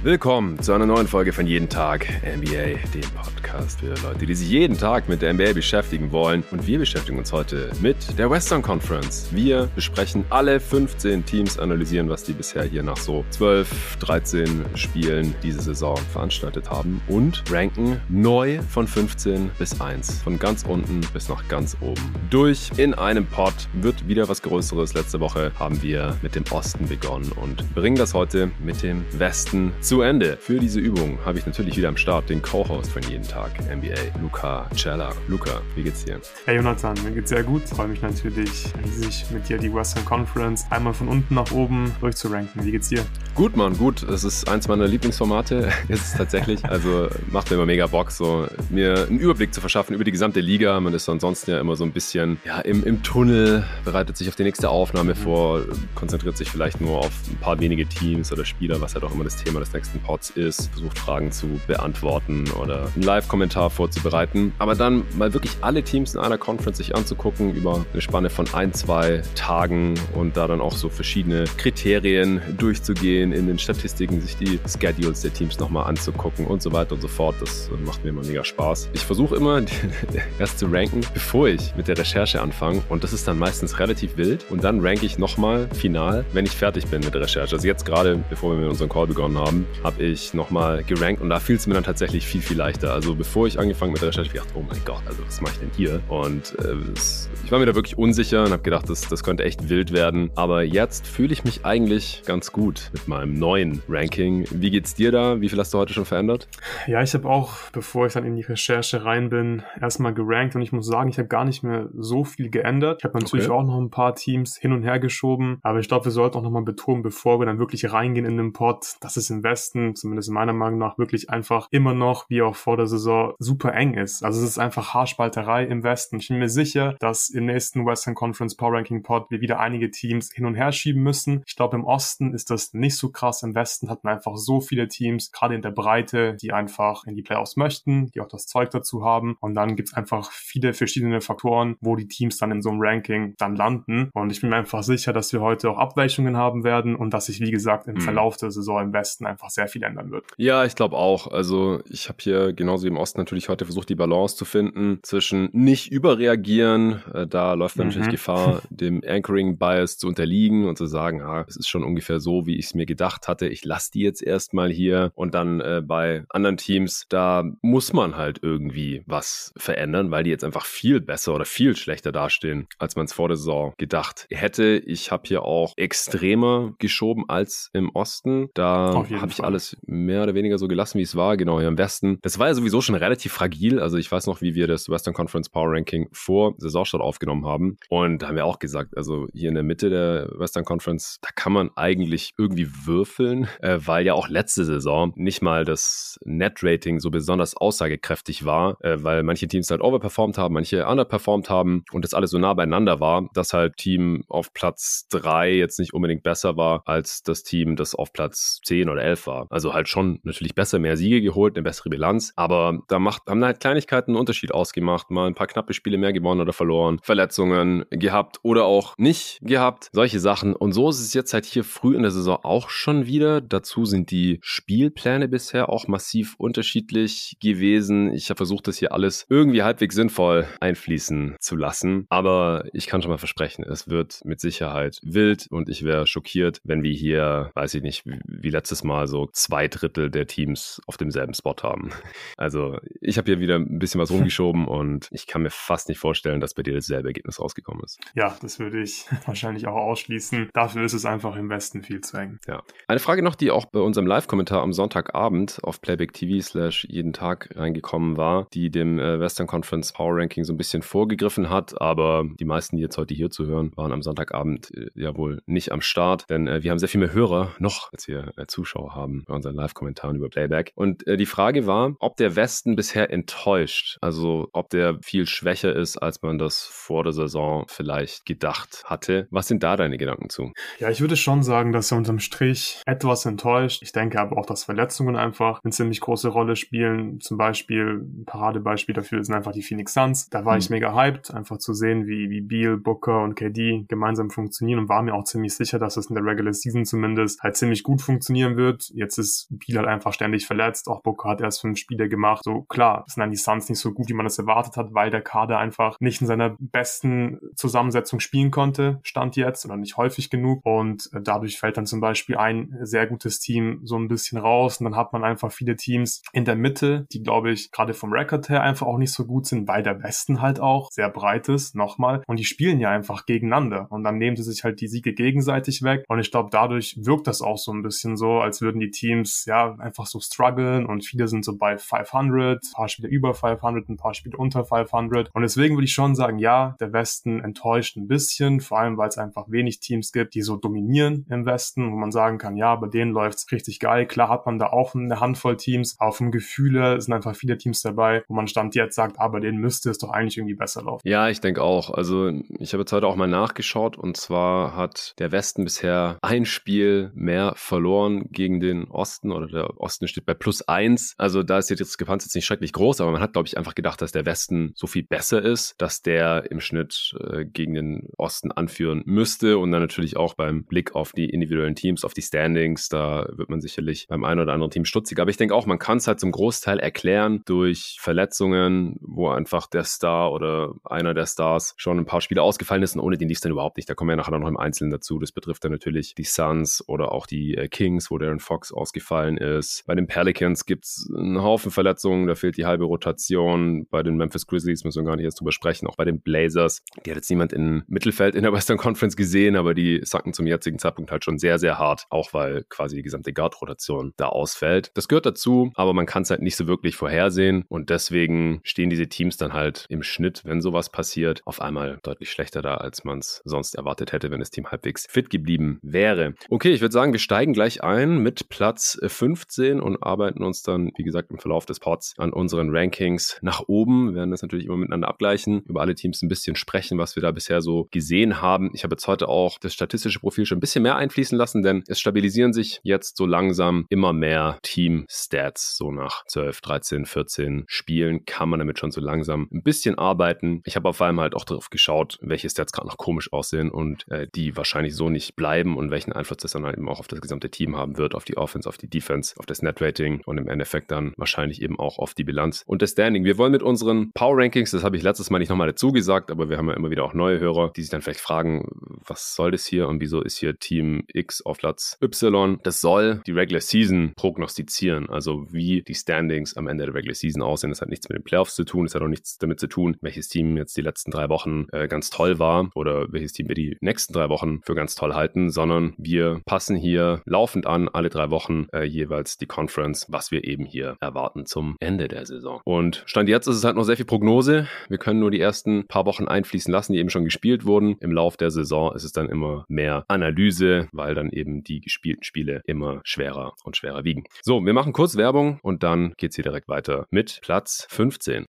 Willkommen zu einer neuen Folge von Jeden Tag NBA, dem Podcast für Leute, die sich jeden Tag mit der NBA beschäftigen wollen. Und wir beschäftigen uns heute mit der Western Conference. Wir besprechen alle 15 Teams, analysieren, was die bisher hier nach so 12, 13 Spielen diese Saison veranstaltet haben und ranken neu von 15 bis 1, von ganz unten bis nach ganz oben durch in einem Pod. Wird wieder was Größeres. Letzte Woche haben wir mit dem Osten begonnen und bringen das heute mit dem Westen zu Ende. Für diese Übung habe ich natürlich wieder am Start den Co-Host von Jeden Tag NBA, Luca Cella. Luca, wie geht's dir? Hey Jonathan, mir geht's sehr gut. Ich freue mich natürlich riesig, mit dir die Western Conference einmal von unten nach oben durchzuranken. Wie geht's dir? Gut, Mann, gut. Es ist eins meiner Lieblingsformate. Es ist tatsächlich, also macht mir immer mega Bock, so mir einen Überblick zu verschaffen über die gesamte Liga. Man ist ansonsten ja immer so ein bisschen im Tunnel, bereitet sich auf die nächste Aufnahme vor, konzentriert sich vielleicht nur auf ein paar wenige Teams oder Spieler, was halt auch immer das Thema des nächsten Pods ist, versucht Fragen zu beantworten oder einen Live-Kommentar vorzubereiten. Aber dann mal wirklich alle Teams in einer Conference sich anzugucken über eine Spanne von 1-2 Tagen und da dann auch so verschiedene Kriterien durchzugehen in den Statistiken, sich die Schedules der Teams nochmal anzugucken und so weiter und so fort. Das macht mir immer mega Spaß. Ich versuche immer erst zu ranken, bevor ich mit der Recherche anfange, und das ist dann meistens relativ wild, und dann ranke ich nochmal final, wenn ich fertig bin mit der Recherche. Also jetzt gerade, bevor wir mit unserem Call begonnen haben, habe ich nochmal gerankt und da fiel es mir dann tatsächlich viel, viel leichter. Also bevor ich angefangen mit der Recherche, habe ich gedacht, oh mein Gott, also was mache ich denn hier? Und ich war mir da wirklich unsicher und habe gedacht, das könnte echt wild werden. Aber jetzt fühle ich mich eigentlich ganz gut mit meinem neuen Ranking. Wie geht's dir da? Wie viel hast du heute schon verändert? Ja, ich habe auch, bevor ich dann in die Recherche rein bin, erstmal gerankt, und ich muss sagen, ich habe gar nicht mehr so viel geändert. Ich habe natürlich auch noch ein paar Teams hin und her geschoben, aber ich glaube, wir sollten auch nochmal betonen, bevor wir dann wirklich reingehen in den Pod, dass es im Westen, zumindest meiner Meinung nach, wirklich einfach immer noch, wie auch vor der Saison, super eng ist. Also es ist einfach Haarspalterei im Westen. Ich bin mir sicher, dass im nächsten Western Conference Power Ranking Pod wir wieder einige Teams hin und her schieben müssen. Ich glaube, im Osten ist das nicht so krass. Im Westen hat man einfach so viele Teams, gerade in der Breite, die einfach in die Playoffs möchten, die auch das Zeug dazu haben. Und dann gibt es einfach viele verschiedene Faktoren, wo die Teams dann in so einem Ranking dann landen. Und ich bin mir einfach sicher, dass wir heute auch Abweichungen haben werden und dass sich, wie gesagt, im Verlauf der Saison im Westen einfach sehr viel ändern wird. Ja, ich glaube auch. Also ich habe hier genauso wie im Osten natürlich heute versucht, die Balance zu finden zwischen nicht überreagieren. Da läuft dann natürlich Gefahr, dem Anchoring-Bias zu unterliegen und zu sagen, es ist schon ungefähr so, wie ich es mir gedacht hatte. Ich lasse die jetzt erstmal hier. Und dann bei anderen Teams, da muss man halt irgendwie was verändern, weil die jetzt einfach viel besser oder viel schlechter dastehen, als man es vor der Saison gedacht hätte. Ich habe hier auch extremer geschoben als im Osten. Da habe ich alles mehr oder weniger so gelassen, wie es war. Genau, hier im Westen. Das war ja sowieso schon relativ fragil. Also ich weiß noch, wie wir das Western Conference Power Ranking vor Saisonstart aufgenommen haben. Und da haben wir auch gesagt, also hier in der Mitte der Western Conference, da kann man eigentlich irgendwie würfeln, weil ja auch letzte Saison nicht mal das Net-Rating so besonders aussagekräftig war, weil manche Teams halt overperformed haben, manche underperformed haben und das alles so nah beieinander war, dass halt Team auf Platz 3 jetzt nicht unbedingt besser war als das Team, das auf Platz 10 oder 11 war. Also halt schon natürlich besser, mehr Siege geholt, eine bessere Bilanz, aber haben halt Kleinigkeiten einen Unterschied ausgemacht, mal ein paar knappe Spiele mehr gewonnen oder verloren, Verletzungen gehabt oder auch nicht gehabt, solche Sachen. Und so ist es jetzt halt hier früh in der Saison auch schon wieder. Dazu sind die Spielpläne bisher auch massiv unterschiedlich gewesen. Ich habe versucht, das hier alles irgendwie halbwegs sinnvoll einfließen zu lassen, aber ich kann schon mal versprechen, es wird mit Sicherheit wild und ich wäre schockiert, wenn wir hier, weiß ich nicht, wie letztes Mal so 2/3 der Teams auf demselben Spot haben. Also ich habe hier wieder ein bisschen was rumgeschoben und ich kann mir fast nicht vorstellen, dass bei dir dasselbe Ergebnis rausgekommen ist. Ja, das würde ich wahrscheinlich auch ausschließen. Dafür ist es einfach im Westen viel zu eng. Ja. Eine Frage noch, die auch bei unserem Live-Kommentar am Sonntagabend auf Playback.tv/jeden Tag reingekommen war, die dem Western Conference Power Ranking so ein bisschen vorgegriffen hat, aber die meisten, die jetzt heute hier zuhören, waren am Sonntagabend ja wohl nicht am Start, denn wir haben sehr viel mehr Hörer noch, als wir Zuschauer haben bei unseren Live-Kommentaren über Playback. Und die Frage war, ob der Westen Westen bisher enttäuscht? Also ob der viel schwächer ist, als man das vor der Saison vielleicht gedacht hatte. Was sind da deine Gedanken zu? Ja, ich würde schon sagen, dass er unterm Strich etwas enttäuscht. Ich denke aber auch, dass Verletzungen einfach eine ziemlich große Rolle spielen. Zum Beispiel, ein Paradebeispiel dafür sind einfach die Phoenix Suns. Da war ich mega hyped, einfach zu sehen, wie Beal, Booker und KD gemeinsam funktionieren und war mir auch ziemlich sicher, dass es in der Regular Season zumindest halt ziemlich gut funktionieren wird. Jetzt ist Beal halt einfach ständig verletzt. Auch Booker hat erst 5 Spiele gemacht. So klar, sind dann die Suns nicht so gut, wie man es erwartet hat, weil der Kader einfach nicht in seiner besten Zusammensetzung spielen konnte, stand jetzt, oder nicht häufig genug. Und dadurch fällt dann zum Beispiel ein sehr gutes Team so ein bisschen raus. Und dann hat man einfach viele Teams in der Mitte, die, glaube ich, gerade vom Rekord her einfach auch nicht so gut sind, weil der Westen halt auch sehr breit ist, nochmal. Und die spielen ja einfach gegeneinander. Und dann nehmen sie sich halt die Siege gegenseitig weg. Und ich glaube, dadurch wirkt das auch so ein bisschen so, als würden die Teams ja einfach so strugglen. Und viele sind so bei 500, ein paar Spiele über 500, ein paar Spiele unter 500. Und deswegen würde ich schon sagen, ja, der Westen enttäuscht ein bisschen, vor allem, weil es einfach wenig Teams gibt, die so dominieren im Westen, wo man sagen kann, ja, bei denen läuft's richtig geil. Klar hat man da auch eine Handvoll Teams, aber vom Gefühl her sind einfach viele Teams dabei, wo man Stand jetzt sagt, bei denen müsste es doch eigentlich irgendwie besser laufen. Ja, ich denke auch. Also ich habe jetzt heute auch mal nachgeschaut und zwar hat der Westen bisher ein Spiel mehr verloren gegen den Osten oder der Osten steht bei +1. Also da ist die Diskrepanz jetzt nicht schrecklich groß, aber man hat, glaube ich, einfach gedacht, dass der Westen so viel besser ist, dass der im Schnitt gegen den Osten anführen müsste und dann natürlich auch beim Blick auf die individuellen Teams, auf die Standings, da wird man sicherlich beim einen oder anderen Team stutzig. Aber ich denke auch, man kann es halt zum Großteil erklären durch Verletzungen, wo einfach der Star oder einer der Stars schon ein paar Spiele ausgefallen ist und ohne den lief es dann überhaupt nicht. Da kommen wir ja nachher noch im Einzelnen dazu. Das betrifft dann natürlich die Suns oder auch die Kings, wo Darren Fox ausgefallen ist. Bei den Pelicans gibt es einen Haufen Verletzungen, da fehlt die halbe Rotation. Bei den Memphis Grizzlies müssen wir gar nicht erst drüber sprechen. Auch bei den Blazers, die hat jetzt niemand im Mittelfeld in der Western Conference gesehen, aber die sacken zum jetzigen Zeitpunkt halt schon sehr, sehr hart, auch weil quasi die gesamte Guard-Rotation da ausfällt. Das gehört dazu, aber man kann es halt nicht so wirklich vorhersehen und deswegen stehen diese Teams dann halt im Schnitt, wenn sowas passiert, auf einmal deutlich schlechter da, als man es sonst erwartet hätte, wenn das Team halbwegs fit geblieben wäre. Okay, ich würde sagen, wir steigen gleich ein mit Platz 15 und arbeiten uns dann, wie gesagt, im Verlauf des Pods an unseren Rankings nach oben. Wir werden das natürlich immer miteinander abgleichen, über alle Teams ein bisschen sprechen, was wir da bisher so gesehen haben. Ich habe jetzt heute auch das statistische Profil schon ein bisschen mehr einfließen lassen, denn es stabilisieren sich jetzt so langsam immer mehr Team-Stats. So nach 12, 13, 14 Spielen kann man damit schon so langsam ein bisschen arbeiten. Ich habe auf allem halt auch darauf geschaut, welche Stats gerade noch komisch aussehen und die wahrscheinlich so nicht bleiben und welchen Einfluss das dann halt eben auch auf das gesamte Team haben wird, auf die Offense, auf die Defense, auf das Net-Rating und im Endeffekt dann wahrscheinlich eben auch auf die Bilanz und das Standing. Wir wollen mit unseren Power-Rankings, das habe ich letztes Mal nicht nochmal dazu gesagt, aber wir haben ja immer wieder auch neue Hörer, die sich dann vielleicht fragen, was soll das hier und wieso ist hier Team X auf Platz Y? Das soll die Regular Season prognostizieren, also wie die Standings am Ende der Regular Season aussehen. Das hat nichts mit den Playoffs zu tun, das hat auch nichts damit zu tun, welches Team jetzt die letzten 3 Wochen ganz toll war oder welches Team wir die nächsten 3 Wochen für ganz toll halten, sondern wir passen hier laufend an, alle 3 Wochen jeweils die Conference, was wir eben hier erwarten zum Ende der Saison. Und Stand jetzt ist es halt noch sehr viel Prognose. Wir können nur die ersten paar Wochen einfließen lassen, die eben schon gespielt wurden. Im Lauf der Saison ist es dann immer mehr Analyse, weil dann eben die gespielten Spiele immer schwerer und schwerer wiegen. So, wir machen kurz Werbung und dann geht's hier direkt weiter mit Platz 15.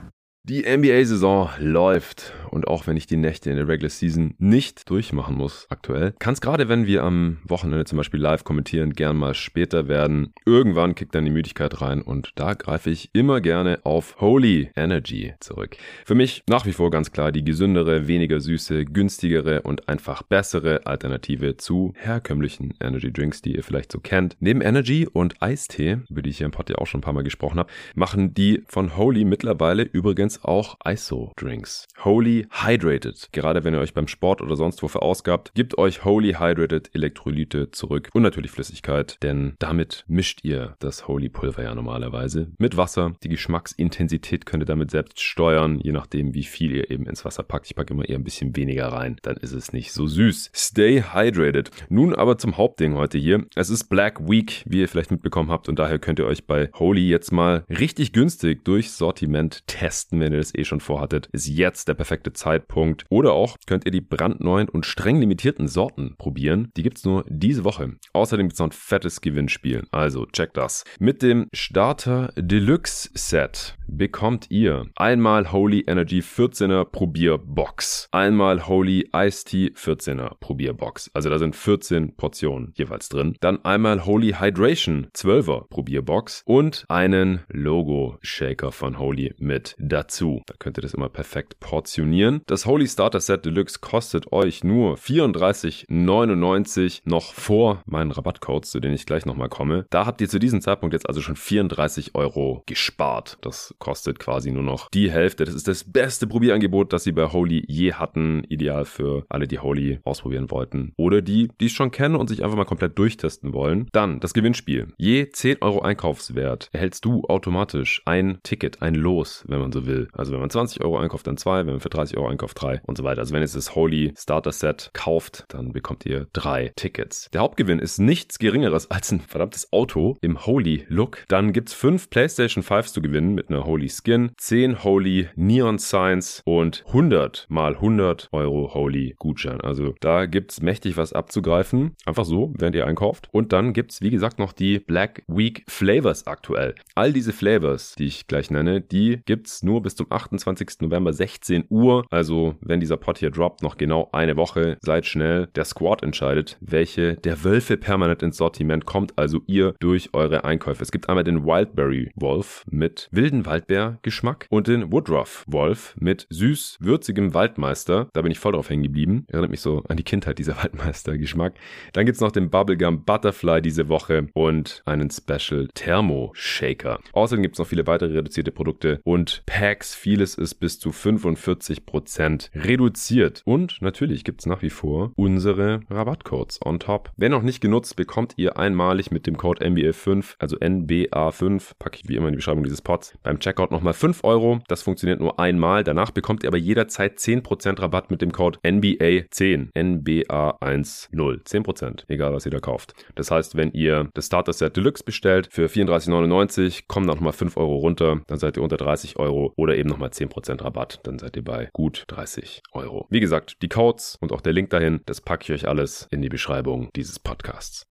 Die NBA-Saison läuft und auch wenn ich die Nächte in der Regular Season nicht durchmachen muss aktuell, kann es gerade, wenn wir am Wochenende zum Beispiel live kommentieren, gern mal später werden. Irgendwann kickt dann die Müdigkeit rein und da greife ich immer gerne auf Holy Energy zurück. Für mich nach wie vor ganz klar die gesündere, weniger süße, günstigere und einfach bessere Alternative zu herkömmlichen Energy Drinks, die ihr vielleicht so kennt. Neben Energy und Eistee, über die ich hier im Pod ja auch schon ein paar Mal gesprochen habe, machen die von Holy mittlerweile übrigens auch ISO-Drinks. Holy Hydrated. Gerade wenn ihr euch beim Sport oder sonst wo verausgabt, gebt euch Holy Hydrated Elektrolyte zurück und natürlich Flüssigkeit, denn damit mischt ihr das Holy Pulver ja normalerweise mit Wasser. Die Geschmacksintensität könnt ihr damit selbst steuern, je nachdem wie viel ihr eben ins Wasser packt. Ich packe immer eher ein bisschen weniger rein, dann ist es nicht so süß. Stay hydrated. Nun aber zum Hauptding heute hier. Es ist Black Week, wie ihr vielleicht mitbekommen habt und daher könnt ihr euch bei Holy jetzt mal richtig günstig durchs Sortiment testen wenn ihr das schon vorhattet, ist jetzt der perfekte Zeitpunkt. Oder auch könnt ihr die brandneuen und streng limitierten Sorten probieren. Die gibt's nur diese Woche. Außerdem gibt's noch ein fettes Gewinnspiel. Also checkt das. Mit dem Starter Deluxe Set bekommt ihr einmal Holy Energy 14er Probierbox, einmal Holy Iced Tea 14er Probierbox. Also da sind 14 Portionen jeweils drin. Dann einmal Holy Hydration 12er Probierbox und einen Logo Shaker von Holy mit dazu. Da könnt ihr das immer perfekt portionieren. Das Holy Starter Set Deluxe kostet euch nur 34,99 noch vor meinen Rabattcodes, zu denen ich gleich nochmal komme. Da habt ihr zu diesem Zeitpunkt jetzt also schon 34 € gespart. Das kostet quasi nur noch die Hälfte. Das ist das beste Probierangebot, das sie bei Holy je hatten. Ideal für alle, die Holy ausprobieren wollten. Oder die es schon kennen und sich einfach mal komplett durchtesten wollen. Dann das Gewinnspiel. Je 10 € Einkaufswert erhältst du automatisch ein Ticket, ein Los, wenn man so will. Also wenn man 20 € einkauft, dann 2, wenn man für 30 € einkauft, 3 und so weiter. Also wenn ihr das Holy Starter Set kauft, dann bekommt ihr 3 Tickets. Der Hauptgewinn ist nichts Geringeres als ein verdammtes Auto im Holy Look. Dann gibt's 5 PlayStation 5s zu gewinnen mit einer Holy Skin, 10 Holy Neon Signs und 100 mal 100 € Holy Gutschein. Also da gibt's mächtig was abzugreifen. Einfach so, während ihr einkauft. Und dann gibt's, wie gesagt, noch die Black Week Flavors aktuell. All diese Flavors, die ich gleich nenne, die gibt's nur bis zum 28. November 16 Uhr. Also wenn dieser Pod hier droppt, noch genau eine Woche. Seid schnell. Der Squad entscheidet, welche der Wölfe permanent ins Sortiment kommt. Also ihr durch eure Einkäufe. Es gibt einmal den Wildberry Wolf mit wilden Waldbeer-Geschmack und den Woodruff Wolf mit süß-würzigem Waldmeister. Da bin ich voll drauf hängen geblieben. Erinnert mich so an die Kindheit, dieser Waldmeister-Geschmack. Dann gibt's noch den Bubblegum Butterfly diese Woche und einen Special Thermo Shaker. Außerdem gibt's noch viele weitere reduzierte Produkte und Packs. Vieles ist bis zu 45% reduziert. Und natürlich gibt's nach wie vor unsere Rabattcodes on top. Wenn noch nicht genutzt, bekommt ihr einmalig mit dem Code NBA5, also NBA5, packe ich wie immer in die Beschreibung dieses Pods, beim Checkout nochmal 5 €. Das funktioniert nur einmal. Danach bekommt ihr aber jederzeit 10% Rabatt mit dem Code NBA10. NBA10. 10%. Egal, was ihr da kauft. Das heißt, wenn ihr das Starter Set Deluxe bestellt für 34,99, kommen da nochmal 5 € runter. Dann seid ihr unter 30 € oder eben nochmal 10% Rabatt. Dann seid ihr bei gut 30 €. Wie gesagt, die Codes und auch der Link dahin, das packe ich euch alles in die Beschreibung dieses Podcasts.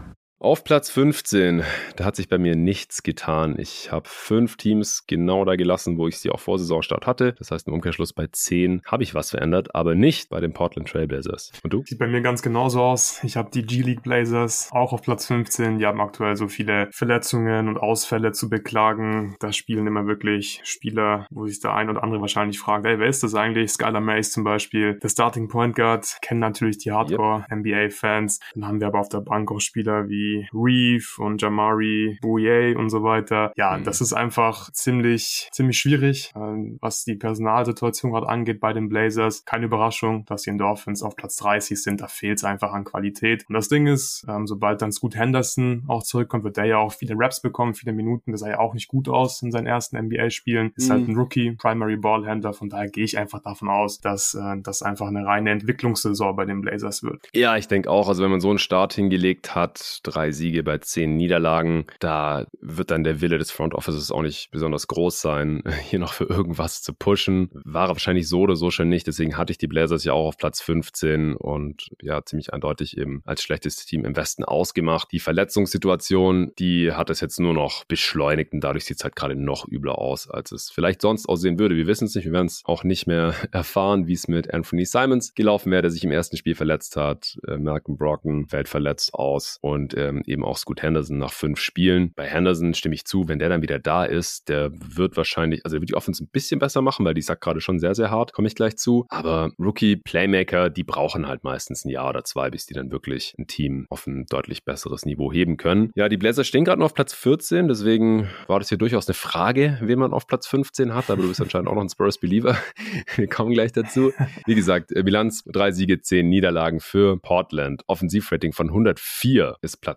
Auf Platz 15, da hat sich bei mir nichts getan. Ich habe 5 Teams genau da gelassen, wo ich sie auch vor Saisonstart hatte. Das heißt, im Umkehrschluss bei 10 habe ich was verändert, aber nicht bei den Portland Trail Blazers. Und du? Sieht bei mir ganz genauso aus. Ich habe die G-League Blazers auch auf Platz 15. Die haben aktuell so viele Verletzungen und Ausfälle zu beklagen. Da spielen immer wirklich Spieler, wo sich der ein oder andere wahrscheinlich fragt, ey, wer ist das eigentlich? Skylar Mays zum Beispiel. Der Starting Point Guard kennen natürlich die Hardcore-NBA-Fans. Dann haben wir aber auf der Bank auch Spieler wie Reeve und Jamari Bouyea und so weiter. Ja, das ist einfach ziemlich schwierig, was die Personalsituation gerade angeht bei den Blazers. Keine Überraschung, dass die Dolphins auf Platz 30 sind. Da fehlt es einfach an Qualität. Und das Ding ist, sobald dann Scoot Henderson auch zurückkommt, wird der ja auch viele Raps bekommen, viele Minuten. Das sah ja auch nicht gut aus in seinen ersten NBA-Spielen. Ist halt ein Rookie, Primary Ballhändler. Von daher gehe ich einfach davon aus, dass das einfach eine reine Entwicklungssaison bei den Blazers wird. Ja, ich denke auch, also wenn man so einen Start hingelegt hat, 3 Siege bei 10 Niederlagen, da wird dann der Wille des Front Offices auch nicht besonders groß sein, hier noch für irgendwas zu pushen. War wahrscheinlich so oder so schon nicht, deswegen hatte ich die Blazers ja auch auf Platz 15 und ja, ziemlich eindeutig eben als schlechtestes Team im Westen ausgemacht. Die Verletzungssituation, die hat es jetzt nur noch beschleunigt und dadurch sieht es halt gerade noch übler aus, als es vielleicht sonst aussehen würde. Wir wissen es nicht, wir werden es auch nicht mehr erfahren, wie es mit Anthony Simons gelaufen wäre, der sich im ersten Spiel verletzt hat. Malcolm Brogdon fällt verletzt aus und eben auch Scoot Henderson nach 5 Spielen. Bei Henderson stimme ich zu, wenn der dann wieder da ist, der wird wahrscheinlich, also der wird die Offense ein bisschen besser machen, weil die sagt gerade schon sehr, sehr hart, komme ich gleich zu. Aber Rookie-Playmaker, die brauchen halt meistens ein Jahr oder 2, bis die dann wirklich ein Team auf ein deutlich besseres Niveau heben können. Ja, die Blazers stehen gerade noch auf Platz 14, deswegen war das hier durchaus eine Frage, wen man auf Platz 15 hat, aber du bist anscheinend auch noch ein Spurs-Believer. Wir kommen gleich dazu. Wie gesagt, Bilanz 3 Siege, 10 Niederlagen für Portland. Offensivrating von 104 ist Platz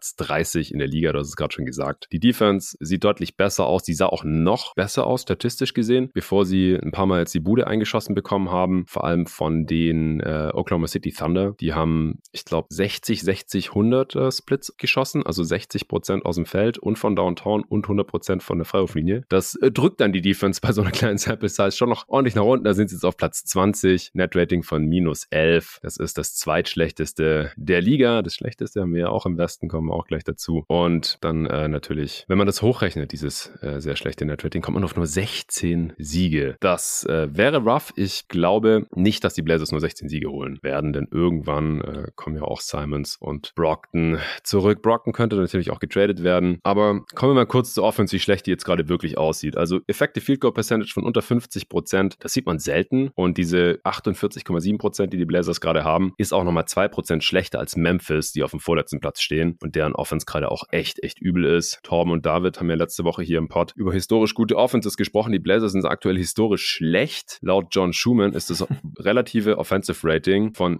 Platz 30 in der Liga, du hast es gerade schon gesagt. Die Defense sieht deutlich besser aus, die sah auch noch besser aus, statistisch gesehen, bevor sie ein paar Mal jetzt die Bude eingeschossen bekommen haben, vor allem von den Oklahoma City Thunder. Die haben, ich glaube, 60-60-100 Splits geschossen, also 60% aus dem Feld und von Downtown und 100% von der Freiwurflinie. Das drückt dann die Defense bei so einer kleinen Sample Size schon noch ordentlich nach unten. Da sind sie jetzt auf Platz 20, Net-Rating von -11. Das ist das zweitschlechteste der Liga. Das schlechteste haben wir ja auch im Westen, kommen wir auch gleich dazu. Und dann natürlich, wenn man das hochrechnet, dieses sehr schlechte Net-Rating, kommt man auf nur 16 Siege. Das wäre rough. Ich glaube nicht, dass die Blazers nur 16 Siege holen werden, denn irgendwann kommen ja auch Simons und Brogdon zurück. Brogdon könnte natürlich auch getradet werden, aber kommen wir mal kurz zur Offense, wie schlecht die jetzt gerade wirklich aussieht. Also Effective Field Goal Percentage von unter 50%, das sieht man selten und diese 48,7%, die Blazers gerade haben, ist auch nochmal 2% schlechter als Memphis, die auf dem vorletzten Platz stehen und deren Offense gerade auch echt übel ist. Torben und David haben ja letzte Woche hier im Pod über historisch gute Offenses gesprochen. Die Blazers sind aktuell historisch schlecht. Laut John Schumann ist das relative Offensive Rating von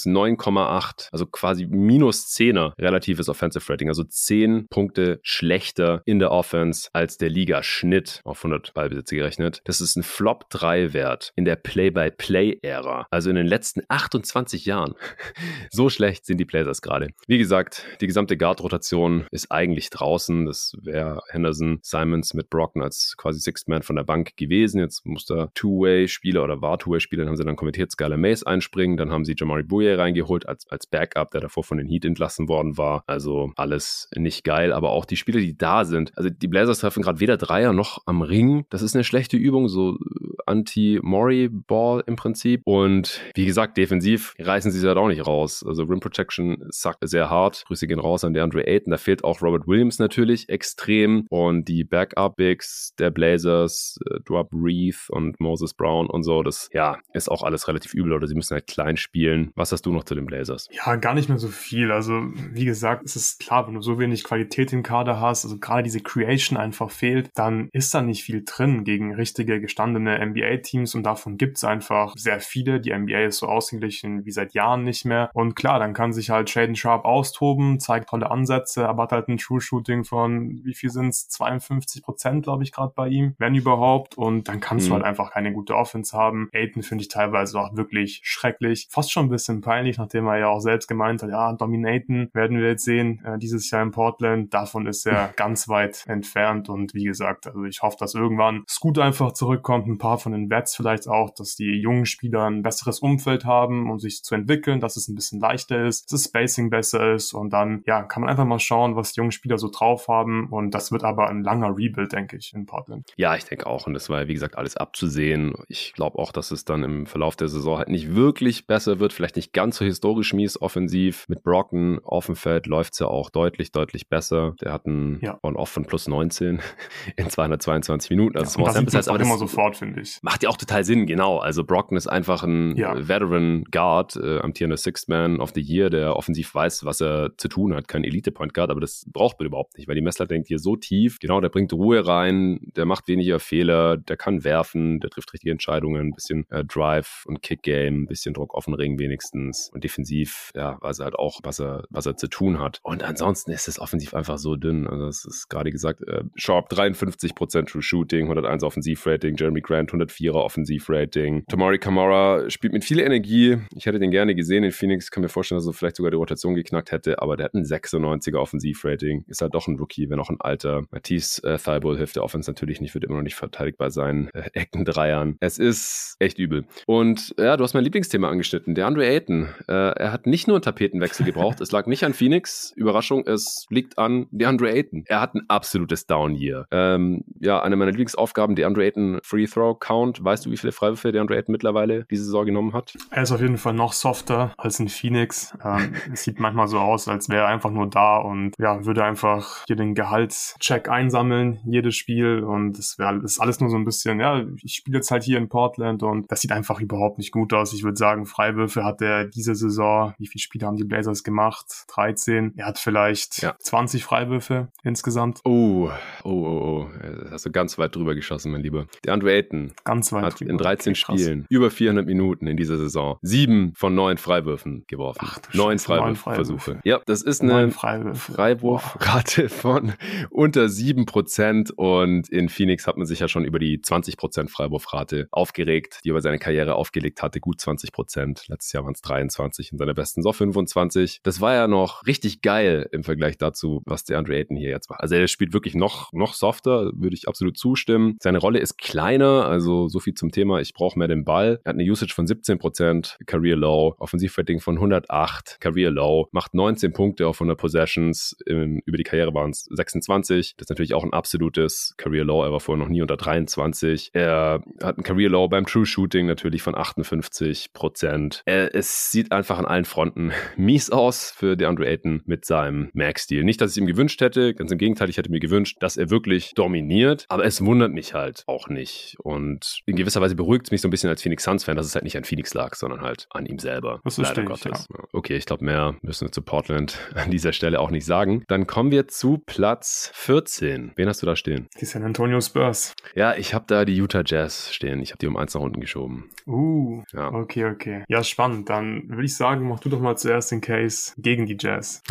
-9,8, also quasi -10er relatives Offensive Rating, also 10 Punkte schlechter in der Offense als der Liga-Schnitt auf 100 Ballbesitze gerechnet. Das ist ein Flop-3-Wert in der Play-by-Play-Ära, also in den letzten 28 Jahren. So schlecht sind die Blazers gerade. Wie gesagt, die gesamte Guard-Rotation ist eigentlich draußen. Das wäre Henderson, Simons mit Brogdon als quasi Sixth Man von der Bank gewesen. Jetzt muss der Two-Way-Spieler oder war Two-Way-Spieler, dann haben sie dann kommentiert, Skylar Mays einspringen. Dann haben sie Jamari Bouye reingeholt als Backup, der davor von den Heat entlassen worden war. Also alles nicht geil, aber auch die Spieler, die da sind. Also die Blazers treffen gerade weder Dreier noch am Ring. Das ist eine schlechte Übung, so Anti-Mori-Ball im Prinzip. Und wie gesagt, defensiv reißen sie es halt auch nicht raus. Also Rim Protection sackt sehr hart. Grüße gehen raus an DeAndre Ayton. Da fehlt auch Robert Williams natürlich extrem. Und die Backup-Bigs der Blazers, Drop Reith und Moses Brown und so, das ja ist auch alles relativ übel oder sie müssen halt klein spielen. Was hast du noch zu den Blazers? Ja, gar nicht mehr so viel. Also wie gesagt, es ist klar, wenn du so wenig Qualität im Kader hast, also gerade diese Creation einfach fehlt, dann ist da nicht viel drin gegen richtige, gestandene NBA-Teams und davon gibt es einfach sehr viele. Die NBA ist so ausgeglichen wie seit Jahren nicht mehr und klar, dann kann sich halt Shaedon Sharpe austoben, zeigt tolle Ansätze, aber hat halt ein True-Shooting von, wie viel sind's? 52%, glaube ich, gerade bei ihm, wenn überhaupt, und dann kannst du halt einfach keine gute Offense haben. Ayton finde ich teilweise auch wirklich schrecklich, fast schon ein bisschen peinlich, nachdem er ja auch selbst gemeint hat, ja, dominaten werden wir jetzt sehen, dieses Jahr in Portland, davon ist er ganz weit entfernt und wie gesagt, also ich hoffe, dass irgendwann Scoot einfach zurückkommt, ein paar von den Vets vielleicht auch, dass die jungen Spieler ein besseres Umfeld haben, um sich zu entwickeln, dass es ein bisschen leichter ist, dass das Spacing besser ist und dann, ja, kann man einfach mal schauen, was die jungen Spieler so drauf haben und das wird aber ein langer Rebuild, denke ich, in Portland. Ja, ich denke auch und das war ja, wie gesagt, alles abzusehen. Ich glaube auch, dass es dann im Verlauf der Saison halt nicht wirklich besser wird, vielleicht nicht ganz so historisch mies offensiv. Mit Brogdon auf dem Feld läuft es ja auch deutlich besser. Der hat einen On-Off von +19 in 222 Minuten. Also das sieht man auch immer sofort, finde ich. Macht ja auch total Sinn, genau. Also Brogdon ist einfach ein Veteran Guard, amtierender Sixth Man of the Year, der offensiv weiß, was er zu tun hat. Kein Elite-Point Guard, aber das braucht man überhaupt nicht, weil die Messlatte denkt hier so tief. Genau, der bringt Ruhe rein, der macht weniger Fehler, der kann werfen, der trifft richtige Entscheidungen, ein bisschen Drive und Kick-Game, ein bisschen Druck auf den Ring wenigstens und defensiv, ja, weiß er halt auch, was er zu tun hat. Und ansonsten ist es offensiv einfach so dünn. Also es ist gerade gesagt, Sharp 53% True Shooting, 101 Offensivrating, Jeremy Grant 104er Offensivrating. Toumani Camara spielt mit viel Energie. Ich hätte den gerne gesehen in Phoenix, kann mir vorstellen, dass er vielleicht sogar die Rotation geknackt hätte, aber der hat ein 96er Offensivrating. Ist halt doch ein Rookie, wenn auch ein alter. Matisse Thybulle hilft der Offense natürlich nicht, wird immer noch nicht verteidigt bei seinen Eckendreiern. Es ist echt übel. Und ja, du hast mein Lieblingsthema angeschnitten, DeAndre Ayton. Er hat nicht nur einen Tapetenwechsel gebraucht, es lag nicht an Phoenix, Überraschung, es liegt an DeAndre Ayton. Er hat ein absolutes Down-Year. Ja, eine meiner Lieblingsaufgaben, DeAndre Ayton Free-Throw-Count. Weißt du, wie viele Freiwürfe DeAndre Ayton mittlerweile diese Saison genommen hat? Er ist auf jeden Fall noch softer als in Phoenix. Es sieht manchmal so aus, als wäre er einfach nur da und ja, würde einfach hier den Gehaltscheck einsammeln, jedes Spiel, und das ist alles nur so ein bisschen, ja, ich spiele jetzt halt hier in Portland und das sieht einfach überhaupt nicht gut aus. Ich würde sagen, Freiwürfe hat er diese Saison, wie viele Spiele haben die Blazers gemacht? 13. Er hat vielleicht 20 Freiwürfe insgesamt. Oh. Hast du ganz weit drüber geschossen, mein Lieber. DeAndre Ayton ganz weit hat in 13 Spielen über 400 Minuten in dieser Saison 7 von 9 Freiwürfen geworfen. 9 Freiwürfe. Ja, das ist eine Freiwurfrate von unter 7% und in Phoenix hat man sich ja schon über die 20% Freiwurfrate aufgeregt, die er über seine Karriere aufgelegt hatte, gut 20%. Letztes Jahr waren es 23, in seiner besten Saison 25. Das war ja noch richtig geil im Vergleich dazu, was DeAndre Ayton hier jetzt macht. Also er spielt wirklich noch softer, würde ich absolut zustimmen. Seine Rolle ist kleiner, also so viel zum Thema, ich brauche mehr den Ball. Er hat eine Usage von 17%, Career Low, Offensivrating von 108, Career Low, macht 19 Punkte auf 100 Possessions, über die Karriere waren es 26. Das ist natürlich auch ein absolutes Career Low, er war vorher noch nie unter 23. Er hat ein Career Low beim True Shooting natürlich von 58%. Es sieht einfach an allen Fronten mies aus für DeAndre Ayton mit seinem Max-Deal. Nicht, dass ich es ihm gewünscht hätte, ganz im Gegenteil, ich hätte mir gewünscht, dass er wirklich dominiert, aber es wundert mich halt auch nicht. Und in gewisser Weise beruhigt es mich so ein bisschen als Phoenix Suns-Fan, dass es halt nicht an Phoenix lag, sondern halt an ihm selber. Das ist Gottes. Ja. Okay, ich glaube, mehr müssen wir zu Portland an dieser Stelle auch nicht sagen. Dann kommen wir zu Platz 14. Wen hast du da stehen? Die San Antonio Spurs. Ja, ich habe da die Utah Jazz stehen. Ich habe die um 1 nach unten geschoben. Ja. Okay. Ja, spannend. Dann würde ich sagen, mach du doch mal zuerst den Case gegen die Jazz.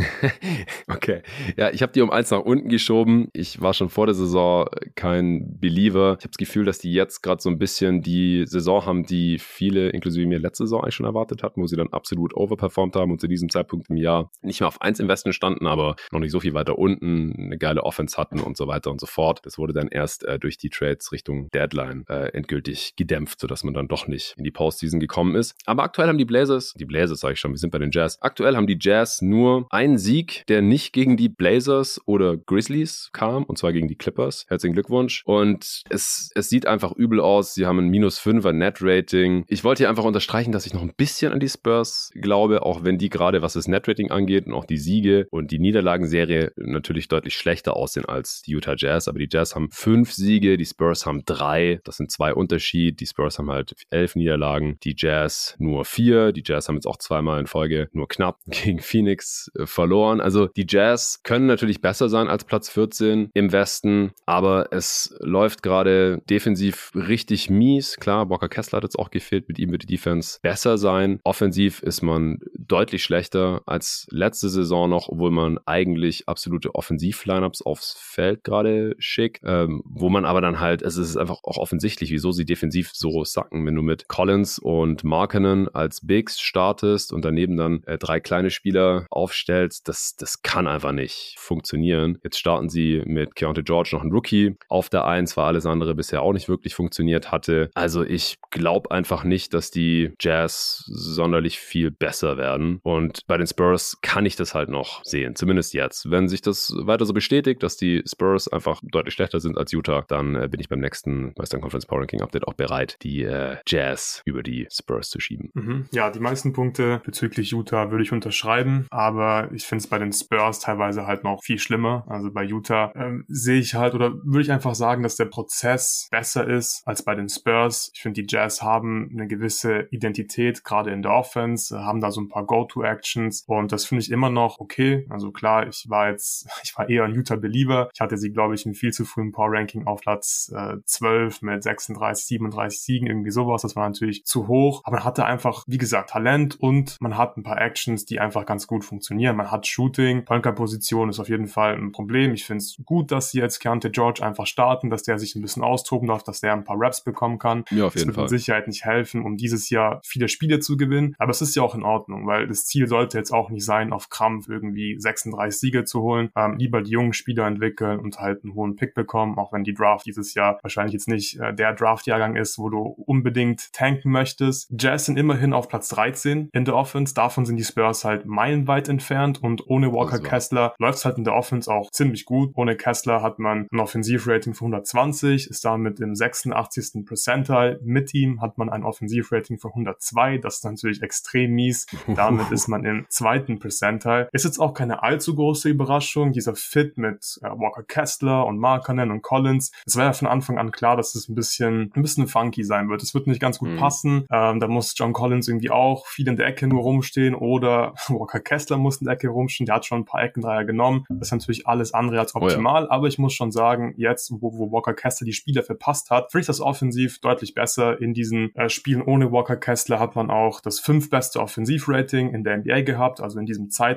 Okay. Ja, ich habe die um 1 nach unten geschoben. Ich war schon vor der Saison kein Believer. Ich habe das Gefühl, dass die jetzt gerade so ein bisschen die Saison haben, die viele, inklusive mir, letzte Saison eigentlich schon erwartet hatten, wo sie dann absolut overperformed haben und zu diesem Zeitpunkt im Jahr nicht mehr auf 1 im Westen standen, aber noch nicht so viel weiter unten, eine geile Offense hatten und so weiter und so fort. Das wurde dann erst durch die Trades Richtung Deadline endgültig gedämpft, sodass man dann doch nicht in die Postseason gekommen ist. Aber aktuell haben die Blazers sage ich schon, wir sind bei den Jazz, aktuell haben die Jazz nur einen Sieg, der nicht gegen die Blazers oder Grizzlies kam, und zwar gegen die Clippers. Herzlichen Glückwunsch. Und es sieht einfach übel aus. Sie haben ein -5er Net-Rating. Ich wollte hier einfach unterstreichen, dass ich noch ein bisschen an die Spurs glaube, auch wenn die gerade, was das Net-Rating angeht und auch die Siege und die Niederlagenserie natürlich deutlich schlechter aussehen als die Utah Jazz. Aber die Jazz haben 5 Siege, die Spurs haben 3. Das sind 2 Unterschiede. Die Spurs haben halt 11 Niederlagen, die Jazz nur 4. Die Jazz haben jetzt auch zweimal in Folge nur knapp gegen Phoenix verloren. Also die Jazz können natürlich besser sein als Platz 14 im Westen, aber es läuft gerade defensiv richtig mies. Klar, Walker Kessler hat jetzt auch gefehlt, mit ihm wird die Defense besser sein. Offensiv ist man deutlich schlechter als letzte Saison noch, obwohl man eigentlich absolute Offensiv-Lineups aufs Feld gerade schickt, wo man aber dann halt, es ist einfach auch offensichtlich, wieso sie defensiv so sacken, wenn du mit Collins und Markkanen als Bigs startest und daneben dann 3 kleine Spieler aufstellst, das kann einfach nicht funktionieren. Jetzt starten sie mit Keontae George noch einen Rookie auf der 1, weil alles andere bisher auch nicht wirklich funktioniert hatte. Also ich glaube einfach nicht, dass die Jazz sonderlich viel besser werden. Und bei den Spurs kann ich das halt noch sehen, zumindest jetzt. Wenn sich das weiter so bestätigt, dass die Spurs einfach deutlich schlechter sind als Utah, dann bin ich beim nächsten Western Conference Power Ranking Update auch bereit, die Jazz über die Spurs zu schieben. Ja, die meisten Punkte bezüglich Utah würde ich unterschreiben, aber ich finde es bei den Spurs teilweise halt noch viel schlimmer. Also bei Utah sehe ich halt, oder würde ich einfach sagen, dass der Prozess besser ist als bei den Spurs. Ich finde, die Jazz haben eine gewisse Identität, gerade in der Offense, haben da so ein paar Go-To-Actions und das finde ich immer noch okay. Also klar, ich war eher ein Utah-Believer. Ich hatte sie, glaube ich, im viel zu frühen Power-Ranking auf Platz 12 mit 36, 37 Siegen, irgendwie sowas. Das war natürlich zu hoch, aber man hatte einfach, wie gesagt, Talent und man hat ein paar Actions, die einfach ganz gut funktionieren. Man hat Shooting, Point-Guard-Position ist auf jeden Fall ein Problem. Ich finde es gut, dass sie jetzt Keontae George einfach starten, dass der sich ein bisschen austoben darf, dass der ein paar Raps bekommen kann. Ja, auf jeden Fall. Das wird mit Sicherheit nicht helfen, um dieses Jahr viele Spiele zu gewinnen, aber es ist ja auch in Ordnung, weil das Ziel sollte jetzt auch nicht sein, auf Krampf irgendwie 36 Siege zu holen. Lieber die jungen Spieler entwickeln und halt einen hohen Pick bekommen, auch wenn die Draft dieses Jahr wahrscheinlich jetzt nicht der Draft-Jahrgang ist, wo du unbedingt tanken möchtest. Jazz sind immerhin auf Platz 13 in der Offense, davon sind die Spurs halt meilenweit entfernt und ohne Walker Kessler läuft es halt in der Offense auch ziemlich gut. Ohne Kessler hat man ein Offensivrating von 120, ist damit im 86. Percentile. Mit ihm hat man ein Offensivrating von 102, das ist natürlich extrem mies. Damit ist man im 2. Percentile. Ist jetzt auch keine allzu große Überraschung, dieser Fit mit Walker Kessler und Markkanen und Collins. Es war ja von Anfang an klar, dass es ein bisschen funky sein wird. Es wird nicht ganz gut passen. Da muss John Collins irgendwie auch viel in der Ecke nur rumstehen oder Walker Kessler muss in der Ecke rumstehen. Der hat schon ein paar Eckendreier genommen. Das ist natürlich alles andere als optimal, aber ich muss schon sagen, jetzt, wo Walker Kessler die Spieler verpasst hat, finde ich das offensiv deutlich besser. In diesen Spielen ohne Walker Kessler hat man auch das 5. beste Offensivrating in der NBA gehabt, also in diesem Zeitraum und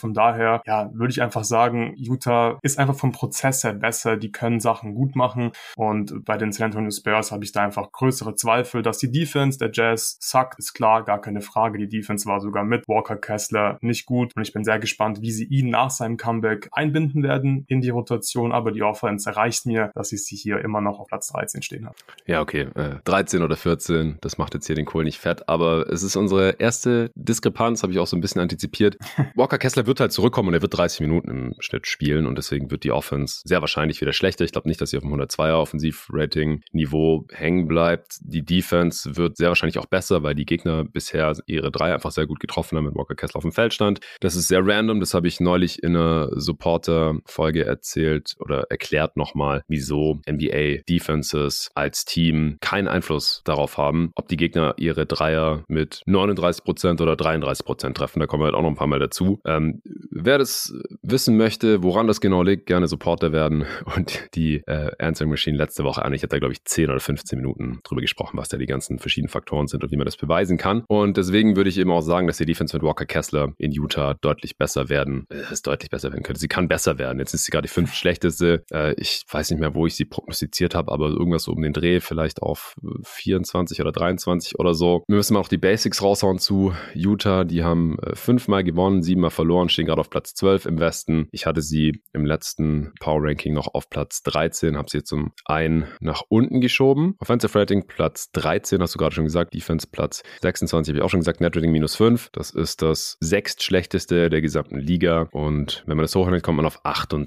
von daher, ja, würde ich einfach sagen, Utah ist einfach vom Prozess her besser, die können Sachen gut machen und bei den San Antonio Spurs habe ich da einfach größere Zweifel, dass die Defense der Jazz sackt, ist klar, gar keine Frage. Die Defense war sogar mit Walker Kessler nicht gut und ich bin sehr gespannt, wie sie ihn nach seinem Comeback einbinden werden in die Rotation, aber die Offense erreicht mir, dass ich sie hier immer noch auf Platz 13 stehen habe. Ja, okay, 13 oder 14, das macht jetzt hier den Kohl nicht fett, aber es ist unsere erste Diskrepanz, habe ich auch so ein bisschen antizipiert. Walker Kessler wird halt zurückkommen und er wird 30 Minuten im Schnitt spielen und deswegen wird die Offense sehr wahrscheinlich wieder schlechter. Ich glaube nicht, dass sie auf dem 102er Offensivrating-Niveau hängen bleibt. Die Defense wird sehr wahrscheinlich auch besser, weil die Gegner bisher ihre Dreier einfach sehr gut getroffen haben, wenn Walker Kessler auf dem Feld stand. Das ist sehr random, das habe ich neulich in einer Supporter-Folge erzählt oder erklärt nochmal, wieso NBA-Defenses als Team keinen Einfluss darauf haben, ob die Gegner ihre Dreier mit 39% oder 33% treffen. Da kommen wir halt auch noch ein paar Mal dazu. Wer das wissen möchte, woran das genau liegt, gerne Supporter werden und die Answering Machine letzte Woche an. Ich hatte da, glaube ich, 10 oder 15 Minuten drüber gesprochen, was da die ganzen verschiedenen Faktoren sind und wie man das beweisen kann. Und deswegen würde ich eben auch sagen, dass die Defense mit Walker Kessler in Utah deutlich besser werden. Deutlich besser werden könnte. Sie kann besser werden. Jetzt ist sie gerade die 5. schlechteste. Ich weiß nicht mehr, wo ich sie prognostiziert habe, aber irgendwas so um den Dreh, vielleicht auf 24 oder 23 oder so. Wir müssen mal auch die Basics raushauen zu Utah. Die haben 5-mal gewonnen, 7-mal verloren, stehen gerade auf Platz 12 im Westen. Ich hatte sie im letzten Power Ranking noch auf Platz 13, habe sie jetzt um einen nach unten geschoben. Offensive Rating Platz 13, hast du gerade schon gesagt. Defense Platz 26, habe ich auch schon gesagt. Net Rating -5. Das ist das 6. schlechteste der gesamten Liga. Und wenn man das hochrechnet, kommt man auf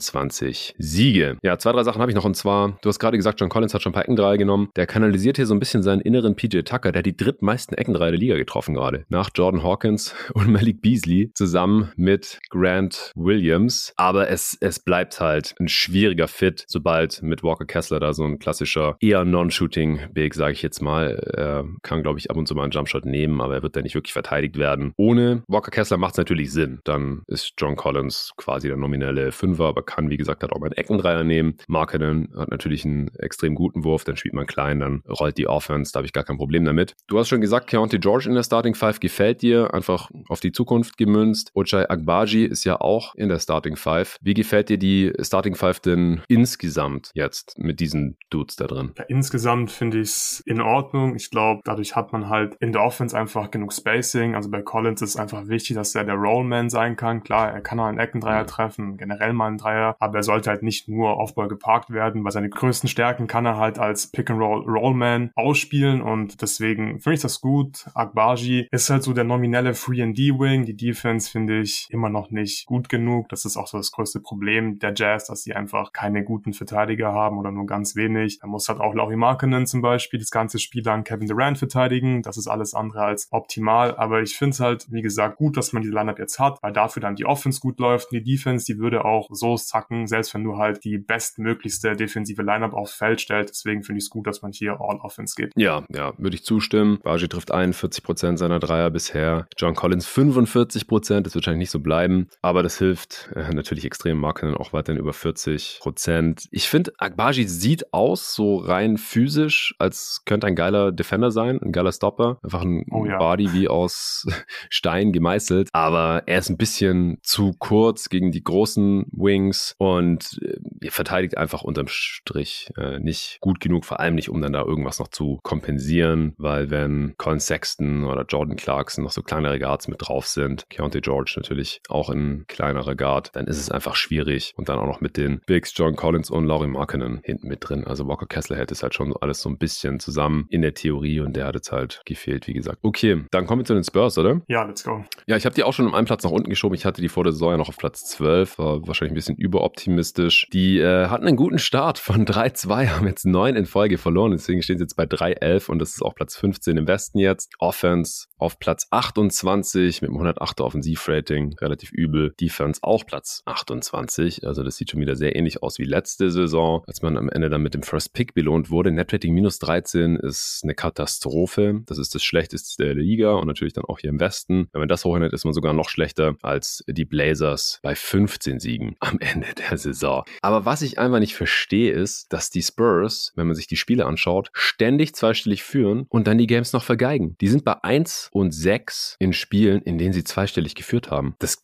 28 Siege. Ja, 2, 3 Sachen habe ich noch. Und zwar, du hast gerade gesagt, John Collins hat schon ein paar Eckendreier genommen. Der kanalisiert hier so ein bisschen seinen inneren PJ Tucker. Der hat die drittmeisten Eckendreier der Liga getroffen gerade. Nach Jordan Hawkins und Malik Beasley zusammen mit Grant Williams. Aber es bleibt halt ein schwieriger Fit, sobald mit Walker Kessler da so ein klassischer, eher Non-Shooting-Big, sage ich jetzt mal. Er kann, glaube ich, ab und zu mal einen Jumpshot nehmen, aber er wird da nicht wirklich verteidigt werden. Ohne Walker Kessler macht es natürlich Sinn. Dann ist John Collins quasi der nominelle Fünfer, aber kann, wie gesagt, halt auch mal einen Eckendreier nehmen. Markkanen hat natürlich einen extrem guten Wurf, dann spielt man klein, dann rollt die Offense, da habe ich gar kein Problem damit. Du hast schon gesagt, Keontae George in der Starting Five gefällt dir, einfach auf die Zukunft gemünzt. Ochai Agbaji ist ja auch in der Starting Five. Wie gefällt dir die Starting Five denn insgesamt jetzt mit diesen Dudes da drin? Ja, insgesamt finde ich es in Ordnung. Ich glaube, dadurch hat man halt in der Offense einfach genug Spacing. Also bei Collins ist es einfach wichtig, dass er der Rollman sein kann. Klar, er kann auch einen Eckendreier treffen, generell mal einen Dreier, aber er sollte halt nicht nur Offball geparkt werden, weil seine größten Stärken kann er halt als Pick-and-Roll-Rollman ausspielen und deswegen finde ich das gut. Agbaji ist halt so der nominelle 3&D-Wing. Die Defense finde ich immer noch nicht gut genug. Das ist auch so das größte Problem der Jazz, dass sie einfach keine guten Verteidiger haben oder nur ganz wenig. Da muss halt auch Lauri Markkanen zum Beispiel das ganze Spiel lang Kevin Durant verteidigen. Das ist alles andere als optimal, aber ich finde es halt, wie gesagt, gut, dass man diese Lineup jetzt hat, weil dafür dann die Offense gut läuft und die Defense, die würde auch so zacken, selbst wenn du halt die bestmöglichste defensive Lineup aufs Feld stellst. Deswegen finde ich es gut, dass man hier All-Offense geht. Ja, würde ich zustimmen. Baji trifft 41% seiner Dreier bisher. John Collins 45%, das wird wahrscheinlich nicht so bleiben, aber das hilft natürlich extrem. Markkanen auch weiterhin über 40%. Ich finde, Agbaji sieht aus, so rein physisch, als könnte ein geiler Defender sein, ein geiler Stopper. Einfach ein Body wie aus Stein gemeißelt, aber er ist ein bisschen zu kurz gegen die großen Wings und verteidigt einfach unterm Strich nicht gut genug, vor allem nicht, um dann da irgendwas noch zu kompensieren, weil wenn Colin Sexton oder Jordan Clarkson noch so kleinere Guards mit drauf sind, Keontae George natürlich auch ein kleinerer Guard, dann ist es einfach schwierig und dann auch noch mit den Bigs John Collins und Lauri Markkanen hinten mit drin. Also Walker Kessler hält es halt schon alles so ein bisschen zusammen in der Theorie und der hat jetzt halt gefehlt, wie gesagt. Okay, dann kommen wir zu den Spurs, oder? Ja, let's go. Ja, ich habe die auch schon um einen Platz nach unten geschoben. Ich hatte die vor der Saison ja noch auf Platz 12, war wahrscheinlich ein bisschen überoptimistisch. Die hatten einen guten Start von 3-2, haben jetzt 9 in Folge verloren, deswegen stehen sie jetzt bei 3-11 und das ist auch Platz 15 im Westen jetzt. Offense auf Platz 28 mit einem 108er Offensivrating, relativ übel. Defense auch Platz 28, also das sieht schon wieder sehr ähnlich aus wie letzte Saison, als man am Ende dann mit dem First Pick belohnt wurde. Netrating -13 ist eine Katastrophe, das ist das Schlechteste der Liga und natürlich dann auch hier im Westen. Wenn man das hochrechnet, ist man sogar noch schlechter als die Blazers bei 15 Siegen am Ende der Saison. Aber was ich einfach nicht verstehe, ist, dass die Spurs, wenn man sich die Spiele anschaut, ständig zweistellig führen und dann die Games noch vergeigen. Die sind bei 1-6 in Spielen, in denen sie zweistellig geführt haben. Das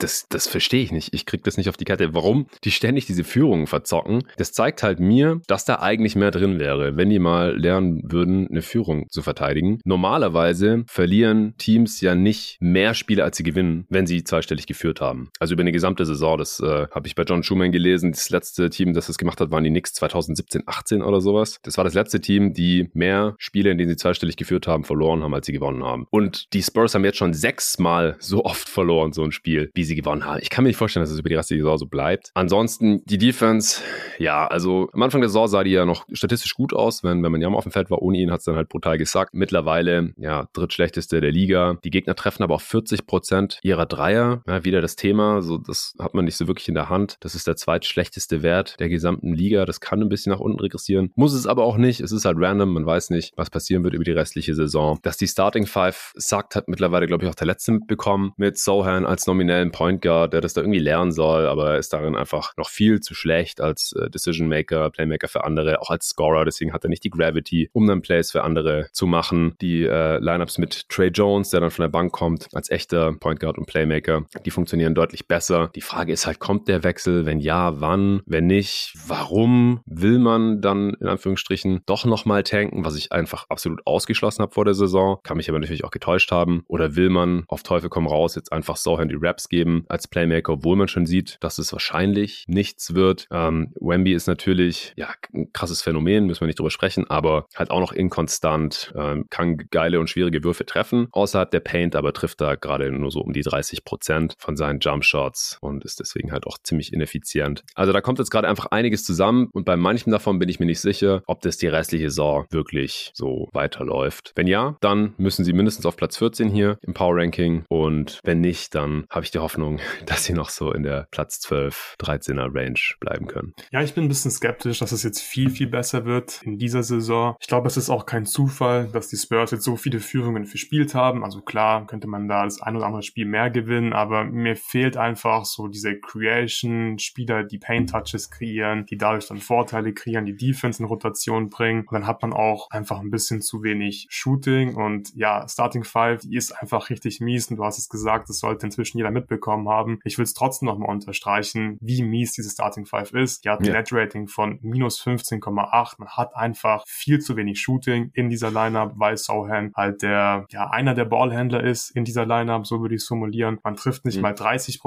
das verstehe ich nicht. Ich kriege das nicht auf die Kette. Warum die ständig diese Führungen verzocken? Das zeigt halt mir, dass da eigentlich mehr drin wäre, wenn die mal lernen würden, eine Führung zu verteidigen. Normalerweise verlieren Teams ja nicht mehr Spiele, als sie gewinnen, wenn sie zweistellig geführt haben. Also über eine gesamte Saison. Das habe ich bei John Schumann gelesen. Das letzte Team, das gemacht hat, waren die Knicks 2017, 18 oder sowas. Das war das letzte Team, die mehr Spiele, in denen sie zweistellig geführt haben, verloren haben, als sie gewonnen haben. Und die Spurs haben jetzt schon 6-mal so oft verloren, so ein Spiel, wie sie gewonnen haben. Ich kann mir nicht vorstellen, dass es über die restliche Saison so bleibt. Ansonsten, die Defense, ja, also am Anfang der Saison sah die ja noch statistisch gut aus. Wenn man ja auf dem Feld war, ohne ihn hat es dann halt brutal gesackt. Mittlerweile, ja, drittschlechteste der Liga. Die Gegner treffen aber auch 40% ihrer Dreier. Ja, wieder das Thema, so das hat man nicht so wirklich in der Hand. Das ist der zweitschlechteste Wert der gesamten Liga. Das kann ein bisschen nach unten regressieren. Muss es aber auch nicht. Es ist halt random. Man weiß nicht, was passieren wird über die restliche Saison. Dass die Starting Five sackt, hat mittlerweile, glaube ich, auch der Letzte mitbekommen. Mit Sohan als nominellen Point Guard, der das da irgendwie lernen soll, aber er ist darin einfach noch viel zu schlecht als Decision Maker, Playmaker für andere, auch als Scorer. Deswegen hat er nicht die Gravity, um dann Plays für andere zu machen. Die Lineups mit Trey Jones, der dann von der Bank kommt, als echter Point Guard und Playmaker, die funktionieren deutlich besser. Die Frage ist halt, kommt der Wechsel? Wenn ja, wann? Wenn nicht, warum will man dann in Anführungsstrichen doch nochmal tanken, was ich einfach absolut ausgeschlossen habe vor der Saison? Kann mich aber natürlich auch getäuscht haben. Oder will man auf Teufel komm raus jetzt einfach Sohan die Raps geben als Playmaker, obwohl man schon sieht, dass es wahrscheinlich nichts wird. Wemby ist natürlich ja ein krasses Phänomen, müssen wir nicht drüber sprechen, aber halt auch noch inkonstant, kann geile und schwierige Würfe treffen, außerhalb der Paint, aber trifft da gerade nur so um die 30% von seinen Jumpshots und ist deswegen halt auch ziemlich ineffizient. Also da kommt jetzt gerade einfach einiges zusammen und bei manchem davon bin ich mir nicht sicher, ob das die restliche Saison wirklich so weiterläuft. Wenn ja, dann müssen sie mindestens auf Platz 14 hier im Power Ranking und wenn nicht, dann habe ich die Hoffnung, dass sie noch so in der Platz 12, 13er Range bleiben können. Ja, ich bin ein bisschen skeptisch, dass es jetzt viel, viel besser wird in dieser Saison. Ich glaube, es ist auch kein Zufall, dass die Spurs jetzt so viele Führungen verspielt haben. Also klar, könnte man da das ein oder andere Spiel mehr gewinnen, aber mir fehlt einfach so diese Creation, Spieler, die Paint-Touches kreieren, die dadurch dann Vorteile kreieren, die Defense in Rotation bringen. Und dann hat man auch einfach ein bisschen zu wenig Shooting und ja, Starting Five, die ist einfach richtig mies und du hast es gesagt, das sollte inzwischen jeder mitbekommen haben. Ich will es trotzdem nochmal unterstreichen, wie mies diese Starting Five ist. Die hat ein Net-Rating von minus 15,8. Man hat einfach viel zu wenig Shooting in dieser Lineup, weil Sohan halt einer der Ballhändler ist in dieser Lineup, so würde ich es formulieren. Man trifft nicht mal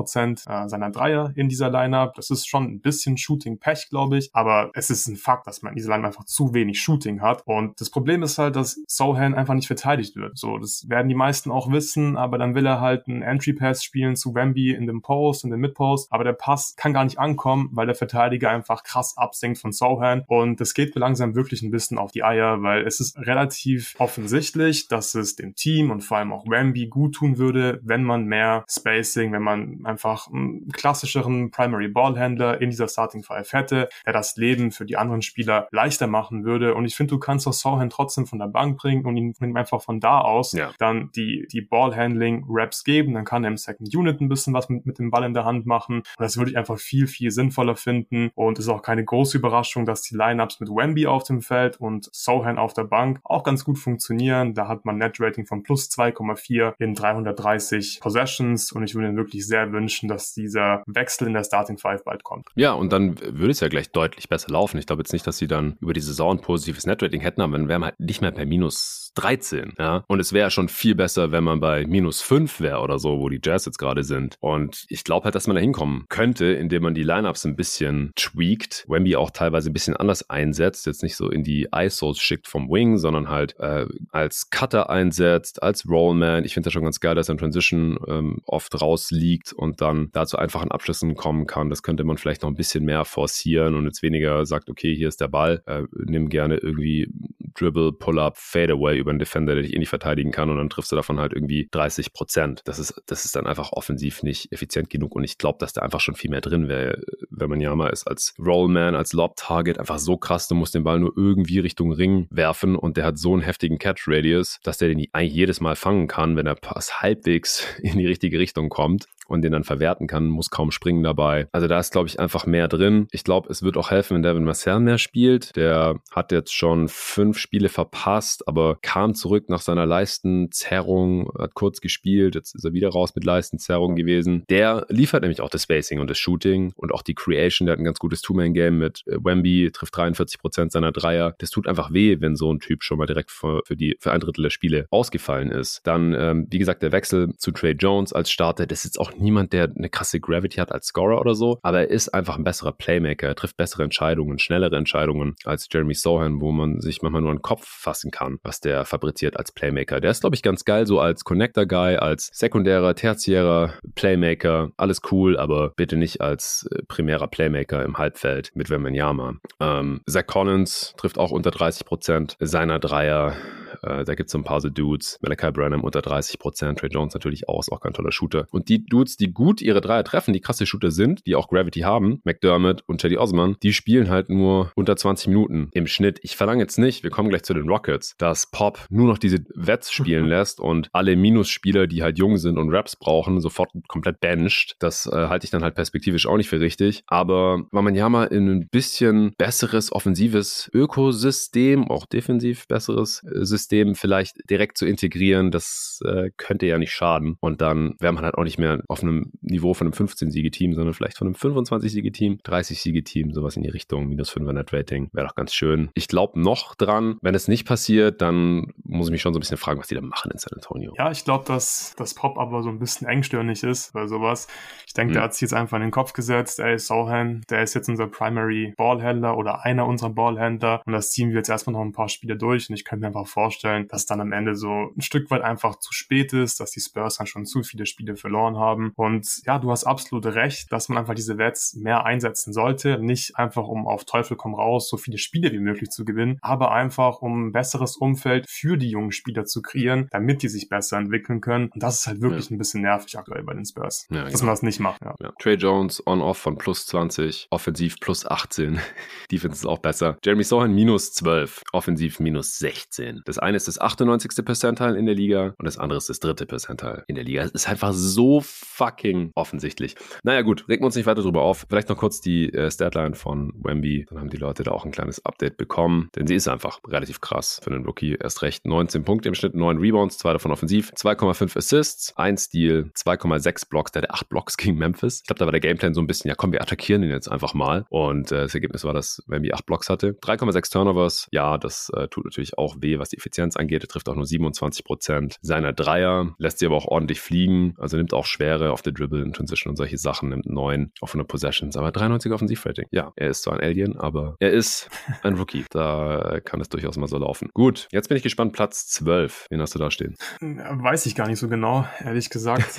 30% seiner Dreier in dieser Lineup. Das ist schon ein bisschen Shooting-Pech, glaube ich, aber es ist ein Fakt, dass man in dieser Lineup einfach zu wenig Shooting hat und das Problem ist halt, dass Sohan einfach nicht verteidigt wird. So, das werden die meisten auch wissen, aber dann will er halt einen Entry-Pass spielen zu Wemby in dem Post, in dem Mid-Post, aber der Pass kann gar nicht ankommen, weil der Verteidiger einfach krass absinkt von Sohan und das geht mir langsam wirklich ein bisschen auf die Eier, weil es ist relativ offensichtlich, dass es dem Team und vor allem auch Wemby gut tun würde, wenn man mehr Spacing, wenn man einfach einen klassischeren Primary Ballhändler in dieser Starting Five hätte, der das Leben für die anderen Spieler leichter machen würde und ich finde, du kannst auch Sohan trotzdem von der Bank bringen und ihm einfach von da aus dann die Ballhandling-Raps geben, dann kann er im Second Unit ein bisschen was mit dem Ball in der Hand machen und das würde ich einfach viel, viel sinnvoller finden und es ist auch keine große Überraschung, dass die Lineups mit Wemby auf dem Feld und Sohan auf der Bank auch ganz gut funktionieren. Da hat man Net-Rating von plus 2,4 in 330 Possessions und ich würde mir wirklich sehr wünschen, dass dieser Wechsel in der Starting Five bald kommt. Ja, und dann würde es ja gleich deutlich besser laufen. Ich glaube jetzt nicht, dass sie dann über die Saison ein positives Net-Rating hätten, aber dann wären wir halt nicht mehr bei minus 13, ja. Und es wäre schon viel besser, wenn man bei minus 5 wäre oder so, wo die Jazz jetzt gerade sind. Und ich glaube halt, dass man da hinkommen könnte, indem man die Lineups ein bisschen tweakt, Wemby auch teilweise ein bisschen anders einsetzt, jetzt nicht so in die ISOs schickt vom Wing, sondern halt als Cutter einsetzt, als Rollman. Ich finde das schon ganz geil, dass er in Transition oft rausliegt und dann da zu einfachen Abschlüssen kommen kann. Das könnte man vielleicht noch ein bisschen mehr forcieren und jetzt weniger sagt, okay, hier ist der Ball, nimm gerne irgendwie Dribble, Pull-Up, Fadeaway über einen Defender, der dich nicht verteidigen kann und dann triffst du davon halt irgendwie 30%. Das ist dann einfach offensiv nicht effizient genug und ich glaube, dass da einfach schon viel mehr drin wäre, wenn man ja mal ist als Rollman, als Lob-Target einfach so krass, du musst den Ball nur irgendwie Richtung Ring werfen und der hat so einen heftigen Catch-Radius, dass der den eigentlich jedes Mal fangen kann, wenn der Pass halbwegs in die richtige Richtung kommt und den dann verwerten kann, muss kaum springen dabei. Also da ist, glaube ich, einfach mehr drin. Ich glaube, es wird auch helfen, wenn Devin Vassell mehr spielt. Der hat jetzt schon 5 Spiele verpasst, aber kam zurück nach seiner Leistenzerrung, hat kurz gespielt, jetzt ist er wieder raus mit Leistenzerrung gewesen. Der liefert nämlich auch das Spacing und das Shooting und auch die Creation. Der hat ein ganz gutes Two-Man-Game mit Wemby, trifft 43% seiner Dreier. Das tut einfach weh, wenn so ein Typ schon mal direkt für ein Drittel der Spiele ausgefallen ist. Dann, wie gesagt, der Wechsel zu Trey Jones als Starter, das ist jetzt auch niemand, der eine krasse Gravity hat als Scorer oder so, aber er ist einfach ein besserer Playmaker. Er trifft bessere Entscheidungen, schnellere Entscheidungen als Jeremy Sohan, wo man sich manchmal nur an den Kopf fassen kann, was der fabriziert als Playmaker. Der ist, glaube ich, ganz geil, so als Connector-Guy, als sekundärer, tertiärer Playmaker. Alles cool, aber bitte nicht als primärer Playmaker im Halbfeld mit Wembanyama. Zach Collins trifft auch unter 30% seiner Dreier. Da gibt es so ein paar so Dudes. Malachi Branham unter 30%, Trey Jones natürlich auch, ist auch kein toller Shooter. Und die Dudes, die gut ihre Dreier treffen, die krasse Shooter sind, die auch Gravity haben, McDermott und Cedi Osman, die spielen halt nur unter 20 Minuten im Schnitt. Ich verlange jetzt nicht, wir kommen gleich zu den Rockets, dass Pop nur noch diese Vets spielen lässt und alle Minusspieler, die halt jung sind und Raps brauchen, sofort komplett bencht. Das halte ich dann halt perspektivisch auch nicht für richtig. Aber Wembanyama in ein bisschen besseres offensives Ökosystem, auch defensiv besseres System vielleicht direkt zu integrieren, das könnte ja nicht schaden. Und dann wäre man halt auch nicht mehr auf einem Niveau von einem 15-Siege-Team, sondern vielleicht von einem 25-Siege-Team, 30-Siege-Team, sowas in die Richtung, -5er Net-Rating, wäre doch ganz schön. Ich glaube noch dran, wenn es nicht passiert, dann muss ich mich schon so ein bisschen fragen, was die da machen in San Antonio. Ja, ich glaube, dass das Pop aber so ein bisschen engstirnig ist bei sowas. Ich denke, der hat sich jetzt einfach in den Kopf gesetzt, Sohan, der ist jetzt unser Primary Ballhändler oder einer unserer Ballhändler und das ziehen wir jetzt erstmal noch ein paar Spiele durch und ich könnte mir einfach vorstellen, dass dann am Ende so ein Stück weit einfach zu spät ist, dass die Spurs dann schon zu viele Spiele verloren haben. Und ja, du hast absolut recht, dass man einfach diese Vets mehr einsetzen sollte. Nicht einfach, um auf Teufel komm raus so viele Spiele wie möglich zu gewinnen, aber einfach, um ein besseres Umfeld für die jungen Spieler zu kreieren, damit die sich besser entwickeln können. Und das ist halt wirklich ein bisschen nervig aktuell bei den Spurs, dass man das nicht macht. Ja. Trey Jones on-off von +20, offensiv +18. Defense ist auch besser. Jeremy Sohan -12, offensiv -16. Das eine ist das 98. Percentile in der Liga und das andere ist das 3. Percentile in der Liga. Es ist einfach so fucking offensichtlich. Naja gut, regen wir uns nicht weiter drüber auf. Vielleicht noch kurz die Statline von Wemby. Dann haben die Leute da auch ein kleines Update bekommen, denn sie ist einfach relativ krass für einen Rookie. Erst recht 19 Punkte im Schnitt, 9 Rebounds, 2 davon offensiv, 2,5 Assists, 1 Steal, 2,6 Blocks. Der hatte 8 Blocks gegen Memphis. Ich glaube, da war der Gameplan so ein bisschen, ja komm, wir attackieren ihn jetzt einfach mal. Und das Ergebnis war, dass Wemby 8 Blocks hatte. 3,6 Turnovers. Ja, das tut natürlich auch weh, was die Effizienz angeht. Er trifft auch nur 27% seiner Dreier, lässt sie aber auch ordentlich fliegen, also nimmt auch Schwere auf der Dribble in Transition und solche Sachen, nimmt 9 auf 100 Possessions, aber 93 Offensivrating. Ja, er ist zwar ein Alien, aber er ist ein Rookie. Da kann es durchaus mal so laufen. Gut, jetzt bin ich gespannt, Platz 12. Wen hast du da stehen? Weiß ich gar nicht so genau, ehrlich gesagt.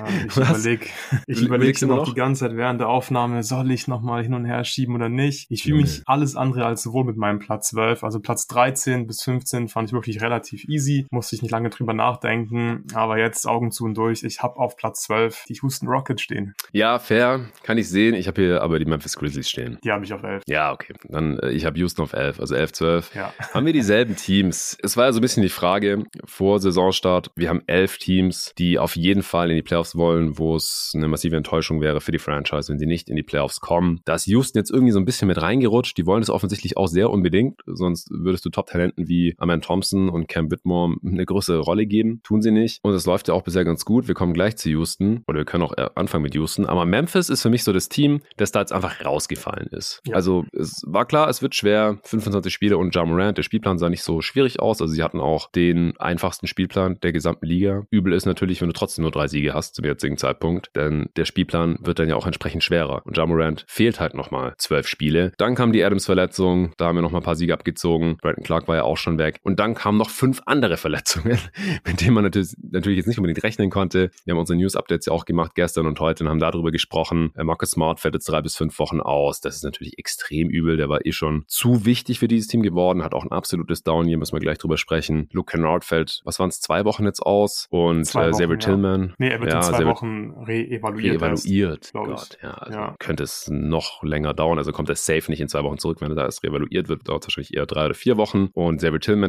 Ich überlege noch die ganze Zeit während der Aufnahme, soll ich nochmal hin und her schieben oder nicht? Ich fühle mich alles andere als wohl mit meinem Platz 12. Also Platz 13 bis 15 fand ich wirklich relativ easy. Musste ich nicht lange drüber nachdenken. Aber jetzt Augen zu und durch. Ich habe auf Platz 12 die Houston Rockets stehen. Ja, fair. Kann ich sehen. Ich habe hier aber die Memphis Grizzlies stehen. Die habe ich auf 11. Ja, okay. Dann, ich habe Houston auf 11. Also 11, 12. Ja. Haben wir dieselben Teams? Es war ja so ein bisschen die Frage vor Saisonstart. Wir haben 11 Teams, die auf jeden Fall in die Playoffs wollen, wo es eine massive Enttäuschung wäre für die Franchise, wenn sie nicht in die Playoffs kommen. Da ist Houston jetzt irgendwie so ein bisschen mit reingerutscht. Die wollen das offensichtlich auch sehr unbedingt. Sonst würdest du Top-Talenten wie Amen Thompson und Cam Whitmore eine größere Rolle geben. Tun sie nicht. Und es läuft ja auch bisher ganz gut. Wir kommen gleich zu Houston. Oder wir können auch anfangen mit Houston. Aber Memphis ist für mich so das Team, das da jetzt einfach rausgefallen ist. Ja. Also es war klar, es wird schwer. 25 Spiele und Ja Morant. Der Spielplan sah nicht so schwierig aus. Also sie hatten auch den einfachsten Spielplan der gesamten Liga. Übel ist natürlich, wenn du trotzdem nur 3 Siege hast zum jetzigen Zeitpunkt. Denn der Spielplan wird dann ja auch entsprechend schwerer. Und Ja Morant fehlt halt nochmal 12 Spiele. Dann kam die Adams-Verletzung. Da haben wir nochmal ein paar Siege abgezogen. Brandon Clark war ja auch schon weg. Und dann kamen noch 5 andere Verletzungen, mit denen man natürlich jetzt nicht unbedingt rechnen konnte. Wir haben unsere News-Updates ja auch gemacht gestern und heute und haben darüber gesprochen. Marcus Smart fällt jetzt 3 bis 5 Wochen aus. Das ist natürlich extrem übel. Der war schon zu wichtig für dieses Team geworden. Hat auch ein absolutes Down. Hier müssen wir gleich drüber sprechen. Luke Kennard fällt, was waren es, 2 Wochen jetzt aus? Und Xavier Tillman. Nee, er wird in 2 Wochen reevaluiert. Gott, ja, also könnte es noch länger dauern. Also kommt er safe nicht in 2 Wochen zurück. Wenn er da erst reevaluiert wird, dauert es wahrscheinlich eher 3 oder 4 Wochen. Und Xavier Tillman fällt noch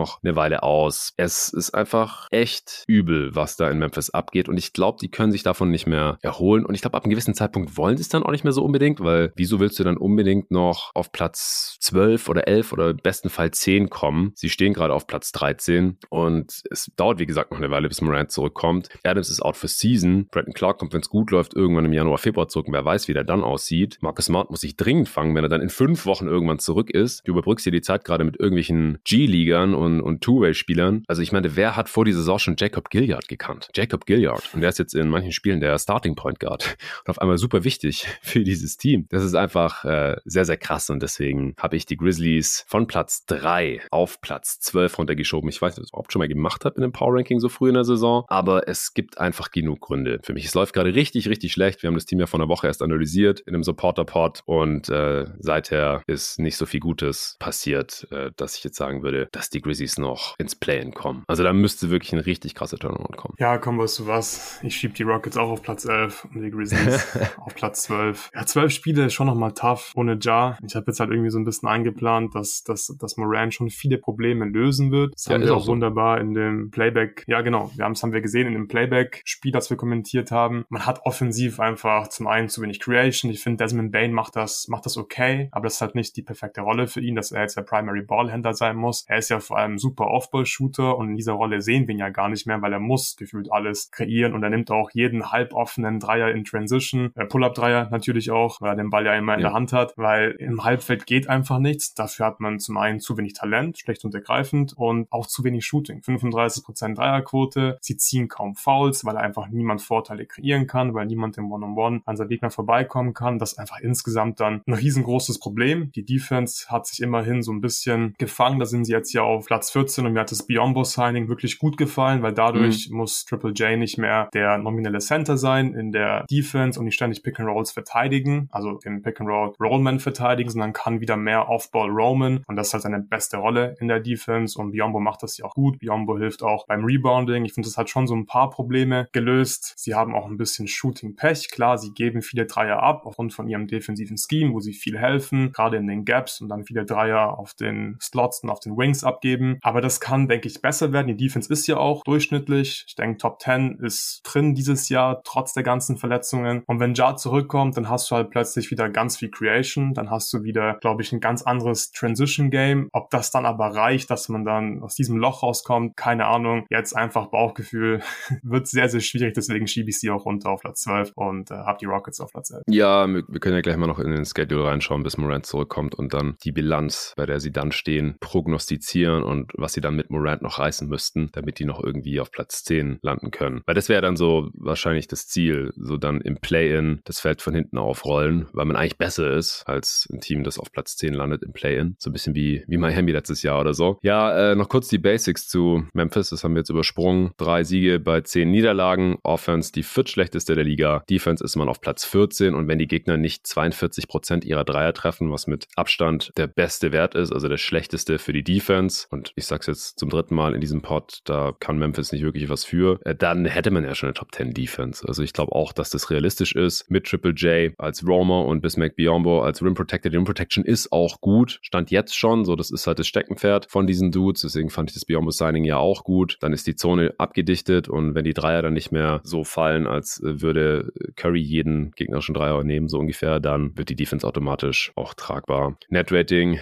noch eine Weile aus. Es ist einfach echt übel, was da in Memphis abgeht und ich glaube, die können sich davon nicht mehr erholen und ich glaube, ab einem gewissen Zeitpunkt wollen sie es dann auch nicht mehr so unbedingt, weil wieso willst du dann unbedingt noch auf Platz 12 oder 11 oder im besten Fall 10 kommen? Sie stehen gerade auf Platz 13 und es dauert, wie gesagt, noch eine Weile, bis Morant zurückkommt. Adams ist out for season. Brandon Clark kommt, wenn es gut läuft, irgendwann im Januar, Februar zurück und wer weiß, wie der dann aussieht. Marcus Smart muss sich dringend fangen, wenn er dann in 5 Wochen irgendwann zurück ist. Du überbrückst dir die Zeit gerade mit irgendwelchen G-Ligern und Two-Way-Spielern. Also ich meine, wer hat vor dieser Saison schon Jacob Gilyard gekannt? Jacob Gilyard. Und der ist jetzt in manchen Spielen der Starting Point Guard. Und auf einmal super wichtig für dieses Team. Das ist einfach sehr, sehr krass und deswegen habe ich die Grizzlies von Platz 3 auf Platz 12 runtergeschoben. Ich weiß nicht, ob ich das überhaupt schon mal gemacht habe in einem Power Ranking so früh in der Saison, aber es gibt einfach genug Gründe für mich. Es läuft gerade richtig, richtig schlecht. Wir haben das Team ja vor einer Woche erst analysiert in einem Supporter-Pod und seither ist nicht so viel Gutes passiert, dass ich jetzt sagen würde, dass die Grizzlies noch ins Play-In kommen. Also da müsste wirklich ein richtig krasser Turnaround kommen. Ja, komm, weißt du was? Ich schieb die Rockets auch auf Platz 11 und die Grizzlies auf Platz 12. Ja, 12 Spiele ist schon nochmal tough ohne Ja. Ich habe jetzt halt irgendwie so ein bisschen eingeplant, dass Morant schon viele Probleme lösen wird. Das haben wir auch so wunderbar in dem Playback. Ja, genau. Haben wir gesehen in dem Playback-Spiel, das wir kommentiert haben. Man hat offensiv einfach zum einen zu wenig Creation. Ich finde, Desmond Bane macht das okay, aber das ist halt nicht die perfekte Rolle für ihn, dass er jetzt der Primary Ballhändler sein muss. Er ist ja vor allem super Off-Ball-Shooter und in dieser Rolle sehen wir ihn ja gar nicht mehr, weil er muss gefühlt alles kreieren und er nimmt auch jeden halboffenen Dreier in Transition, Pull-Up-Dreier natürlich auch, weil er den Ball ja immer in der Hand hat, weil im Halbfeld geht einfach nichts. Dafür hat man zum einen zu wenig Talent, schlecht und ergreifend und auch zu wenig Shooting. 35% Dreierquote, sie ziehen kaum Fouls, weil einfach niemand Vorteile kreieren kann, weil niemand im One-on-One an seinen Gegner vorbeikommen kann. Das ist einfach insgesamt dann ein riesengroßes Problem. Die Defense hat sich immerhin so ein bisschen gefangen. Da sind sie jetzt ja auf Platz 14 und mir hat das Biyombo-Signing wirklich gut gefallen, weil dadurch muss Triple J nicht mehr der nominelle Center sein in der Defense und nicht ständig Pick-and-Rolls verteidigen, also den Pick-and-Roll-Rollman verteidigen, sondern kann wieder mehr Off-Ball-Roamen und das ist halt seine beste Rolle in der Defense und Biyombo macht das ja auch gut. Biyombo hilft auch beim Rebounding. Ich finde, das hat schon so ein paar Probleme gelöst. Sie haben auch ein bisschen Shooting-Pech. Klar, sie geben viele Dreier ab aufgrund von ihrem defensiven Scheme, wo sie viel helfen, gerade in den Gaps und dann viele Dreier auf den Slots und auf den Wings abgeben. Aber das kann, denke ich, besser werden. Die Defense ist ja auch durchschnittlich. Ich denke, Top 10 ist drin dieses Jahr, trotz der ganzen Verletzungen. Und wenn Ja zurückkommt, dann hast du halt plötzlich wieder ganz viel Creation. Dann hast du wieder, glaube ich, ein ganz anderes Transition-Game. Ob das dann aber reicht, dass man dann aus diesem Loch rauskommt, keine Ahnung. Jetzt einfach Bauchgefühl. Wird sehr, sehr schwierig. Deswegen schiebe ich sie auch runter auf Platz 12 und habe die Rockets auf Platz 11. Ja, wir können ja gleich mal noch in den Schedule reinschauen, bis Morant zurückkommt und dann die Bilanz, bei der sie dann stehen, prognostizieren und was sie dann mit Morant noch reißen müssten, damit die noch irgendwie auf Platz 10 landen können. Weil das wäre dann so wahrscheinlich das Ziel, so dann im Play-In das Feld von hinten aufrollen, weil man eigentlich besser ist als ein Team, das auf Platz 10 landet im Play-In. So ein bisschen wie Miami letztes Jahr oder so. Ja, noch kurz die Basics zu Memphis, das haben wir jetzt übersprungen. 3 Siege bei 10 Niederlagen. Offense die viertschlechteste der Liga. Defense ist man auf Platz 14 und wenn die Gegner nicht 42% ihrer Dreier treffen, was mit Abstand der beste Wert ist, also der schlechteste für die Defense, und ich sag's jetzt zum 3. Mal in diesem Pod, da kann Memphis nicht wirklich was für, dann hätte man ja schon eine Top 10 Defense. Also ich glaube auch, dass das realistisch ist mit Triple J als Roamer und Bismack Biyombo als Rim Protector. Die Rim Protection ist auch gut, stand jetzt schon, so das ist halt das Steckenpferd von diesen Dudes, deswegen fand ich das Biyombo-Signing ja auch gut. Dann ist die Zone abgedichtet und wenn die Dreier dann nicht mehr so fallen, als würde Curry jeden gegnerischen Dreier nehmen, so ungefähr, dann wird die Defense automatisch auch tragbar. Net-Rating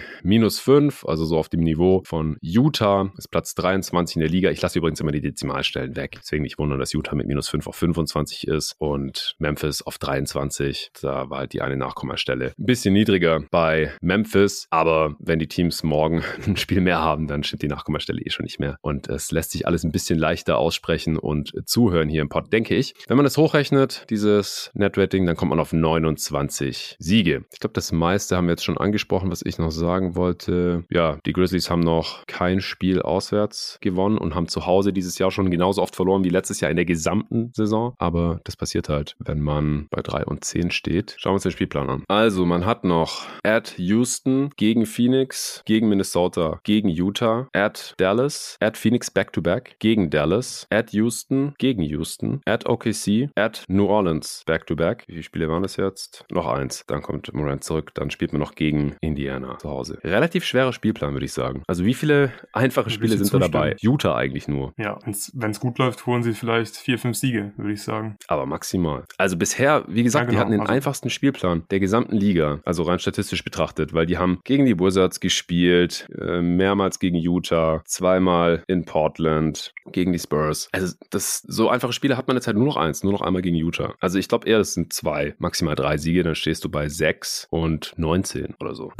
-5, also so auf dem Niveau von Utah, ist Platz 23 in der Liga. Ich lasse übrigens immer die Dezimalstellen weg, deswegen nicht wundern, dass Utah mit -5 auf 25 ist und Memphis auf 23. Da war halt die eine Nachkommastelle ein bisschen niedriger bei Memphis, aber wenn die Teams morgen ein Spiel mehr haben, dann stimmt die Nachkommastelle schon nicht mehr und es lässt sich alles ein bisschen leichter aussprechen und zuhören hier im Pod, denke ich. Wenn man das hochrechnet, dieses Net-Rating, dann kommt man auf 29 Siege. Ich glaube, das meiste haben wir jetzt schon angesprochen, was ich noch sagen wollte. Ja, die Grizzlies haben noch kein Spiel auswärts gewonnen und haben zu Hause dieses Jahr schon genauso oft verloren wie letztes Jahr in der gesamten Saison. Aber das passiert halt, wenn man bei 3-10 steht. Schauen wir uns den Spielplan an. Also, man hat noch at Houston gegen Phoenix, gegen Minnesota, gegen Utah, at Dallas, at Phoenix back-to-back, gegen Dallas, at Houston, gegen Houston, at OKC, at New Orleans back-to-back. Wie viele Spiele waren das jetzt? Noch 1. Dann kommt Morant zurück. Dann spielt man noch gegen Indiana zu Hause. Relativ schwerer Spielplan, würde ich sagen. Also wie viele viele einfache Spiele sind da dabei. Utah eigentlich nur. Ja, wenn es gut läuft, holen sie vielleicht 4-5 Siege, würde ich sagen. Aber maximal. Also bisher, wie gesagt, die hatten den einfachsten Spielplan der gesamten Liga, also rein statistisch betrachtet, weil die haben gegen die Wizards gespielt, mehrmals gegen Utah, zweimal in Portland, gegen die Spurs. Also so einfache Spiele hat man jetzt halt nur noch einmal gegen Utah. Also ich glaube eher, das sind 2, maximal 3 Siege, dann stehst du bei 6 und 19 oder so.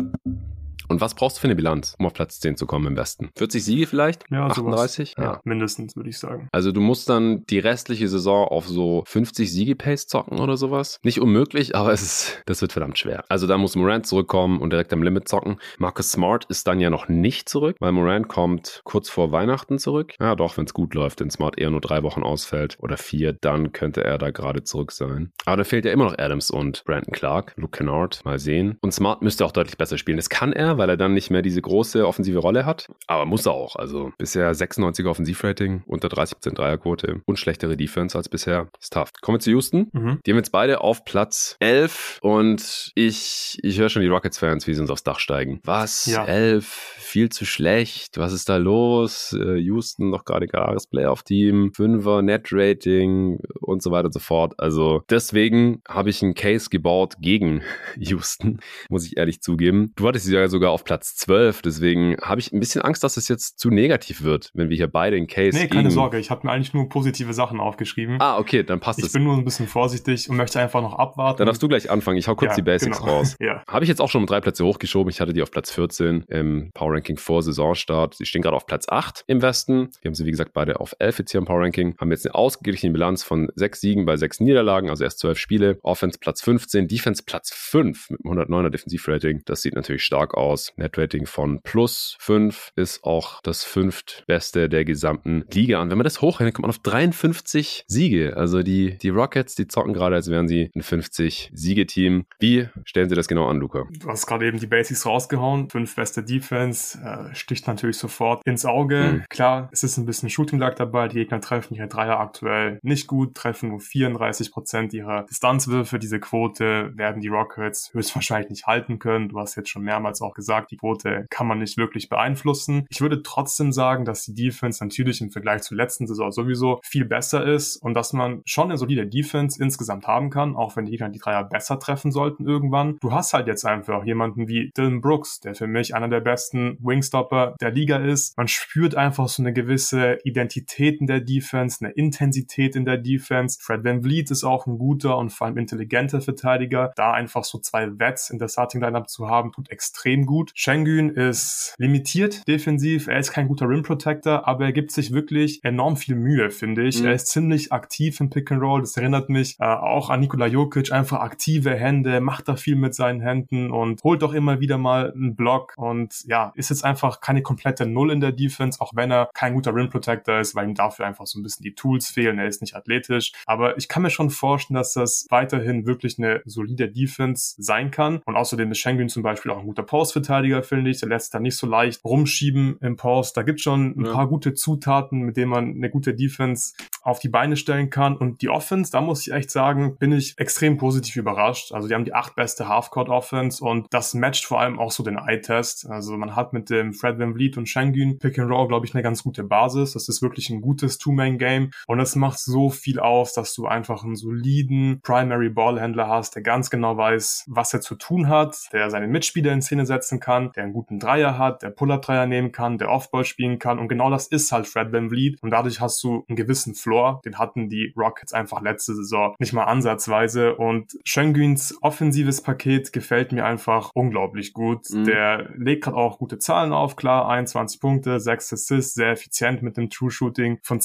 Und was brauchst du für eine Bilanz, um auf Platz 10 zu kommen im Westen? 40 Siege vielleicht? Ja, 38? Ja, mindestens, würde ich sagen. Also du musst dann die restliche Saison auf so 50 Siege-Pace zocken oder sowas. Nicht unmöglich, aber das wird verdammt schwer. Also da muss Morant zurückkommen und direkt am Limit zocken. Marcus Smart ist dann ja noch nicht zurück, weil Morant kommt kurz vor Weihnachten zurück. Ja doch, wenn es gut läuft, wenn Smart eher nur 3 Wochen ausfällt oder 4, dann könnte er da gerade zurück sein. Aber da fehlt ja immer noch Adams und Brandon Clark, Luke Kennard, mal sehen. Und Smart müsste auch deutlich besser spielen. Das kann er, weil er dann nicht mehr diese große offensive Rolle hat. Aber muss er auch. Also bisher 96er Offensivrating, unter 30% Dreierquote und schlechtere Defense als bisher. Ist tough. Kommen wir zu Houston. Die haben jetzt beide auf Platz 11 und ich höre schon die Rockets-Fans, wie sie uns aufs Dach steigen. Was? Ja. 11? Viel zu schlecht. Was ist da los? Houston noch gerade klares Playoff-Team, 5er Net-Rating und so weiter und so fort. Also deswegen habe ich einen Case gebaut gegen Houston, muss ich ehrlich zugeben. Du hattest sie ja sogar auf Platz 12, deswegen habe ich ein bisschen Angst, dass es jetzt zu negativ wird, wenn wir hier beide einen Case gegen... Nee, keine Sorge, ich habe mir eigentlich nur positive Sachen aufgeschrieben. Ah, okay, dann passt es. Ich bin nur ein bisschen vorsichtig und möchte einfach noch abwarten. Dann darfst du gleich anfangen, ich hau kurz die Basics raus. Ja. Habe ich jetzt auch schon um 3 Plätze hochgeschoben, ich hatte die auf Platz 14 im Power Ranking vor Saisonstart. Sie stehen gerade auf Platz 8 im Westen. Wir haben sie, wie gesagt, beide auf 11 jetzt hier im Power Ranking. Haben jetzt eine ausgeglichene Bilanz von 6 Siegen bei 6 Niederlagen, also erst 12 Spiele. Offense Platz 15, Defense Platz 5 mit einem 109er Defensivrating. Das sieht natürlich stark aus. Netrating von plus 5 ist auch das 5. Beste der gesamten Liga. Und wenn man das hochrechnet, kommt man auf 53 Siege. Also die Rockets, die zocken gerade, als wären sie ein 50-Siege-Team. Wie stellen sie das genau an, Luca? Du hast gerade eben die Basics rausgehauen. 5 beste Defense, sticht natürlich sofort ins Auge. Klar, es ist ein bisschen Shooting-Luck dabei. Die Gegner treffen ihre Dreier aktuell nicht gut, treffen nur 34% ihrer Distanzwürfe. Diese Quote werden die Rockets höchstwahrscheinlich nicht halten können. Du hast jetzt schon mehrmals auch gesagt, die Quote kann man nicht wirklich beeinflussen. Ich würde trotzdem sagen, dass die Defense natürlich im Vergleich zur letzten Saison sowieso viel besser ist und dass man schon eine solide Defense insgesamt haben kann, auch wenn die Gegner die Dreier besser treffen sollten irgendwann. Du hast halt jetzt einfach jemanden wie Dylan Brooks, der für mich einer der besten Wingstopper der Liga ist. Man spürt einfach so eine gewisse Identität in der Defense, eine Intensität in der Defense. Fred VanVleet ist auch ein guter und vor allem intelligenter Verteidiger. Da einfach so 2 Vets in der Starting-Lineup zu haben, tut extrem gut. Şengün ist limitiert defensiv. Er ist kein guter Rim-Protector, aber er gibt sich wirklich enorm viel Mühe, finde ich. Er ist ziemlich aktiv im Pick-and-Roll. Das erinnert mich auch an Nikola Jokic. Einfach aktive Hände, macht da viel mit seinen Händen und holt doch immer wieder mal einen Block und ja, ist jetzt einfach keine komplette Null in der Defense, auch wenn er kein guter Rim-Protector ist, weil ihm dafür einfach so ein bisschen die Tools fehlen. Er ist nicht athletisch, aber ich kann mir schon vorstellen, dass das weiterhin wirklich eine solide Defense sein kann und außerdem ist Şengün zum Beispiel auch ein guter Post-Verteidiger, finde ich. Der lässt da nicht so leicht rumschieben im Post. Da gibt es schon ein paar gute Zutaten, mit denen man eine gute Defense auf die Beine stellen kann und die Offense, da muss ich echt sagen, bin ich extrem positiv überrascht. Also die haben die 8 beste Half-Court-Offense und das matcht vor allem auch so den Eye-Test. Also man hat mit dem Fred VanVleet und Şengün Pick-and-Roll, glaube ich, eine ganz gute Basis. Das ist wirklich ein gutes Two-Man-Game und das macht so viel aus, dass du einfach einen soliden Primary-Ballhändler hast, der ganz genau weiß, was er zu tun hat, der seine Mitspieler in Szene setzen kann, der einen guten Dreier hat, der Pull-Up-Dreier nehmen kann, der Off-Ball spielen kann und genau das ist halt Fred VanVleet und dadurch hast du einen gewissen Floor, den hatten die Rockets einfach letzte Saison nicht mal ansatzweise und Şengüns offensives Paket gefällt mir einfach unglaublich gut. Der legt gerade auch gute Zahlen auf, klar, 21 Punkte, 6 Assists, sehr effizient mit dem True Shooting von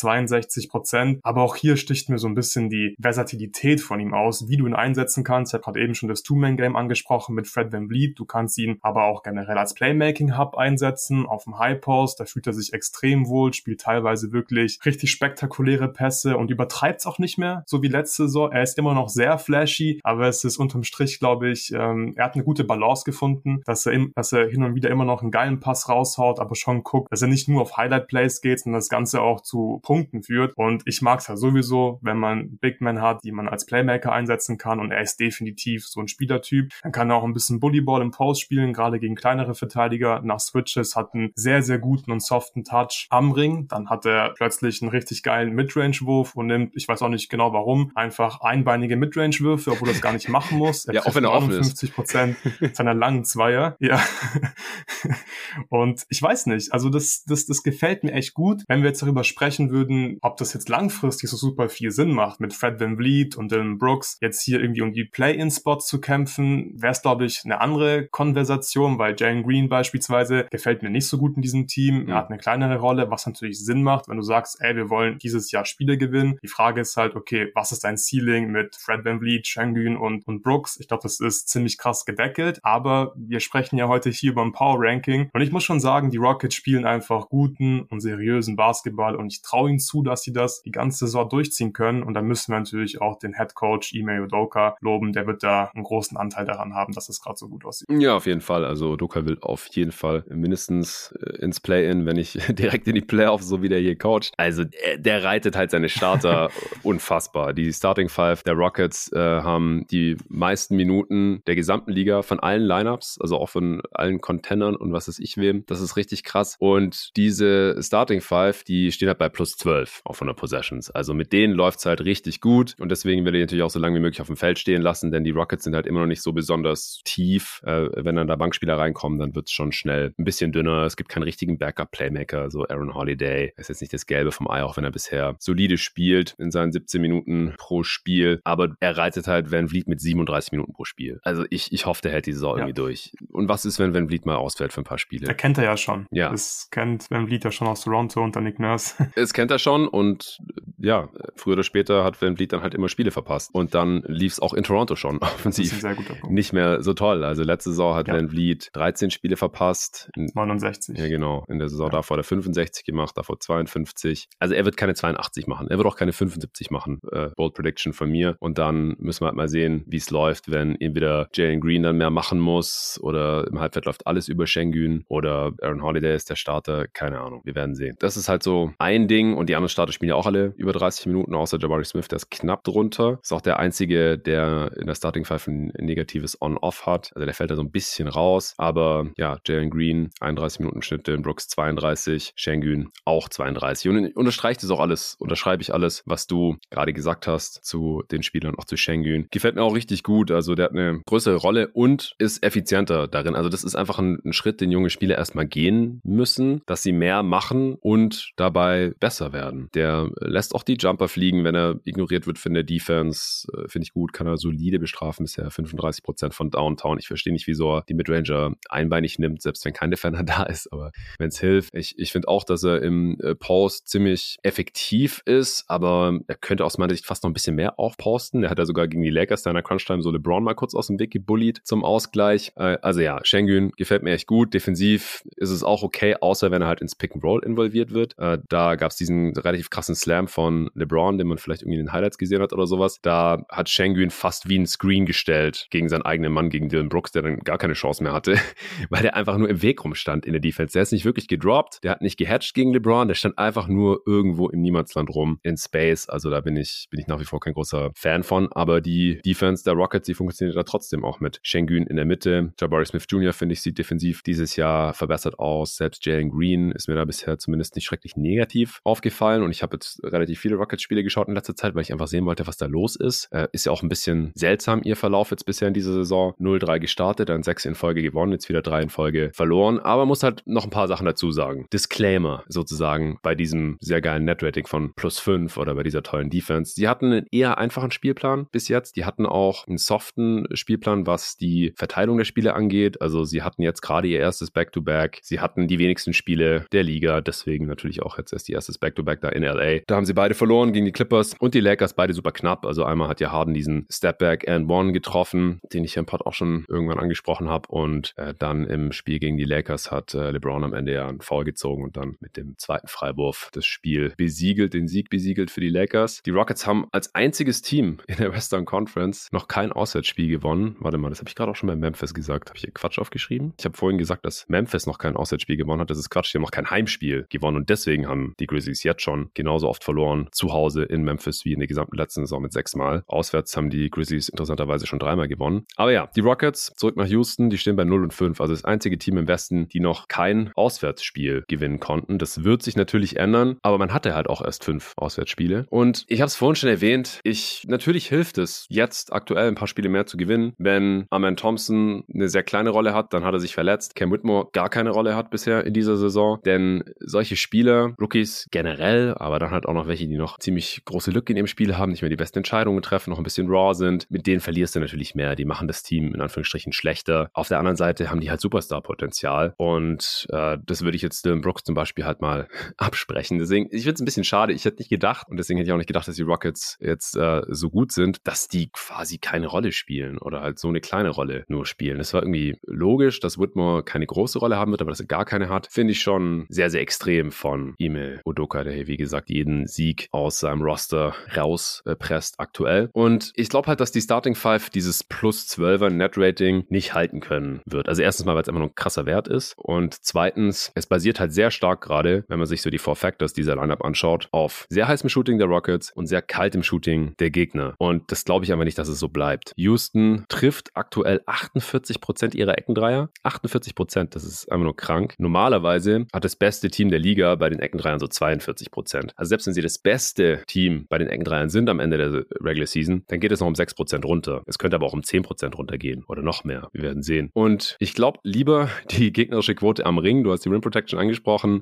62%, aber auch hier sticht mir so ein bisschen die Versatilität von ihm aus, wie du ihn einsetzen kannst. Ich habe gerade eben schon das Two-Man-Game angesprochen mit Fred VanVleet, du kannst ihn aber auch generell als Playmaking-Hub einsetzen, auf dem High Post, da fühlt er sich extrem wohl, spielt teilweise wirklich richtig spektakuläre Pässe und übertreibt es auch nicht mehr, so wie letzte Saison. Er ist immer noch sehr flashy, aber es ist unterm Strich, glaube ich, er hat eine gute Balance gefunden, dass er hin und wieder immer noch einen geilen Pass raushaut, aber schon guckt, dass er nicht nur auf Highlight-Plays geht, sondern das Ganze auch zu Punkten führt. Und ich mag es ja sowieso, wenn man Big Men hat, die man als Playmaker einsetzen kann, und er ist definitiv so ein Spielertyp. Dann kann er auch ein bisschen Bullyball im Post spielen, gerade gegen kleinere Verteidiger. Nach Switches hat einen sehr, sehr guten und soften Touch am Ring. Dann hat er plötzlich einen richtig geilen Midrange-Wurf und nimmt, ich weiß auch nicht genau warum, einfach einbeinige Midrange-Würfe, obwohl er das gar nicht machen muss. Er ja, auch wenn er offen ist. 59% seiner langen Zweier. Ja. Und ich weiß nicht, also das gefällt mir echt gut. Wenn wir jetzt darüber sprechen würden, ob das jetzt langfristig so super viel Sinn macht, mit Fred VanVleet und Dillon Brooks jetzt hier irgendwie um die Play-In-Spots zu kämpfen, wäre es, glaube ich, eine andere Konversation, weil Jalen Green beispielsweise gefällt mir nicht so gut in diesem Team. Er hat eine kleinere Rolle, was natürlich Sinn macht, wenn du sagst, ey, wir wollen dieses Jahr Spiele gewinnen. Die Frage ist halt, okay, was ist dein Ceiling mit Fred VanVleet, Sengun und Brooks? Ich glaube, das ist ziemlich krass gedeckelt, aber wir sprechen ja heute hier über ein Power-Ranking und ich muss schon sagen, die Rockets spielen einfach guten und seriösen Basketball und ich traue ihnen zu, dass sie das die ganze Saison durchziehen können, und dann müssen wir natürlich auch den Head Coach Ime Udoka loben, der wird da einen großen Anteil daran haben, dass es gerade so gut aussieht. Ja, auf jeden Fall, also Udoka will auf jeden Fall mindestens ins Play-In, wenn nicht direkt in die Playoffs, so wie der hier coacht. Also der reitet halt seine Starter unfassbar. Die Starting Five der Rockets haben die meisten Minuten der gesamten Liga von allen Lineups, also auch von allen Contendern und was weiß ich wem. Das ist richtig krass. Und diese Starting Five, die stehen halt bei plus 12 auch von der Possessions. Also mit denen läuft es halt richtig gut und deswegen will ich natürlich auch so lange wie möglich auf dem Feld stehen lassen, denn die Rockets sind halt immer noch nicht so besonders tief. Wenn dann da Bankspieler reinkommen, dann wird es schon schnell ein bisschen dünner. Es gibt keinen richtigen Backup-Playmaker, so Aaron Holiday. Ist jetzt nicht das Gelbe vom Ei, auch wenn er bisher solide spielt in seinen 17 Minuten pro Spiel. Aber er reitet halt VanVleet mit 37 Minuten pro Spiel. Also ich hoffe, der hält die Saison irgendwie durch. Und was ist, wenn VanVleet mal ausfällt für ein paar Spiele? Er kennt er ja schon. Ja. Das kennt VanVleet ja schon aus Toronto unter Nick Nurse. Es kennt er schon und ja, früher oder später hat VanVleet dann halt immer Spiele verpasst. Und dann lief es auch in Toronto schon offensiv. Das ist ein sehr guter Punkt. Nicht mehr so toll. Also letzte Saison hat VanVleet 13 Spiele verpasst. 69. Ja, genau. In der Saison davor hat er 65 gemacht, davor 52. Also er wird keine 82 machen. Er wird auch keine 75 machen. Bold Prediction von mir. Und dann müssen wir halt mal sehen, wie es läuft, wenn entweder Jalen Green dann mehr machen muss oder im Halbfeld läuft alles über Sengun oder Aaron Holiday ist der Starter. Keine Ahnung. Wir werden sehen. Das ist halt so ein Ding und die anderen Starter spielen ja auch alle über 30 Minuten, außer Jabari Smith, der ist knapp drunter. Ist auch der einzige, der in der Starting Five ein negatives On-Off hat. Also der fällt da so ein bisschen raus. Aber ja, Jalen Green 31 Minuten Schnitt, Dillon Brooks 32, Sengun auch 32. Und unterstreicht es auch alles, unterschreibe ich alles, was du gerade gesagt hast zu den Spielern, auch zu Sengun. Gefällt mir auch richtig gut. Also der hat eine größere Rolle und ist effizienter darin. Also das ist einfach ein Schritt, den junge Spieler erstmal gehen müssen, dass sie mehr machen und dabei besser werden. Der lässt auch die Jumper fliegen, wenn er ignoriert wird von der Defense. Finde ich gut, kann er solide bestrafen. Bisher 35% von Downtown. Ich verstehe nicht, wieso er die Midranger einbeinig nimmt, selbst wenn kein Defender da ist, aber wenn es hilft. Ich finde auch, dass er im Post ziemlich effektiv ist, aber er könnte aus meiner Sicht fast noch ein bisschen mehr aufposten. Er hat ja sogar gegen die Lakers da in der Crunch-Time so LeBron mal kurz aus dem Weg gebullied zum Ausgleich. Also ja, Sengun gefällt mir echt gut. Defensiv ist es auch okay, außer wenn er halt ins Pick-and-Roll involviert wird. Da gab es diesen relativ krassen Slam von LeBron, den man vielleicht irgendwie in den Highlights gesehen hat oder sowas. Da hat Sengun fast wie ein Screen gestellt gegen seinen eigenen Mann, gegen Dillon Brooks, der dann gar keine Chance mehr hatte, weil der einfach nur im Weg rumstand in der Defense. Der ist nicht wirklich gedroppt, der hat nicht gehatcht gegen LeBron, der stand einfach nur irgendwo im Niemandsland rum, in Space. Also da bin ich nach wie vor kein großer Fan von, aber die Defense der Rockets, die funktioniert da trotzdem auch mit Sengun in der Mitte. Jabari Smith Jr., finde ich, sieht defensiv dieses Jahr verbessert aus. Selbst Jalen Green ist mir da bisher zumindest nicht schrecklich negativ aufgefallen und ich habe jetzt relativ viele Rockets-Spiele geschaut in letzter Zeit, weil ich einfach sehen wollte, was da los ist. Ist ja auch ein bisschen seltsam, ihr Verlauf jetzt bisher in dieser Saison. 0-3 gestartet, dann 6 in Folge gewonnen, jetzt wieder 3 in Folge verloren, aber muss halt noch ein paar Sachen dazu sagen. Disclaimer sozusagen bei diesem sehr geilen Net-Rating von +5 oder bei dieser tollen Defense. Sie hatten einen eher einfachen Spielplan bis jetzt. Die hatten auch einen soften Spielplan, was die Verteilung der Spiele angeht. Also sie hatten jetzt gerade ihr erstes Back-to-Back. Sie hatten die wenigsten Spiele der Liga, deswegen natürlich auch jetzt erst ihr erstes Back-to-Back da in LA. Da haben sie beide verloren gegen die Clippers und die Lakers, beide super knapp. Also einmal hat ja Harden diesen Stepback and One getroffen, den ich im Pod auch schon irgendwann angesprochen habe. Und dann im Spiel gegen die Lakers hat LeBron am Ende ja einen Foul gezogen und dann mit dem zweiten Freiwurf das Spiel besiegelt, den Sieg besiegelt für die Lakers. Die Rockets haben als einziges Team in der Western Conference noch kein Auswärtsspiel gewonnen. Warte mal, das habe ich gerade auch schon bei Memphis gesagt. Habe ich hier Quatsch aufgeschrieben? Ich habe vorhin gesagt, dass Memphis noch kein Auswärtsspiel gewonnen hat. Das ist Quatsch. Die haben noch kein Heimspiel gewonnen und deswegen haben die Grizzlies jetzt schon genauso oft verloren zu Hause in Memphis wie in der gesamten letzten Saison mit 6-mal. Auswärts haben die Grizzlies interessanterweise schon 3-mal gewonnen. Aber ja, die Rockets zurück nach Houston, die stehen bei 0-5. Also das einzige Team im Westen, die noch kein Auswärtsspiel gewinnen konnten. Das wird sich natürlich ändern, aber man hatte halt auch erst 5 Auswärtsspiele. Und ich habe es vorhin schon erwähnt, natürlich hilft es, jetzt aktuell ein paar Spiele mehr zu gewinnen. Wenn Amen Thompson eine sehr kleine Rolle hat, dann hat er sich verletzt. Cam Whitmore gar keine Rolle hat bisher in dieser Saison. Denn solche Spieler, Rookies generell, aber dann halt auch noch welche, die noch ziemlich große Lücken in ihrem Spiel haben, nicht mehr die besten Entscheidungen treffen, noch ein bisschen raw sind, mit denen verlierst du natürlich mehr. Die machen das Team in Anführungsstrichen schlechter. Auf der anderen Seite haben die halt Superstar-Potenzial und das würde ich jetzt Dillon Brooks zum Beispiel halt mal absprechen. Deswegen, ich finde es ein bisschen schade. Ich hätte nicht gedacht und deswegen hätte ich auch nicht gedacht, dass die Rockets jetzt so gut sind, dass die quasi keine Rolle spielen oder halt so eine kleine Rolle nur spielen. Es war irgendwie logisch, dass Whitmore keine große Rolle haben wird, aber dass er gar keine hat, finde ich schon sehr, sehr extrem von Ime Udoka, der hier, wie gesagt, jeden Sieg aus seinem Roster rauspresst aktuell. Und ich glaube halt, dass die Starting Five dieses plus 12er Net-Rating nicht halten können wird. Also erstens mal, weil es einfach nur ein krasser Wert ist und zweitens, es basiert halt sehr stark gerade, wenn man sich so die Four Factors dieser Lineup anschaut, auf sehr heißem Shooting der Rockets und sehr kaltem Shooting der Gegner. Und das glaube ich einfach nicht, dass es so bleibt. Houston trifft aktuell 48% ihrer Eckendreier. 48%, das ist einfach nur krank. Normalerweise hat das beste Team der Liga bei den Eckendreiern so 42%. Also selbst wenn sie das beste Team bei den Eckendreiern sind am Ende der Regular Season, dann geht es noch um 6% runter. Es könnte aber auch um 10% runtergehen oder noch mehr. Wir werden sehen. Und ich glaube lieber die gegnerische Quote am Ring, du hast die Rim Protection angesprochen,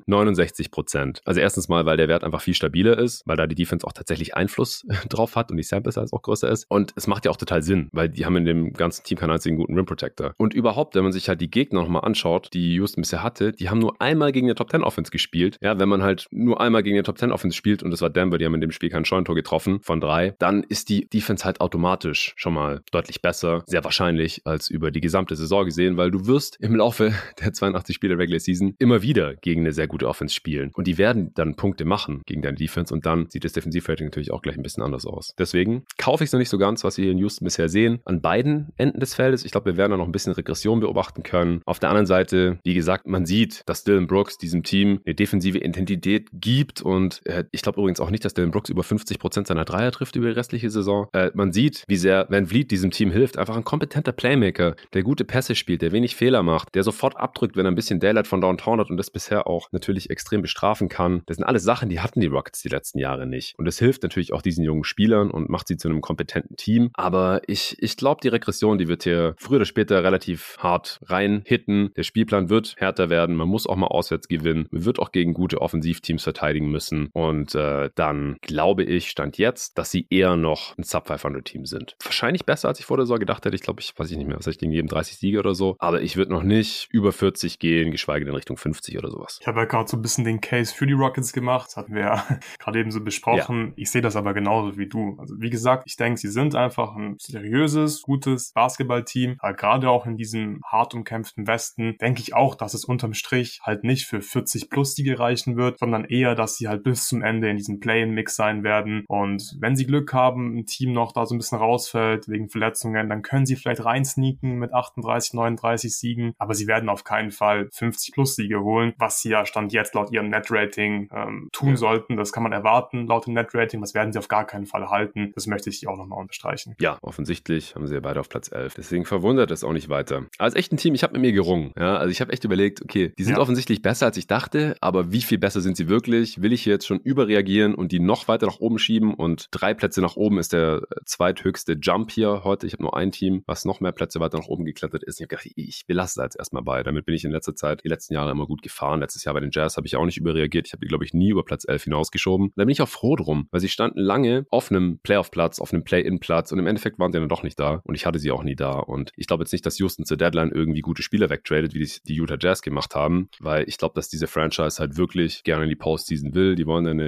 69%. Also erstens mal, weil der Wert einfach viel stabiler ist, weil da die Defense auch tatsächlich Einfluss drauf hat und die Sample Size auch größer ist. Und es macht ja auch total Sinn, weil die haben in dem ganzen Team keinen einzigen guten Rim Protector. Und überhaupt, wenn man sich halt die Gegner nochmal anschaut, die Houston bisher hatte, die haben nur einmal gegen eine Top 10 Offense gespielt. Ja, wenn man halt nur einmal gegen eine Top 10 Offense spielt und das war Denver, die haben in dem Spiel kein Scheunentor getroffen von 3, dann ist die Defense halt automatisch schon mal deutlich besser, sehr wahrscheinlich als über die gesamte Saison gesehen, weil du wirst im Laufe der 82 Spiele Regular Season immer wieder gegen eine sehr gute Offense spielen und die werden dann Punkte machen gegen deine Defense und dann sieht das Defensivrating natürlich auch gleich ein bisschen anders aus. Deswegen kaufe ich es noch nicht so ganz, was wir hier in Houston bisher sehen, an beiden Enden des Feldes. Ich glaube, wir werden da noch ein bisschen Regression beobachten können. Auf der anderen Seite, wie gesagt, man sieht, dass Dillon Brooks diesem Team eine defensive Intensität gibt und ich glaube übrigens auch nicht, dass Dillon Brooks über 50% seiner Dreier trifft über die restliche Saison. Man sieht, wie sehr Van Vliet diesem Team hilft. Einfach ein kompetenter Playmaker, der gute Pässe spielt, der wenig Fehler macht, der sofort abdrückt, wenn er ein bisschen Daylight von Downtown hat und das bisher auch natürlich extrem bestrafen kann. Das sind alles Sachen, die hatten die Rockets die letzten Jahre nicht. Und das hilft natürlich auch diesen jungen Spielern und macht sie zu einem kompetenten Team. Aber ich glaube, die Regression, die wird hier früher oder später relativ hart reinhitten. Der Spielplan wird härter werden. Man muss auch mal auswärts gewinnen. Man wird auch gegen gute Offensivteams verteidigen müssen. Und dann glaube ich, Stand jetzt, dass sie eher noch ein Sub-500-Team sind. Wahrscheinlich besser, als ich vor der Saison gedacht hätte. Ich glaube, weiß ich nicht mehr, was ich gegen jedem 30 Siege oder so. Aber ich würde noch nicht über 40 gehen, geschweige denn Richtung 50 oder sowas. Ich habe ja gerade so ein bisschen den Case für die Rockets gemacht. Das hatten wir ja gerade eben so besprochen. Ja. Ich sehe das aber genauso wie du. Also wie gesagt, ich denke, sie sind einfach ein seriöses, gutes Basketballteam. Aber gerade auch in diesem hart umkämpften Westen denke ich auch, dass es unterm Strich halt nicht für 40 plus Siege reichen wird, sondern eher, dass sie halt bis zum Ende in diesem Play-in-Mix sein werden. Und wenn sie Glück haben, ein Team noch da so ein bisschen rausfällt wegen Verletzungen, dann können sie vielleicht reinsneaken mit 38, 39 Siegen. Aber sie werden auf keinen Fall 50 plus Siege holen, was sie ja Stand jetzt laut ihrem Net-Rating tun sollten. Das kann man erwarten laut dem Net-Rating. Das werden sie auf gar keinen Fall halten. Das möchte ich auch nochmal unterstreichen. Ja, offensichtlich haben sie ja beide auf Platz 11. Deswegen verwundert es auch nicht weiter. Als echt ein Team, ich habe mit mir gerungen. Ja, also ich habe echt überlegt, okay, die sind offensichtlich besser, als ich dachte, aber wie viel besser sind sie wirklich? Will ich jetzt schon überreagieren und die noch weiter nach oben schieben? Und 3 Plätze nach oben ist der zweithöchste Jump hier heute. Ich habe nur ein Team, was noch mehr Plätze weiter nach oben geklettert ist. Ich habe gedacht, ich belasse es jetzt erstmal bei. Damit bin ich in letzter Zeit, die letzten Jahre immer gut gefahren. Letztes Jahr bei den Jazz habe ich auch nicht überreagiert. Ich habe die, glaube ich, nie über Platz 11 hinausgeschoben. Da bin ich auch froh drum, weil sie standen lange auf einem Playoff-Platz, auf einem Play-In-Platz und im Endeffekt waren sie dann doch nicht da und ich hatte sie auch nie da. Und ich glaube jetzt nicht, dass Houston zur Deadline irgendwie gute Spieler wegtradet, wie die Utah Jazz gemacht haben, weil ich glaube, dass diese Franchise halt wirklich gerne in die Postseason will. Die wollen eine Winning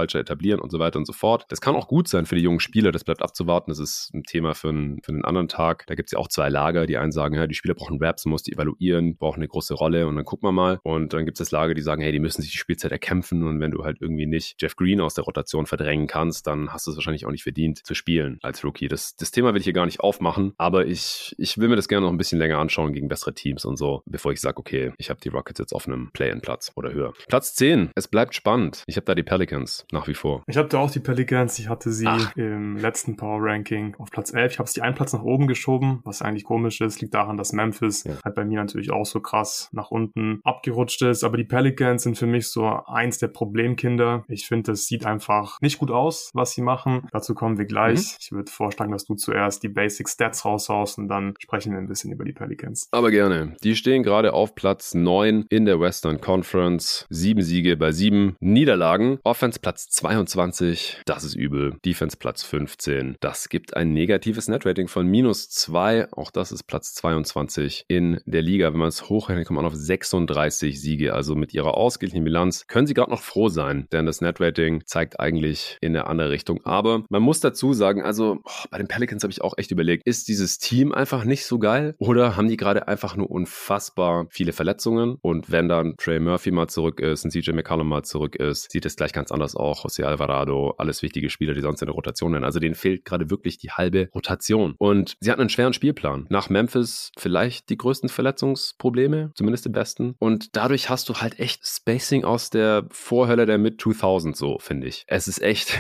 Culture etablieren und so weiter und so fort. Das kann auch gut sein für die jungen Spieler, das bleibt abzuwarten. Das ist ein Thema für einen anderen Tag. Da gibt es ja auch zwei Lager, die einen sagen, ja, die Spieler brauchen Raps, man muss die evaluieren, brauchen eine große Rolle und dann gucken wir mal. Und dann gibt es das Lager, die sagen, hey, die müssen sich die Spielzeit erkämpfen und wenn du halt irgendwie nicht Jeff Green aus der Rotation verdrängen kannst, dann hast du es wahrscheinlich auch nicht verdient zu spielen als Rookie. Das Thema will ich hier gar nicht aufmachen, aber ich will mir das gerne noch ein bisschen länger anschauen gegen bessere Teams und so, bevor ich sage, okay, ich habe die Rockets jetzt auf einem Play-in-Platz oder höher. Platz 10, es bleibt spannend. Ich habe da die Pelicans nach wie vor. Ich habe da auch die Pelicans, ich hatte sie im letzten Power-Ranking auf Platz 11. Ich habe es die einen Platz nach oben geschoben, was eigentlich komisch ist, liegt daran, dass Memphis halt bei mir natürlich auch so krass nach unten abgerutscht ist, aber die Pelicans sind für mich so eins der Problemkinder. Ich finde, es sieht einfach nicht gut aus, was sie machen. Dazu kommen wir gleich. Ich würde vorschlagen, dass du zuerst die Basic Stats raushaust und dann sprechen wir ein bisschen über die Pelicans. Aber gerne. Die stehen gerade auf Platz 9 in der Western Conference. 7 Siege bei 7 Niederlagen. Offense Platz 22. Das ist übel. Defense Platz 15. Das gibt ein negatives Netrating von -2. Auch das ist Platz 22 in der Liga. Wenn man es hochrechnet, kommt man auf 36 Siege. Also mit ihrer ausgeglichenen Bilanz können sie gerade noch froh sein, denn das Netrating zeigt eigentlich in eine andere Richtung. Aber man muss dazu sagen, also bei den Pelicans habe ich auch echt überlegt, ist dieses Team einfach nicht so geil oder haben die gerade einfach nur unfassbar viele Verletzungen und wenn dann Trey Murphy mal zurück ist und CJ McCollum mal zurück ist, sieht es gleich ganz anders aus. José Alvarado, alles wichtige Spieler, die sonst in der Rotation sind. Also denen fehlt gerade wirklich die halbe Rotation. Und sie hatten einen schweren Spielplan. Nach Memphis vielleicht die größten Verletzungsprobleme, zumindest die besten. Und dadurch hast du halt echt Spacing aus der Vorhölle der Mid-2000s so, finde ich. Es ist echt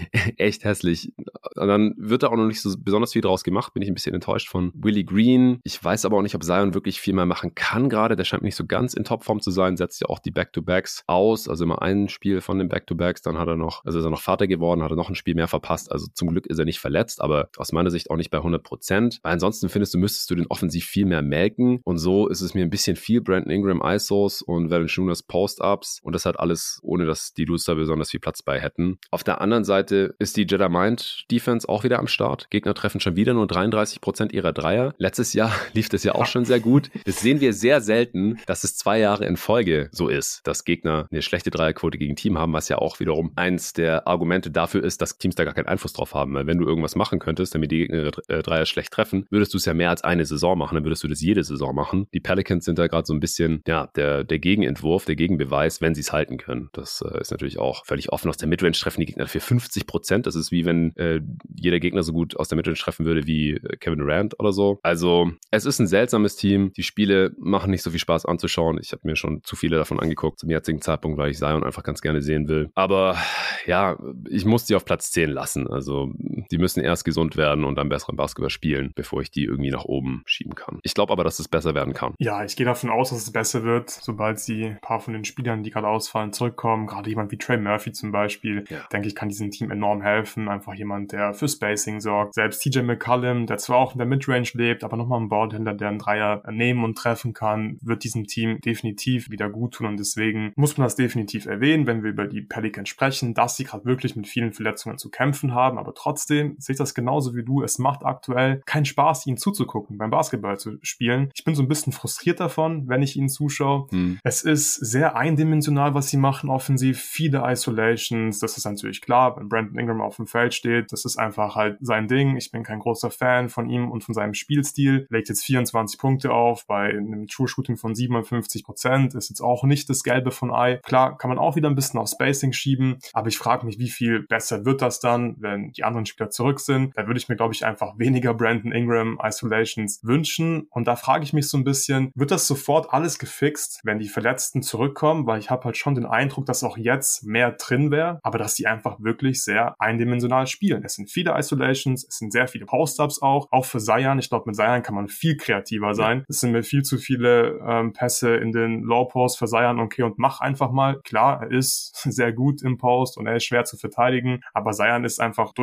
hässlich. Und dann wird da auch noch nicht so besonders viel draus gemacht. Bin ich ein bisschen enttäuscht von Willie Green. Ich weiß aber auch nicht, ob Zion wirklich viel mehr machen kann gerade. Der scheint nicht so ganz in Topform zu sein. Setzt ja auch die Back-to-Backs aus. Also immer ein Spiel von den Back-to-Backs. Dann ist er noch Vater geworden, hat er noch ein Spiel mehr verpasst. Also zum Glück ist er nicht verletzt, aber aus meiner Sicht auch nicht bei 100%. Weil ansonsten müsstest du den offensiv viel mehr melken. Und so ist es mir ein bisschen viel Brandon Ingram ISOs und Valanciunas Post-Ups. Und das hat alles, ohne dass die Dudes da besonders viel Platz bei hätten. Auf der anderen Seite ist die Jedi Mind Defense auch wieder am Start. Gegner treffen schon wieder nur 33% ihrer Dreier. Letztes Jahr lief das ja auch schon sehr gut. Das sehen wir sehr selten, dass es 2 Jahre in Folge so ist, dass Gegner eine schlechte Dreierquote gegen Team haben, was ja auch wiederum eins der Argumente dafür ist, dass Teams da gar keinen Einfluss drauf haben. Weil wenn du irgendwas machen könntest, damit die Gegner ihre Dreier schlecht treffen, würdest du es ja mehr als eine Saison machen, dann würdest du das jede Saison machen. Die Pelicans sind da gerade so ein bisschen, der Gegenentwurf, der Gegenbeweis, wenn sie es halten können. Das ist natürlich auch völlig offen. Aus der Midrange treffen die Gegner für 50%. Das ist wie wenn jeder Gegner so gut aus der Midrange treffen würde wie Kevin Durant oder so. Also es ist ein seltsames Team. Die Spiele machen nicht so viel Spaß anzuschauen. Ich habe mir schon zu viele davon angeguckt zum jetzigen Zeitpunkt, weil ich Zion einfach ganz gerne sehen will. Aber ja, ich muss die auf Platz 10 lassen. Also die müssen erst gesund werden und dann besseren Basketball spielen, bevor ich die irgendwie nach oben schieben kann. Ich glaube aber, dass es besser werden kann. Ja, ich gehe davon aus, dass es besser wird, sobald sie ein paar von den Spielern, die gerade ausfallen, zurückkommen. Gerade jemand wie Trey Murphy zum Beispiel, denke ich, kann diesem Team enorm helfen. Einfach jemand, der für Spacing sorgt. Selbst TJ McCollum, der zwar auch in der Midrange lebt, aber nochmal ein Ballhändler, der einen Dreier nehmen und treffen kann, wird diesem Team definitiv wieder gut tun. Und deswegen muss man das definitiv erwähnen, wenn wir über die Pelicans sprechen, dass sie gerade wirklich mit vielen Verletzungen zu kämpfen haben. Aber trotzdem sehe ich das genauso wie du. Es macht aktuell keinen Spaß, ihnen zuzugucken, beim Basketball zu spielen. Ich bin so ein bisschen frustriert davon, wenn ich ihnen zuschaue. Es ist sehr eindimensional, was sie machen offensiv. Viele Isolations, das ist natürlich klar, wenn Brandon Ingram auf dem Feld steht. Das ist einfach halt sein Ding. Ich bin kein großer Fan von ihm und von seinem Spielstil. Legt jetzt 24 Punkte auf bei einem True Shooting von 57%. Ist jetzt auch nicht das Gelbe von Ei. Klar, kann man auch wieder ein bisschen auf Spacing schieben, aber ich frage mich, wie viel besser wird das dann, wenn die anderen Spieler zurück sind. Da würde ich mir, glaube ich, einfach weniger Brandon Ingram Isolations wünschen. Und da frage ich mich so ein bisschen, wird das sofort alles gefixt, wenn die Verletzten zurückkommen? Weil ich habe halt schon den Eindruck, dass auch jetzt mehr drin wäre, aber dass die einfach wirklich sehr eindimensional spielen. Es sind viele Isolations, es sind sehr viele Post-Ups auch für Zion. Ich glaube, mit Zion kann man viel kreativer sein. Es sind mir viel zu viele Pässe in den Low-Post für Zion. Okay, und mach einfach mal. Klar, er ist sehr gut im Post und er ist schwer zu verteidigen, aber Zion ist einfach durchschnittlich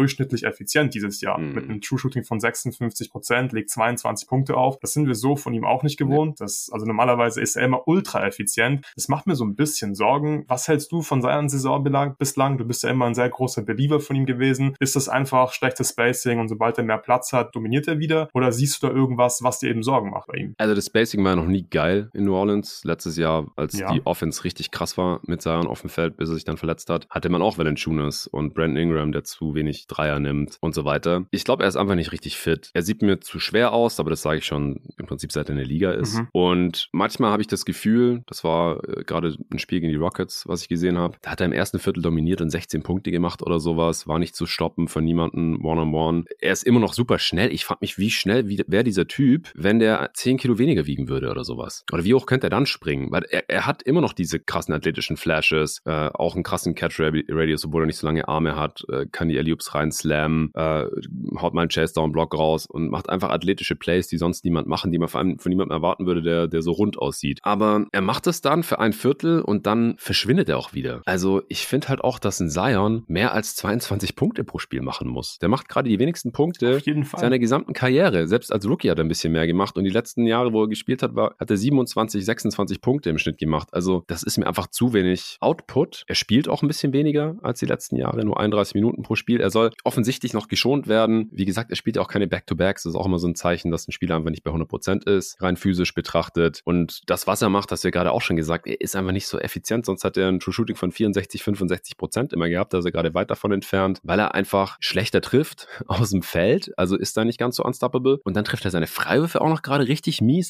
effizient dieses Jahr. Mit einem True Shooting von 56%, legt 22 Punkte auf. Das sind wir so von ihm auch nicht gewohnt. Also normalerweise ist er immer ultra effizient. Das macht mir so ein bisschen Sorgen. Was hältst du von seiner Saison bislang? Du bist ja immer ein sehr großer Believer von ihm gewesen. Ist das einfach schlechtes Spacing und sobald er mehr Platz hat, dominiert er wieder? Oder siehst du da irgendwas, was dir eben Sorgen macht bei ihm? Also das Spacing war noch nie geil in New Orleans. Letztes Jahr, als die Offense richtig krass war mit Zion auf dem Feld, bis er sich dann verletzt hat, hatte man auch Valanciunas und Brandon Ingram, der zu wenig Dreier nimmt und so weiter. Ich glaube, er ist einfach nicht richtig fit. Er sieht mir zu schwer aus, aber das sage ich schon im Prinzip, seit er in der Liga ist. Und manchmal habe ich das Gefühl, das war gerade ein Spiel gegen die Rockets, was ich gesehen habe, da hat er im ersten Viertel dominiert und 16 Punkte gemacht oder sowas, war nicht zu stoppen von niemandem One-on-One. Er ist immer noch super schnell. Ich frage mich, wie schnell wäre dieser Typ, wenn der 10 Kilo weniger wiegen würde oder sowas. Oder wie hoch könnte er dann springen? Weil er hat immer noch diese krassen athletischen Flashes, auch einen krassen Catch-Radius, obwohl er nicht so lange Arme hat, kann die Alley-Oops rein slammen, haut mal einen Chase-Down-Block raus und macht einfach athletische Plays, die sonst niemand machen, die man vor allem von niemandem erwarten würde, der so rund aussieht. Aber er macht es dann für ein Viertel und dann verschwindet er auch wieder. Also ich finde halt auch, dass ein Zion mehr als 22 Punkte pro Spiel machen muss. Der macht gerade die wenigsten Punkte seiner gesamten Karriere. Selbst als Rookie hat er ein bisschen mehr gemacht und die letzten Jahre, wo er gespielt hat, hat er 27, 26 Punkte im Schnitt gemacht. Also das ist mir einfach zu wenig Output. Er spielt auch ein bisschen weniger als die letzten Jahre, nur 31 Minuten pro Spiel. Er soll offensichtlich noch geschont werden. Wie gesagt, er spielt ja auch keine Back-to-Backs. Das ist auch immer so ein Zeichen, dass ein Spieler einfach nicht bei 100% ist, rein physisch betrachtet. Und das, was er macht, hast du ja gerade auch schon gesagt, er ist einfach nicht so effizient. Sonst hat er ein True Shooting von 64, 65% immer gehabt. Da ist er gerade weit davon entfernt, weil er einfach schlechter trifft aus dem Feld. Also ist da nicht ganz so unstoppable. Und dann trifft er seine Freiwürfe auch noch gerade richtig mies.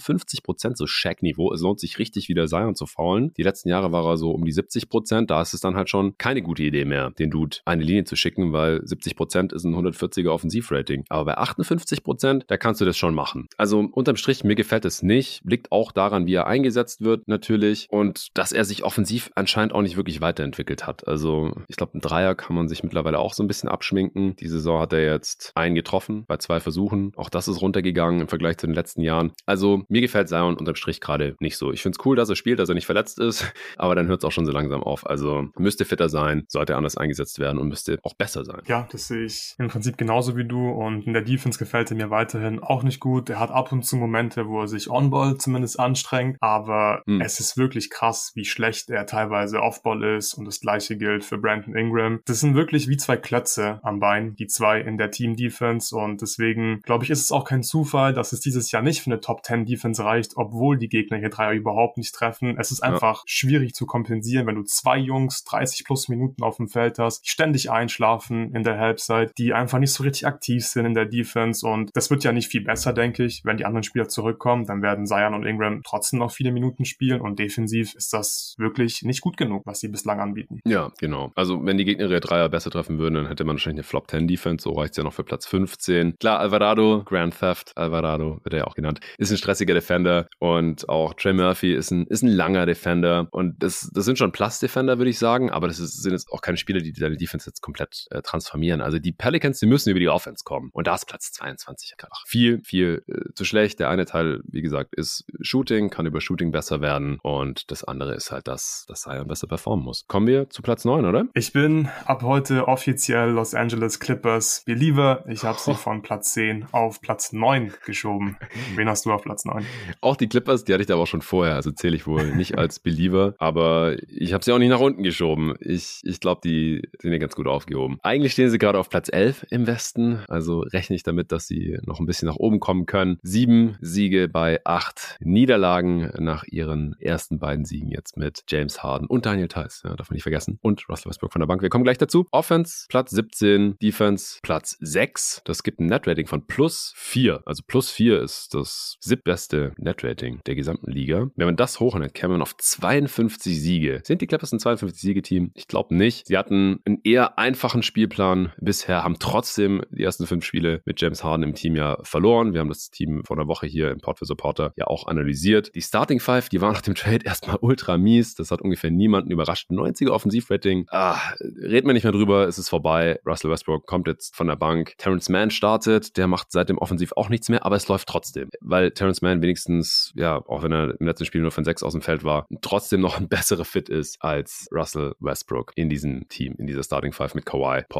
58%, so Shaq-Niveau. Es lohnt sich richtig, wieder Zion zu faulen. Die letzten Jahre war er so um die 70%. Da ist es dann halt schon keine gute Idee mehr, den Dude eine Linie zu schicken, weil 70% ist ein 140er Offensivrating. Aber bei 58%, da kannst du das schon machen. Also unterm Strich, mir gefällt es nicht. Liegt auch daran, wie er eingesetzt wird natürlich und dass er sich offensiv anscheinend auch nicht wirklich weiterentwickelt hat. Also ich glaube, ein Dreier kann man sich mittlerweile auch so ein bisschen abschminken. Die Saison hat er jetzt einen getroffen bei 2 Versuchen. Auch das ist runtergegangen im Vergleich zu den letzten Jahren. Also mir gefällt Zion unterm Strich gerade nicht so. Ich finde es cool, dass er spielt, dass er nicht verletzt ist, aber dann hört es auch schon so langsam auf. Also müsste fitter sein, sollte anders eingesetzt werden und müsste auch besser sein. Ja, das sehe ich im Prinzip genauso wie du und in der Defense gefällt er mir weiterhin auch nicht gut. Er hat ab und zu Momente, wo er sich on-ball zumindest anstrengt, aber es ist wirklich krass, wie schlecht er teilweise off-ball ist und das gleiche gilt für Brandon Ingram. Das sind wirklich wie 2 Klötze am Bein, die 2 in der Team-Defense und deswegen glaube ich, ist es auch kein Zufall, dass es dieses Jahr nicht für eine Top-10-Defense reicht, obwohl die Gegner hier Dreier überhaupt nicht treffen. Es ist einfach schwierig zu kompensieren, wenn du 2 Jungs 30 plus Minuten auf dem Feld hast, die ständig einschlafen in der Halbzeit, die einfach nicht so richtig aktiv sind in der Defense und das wird ja nicht viel besser, denke ich. Wenn die anderen Spieler zurückkommen, dann werden Zion und Ingram trotzdem noch viele Minuten spielen und defensiv ist das wirklich nicht gut genug, was sie bislang anbieten. Ja, genau. Also wenn die Gegner ihre Dreier besser treffen würden, dann hätte man wahrscheinlich eine Flop-10-Defense, so reicht es ja noch für Platz 15. Klar, Alvarado, Grand Theft, Alvarado wird er ja auch genannt, ist ein stressiger Defender und auch Trey Murphy ist ein langer Defender und das sind schon Plus-Defender, würde ich sagen, aber sind jetzt auch keine Spieler, die deine Defense jetzt komplett transformieren. Also die Pelicans, die müssen über die Offense kommen und da ist Platz 22 einfach viel zu schlecht. Der eine Teil, wie gesagt, ist Shooting, kann über Shooting besser werden und das andere ist halt, dass Zion besser performen muss. Kommen wir zu Platz 9, oder? Ich bin ab heute offiziell Los Angeles Clippers Believer. Ich habe sie von Platz 10 auf Platz 9 geschoben. Wen hast du auf Platz 9? Auch die Clippers, die hatte ich da aber auch schon vorher, also zähle ich wohl nicht als Believer, aber ich habe sie auch nicht nach unten geschoben. Ich glaube, die sind ja ganz gut aufgehoben. Eigentlich stehen sie gerade auf Platz 11 im Westen, also rechne ich damit, dass sie noch ein bisschen nach oben kommen können. 7 Siege bei 8 Niederlagen nach ihren ersten beiden Siegen jetzt mit James Harden und Daniel Theis, ja, darf man nicht vergessen, und Russell Westbrook von der Bank. Wir kommen gleich dazu. Offense Platz 17, Defense Platz 6. Das gibt ein Netrating von +4. Also +4 ist das 7. Netrating der gesamten Liga. Wenn man das hochnimmt, käme man auf 52 Siege. Sind die Clippers ein 52-Siege-Team? Ich glaube nicht. Sie hatten einen eher einfachen Spielplan bisher, haben trotzdem die ersten 5 Spiele mit James Harden im Team ja verloren. Wir haben das Team vor einer Woche hier im Pod für Supporter ja auch analysiert. Die Starting Five, die waren nach dem Trade erstmal ultra mies. Das hat ungefähr niemanden überrascht. 90er Offensivrating. Reden wir nicht mehr drüber. Es ist vorbei. Russell Westbrook kommt jetzt von der Bank. Terrence Mann startet. Der macht seitdem offensiv auch nichts mehr, aber es läuft trotzdem. Weil Terrence Mann wenigstens, ja, auch wenn er im letzten Spiel nur von 6 aus dem Feld war, trotzdem noch ein besserer Fit ist als Russell Westbrook in diesem Team, in dieser Starting Five mit Kawhi, Paul George,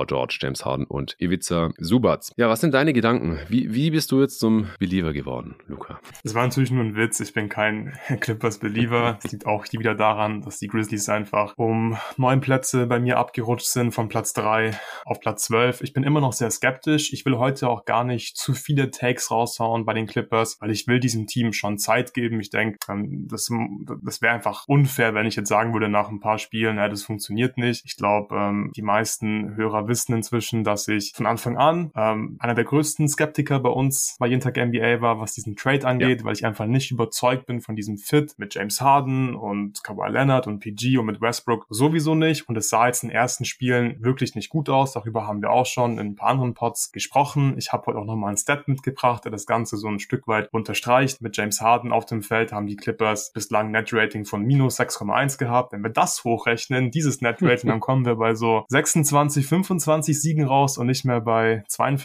James Harden und Ivica Zubac. Ja, was sind deine Gedanken? Wie bist du jetzt zum Believer geworden, Luca? Es war natürlich nur ein Witz. Ich bin kein Clippers-Believer. Es liegt auch wieder daran, dass die Grizzlies einfach um 9 Plätze bei mir abgerutscht sind, von Platz 3 auf Platz 12. Ich bin immer noch sehr skeptisch. Ich will heute auch gar nicht zu viele Takes raushauen bei den Clippers, weil ich will diesem Team schon Zeit geben. Ich denke, das wäre einfach unfair, wenn ich jetzt sagen würde nach ein paar Spielen, das funktioniert nicht. Ich glaube, die meisten Hörer wissen inzwischen, dass ich von Anfang an einer der größten Skeptiker bei uns bei Jeden Tag NBA war, was diesen Trade angeht, weil ich einfach nicht überzeugt bin von diesem Fit mit James Harden und Kawhi Leonard und PG und mit Westbrook sowieso nicht. Und es sah jetzt in den ersten Spielen wirklich nicht gut aus. Darüber haben wir auch schon in ein paar anderen Pods gesprochen. Ich habe heute auch nochmal einen Stat mitgebracht, der das Ganze so ein Stück weit unterstreicht. Mit James Harden auf dem Feld haben die Clippers bislang Net-Rating von minus 6,1 gehabt. Wenn wir das hochrechnen, dieses Net-Rating, dann kommen wir bei so 26, 25 Siegen raus und nicht mehr bei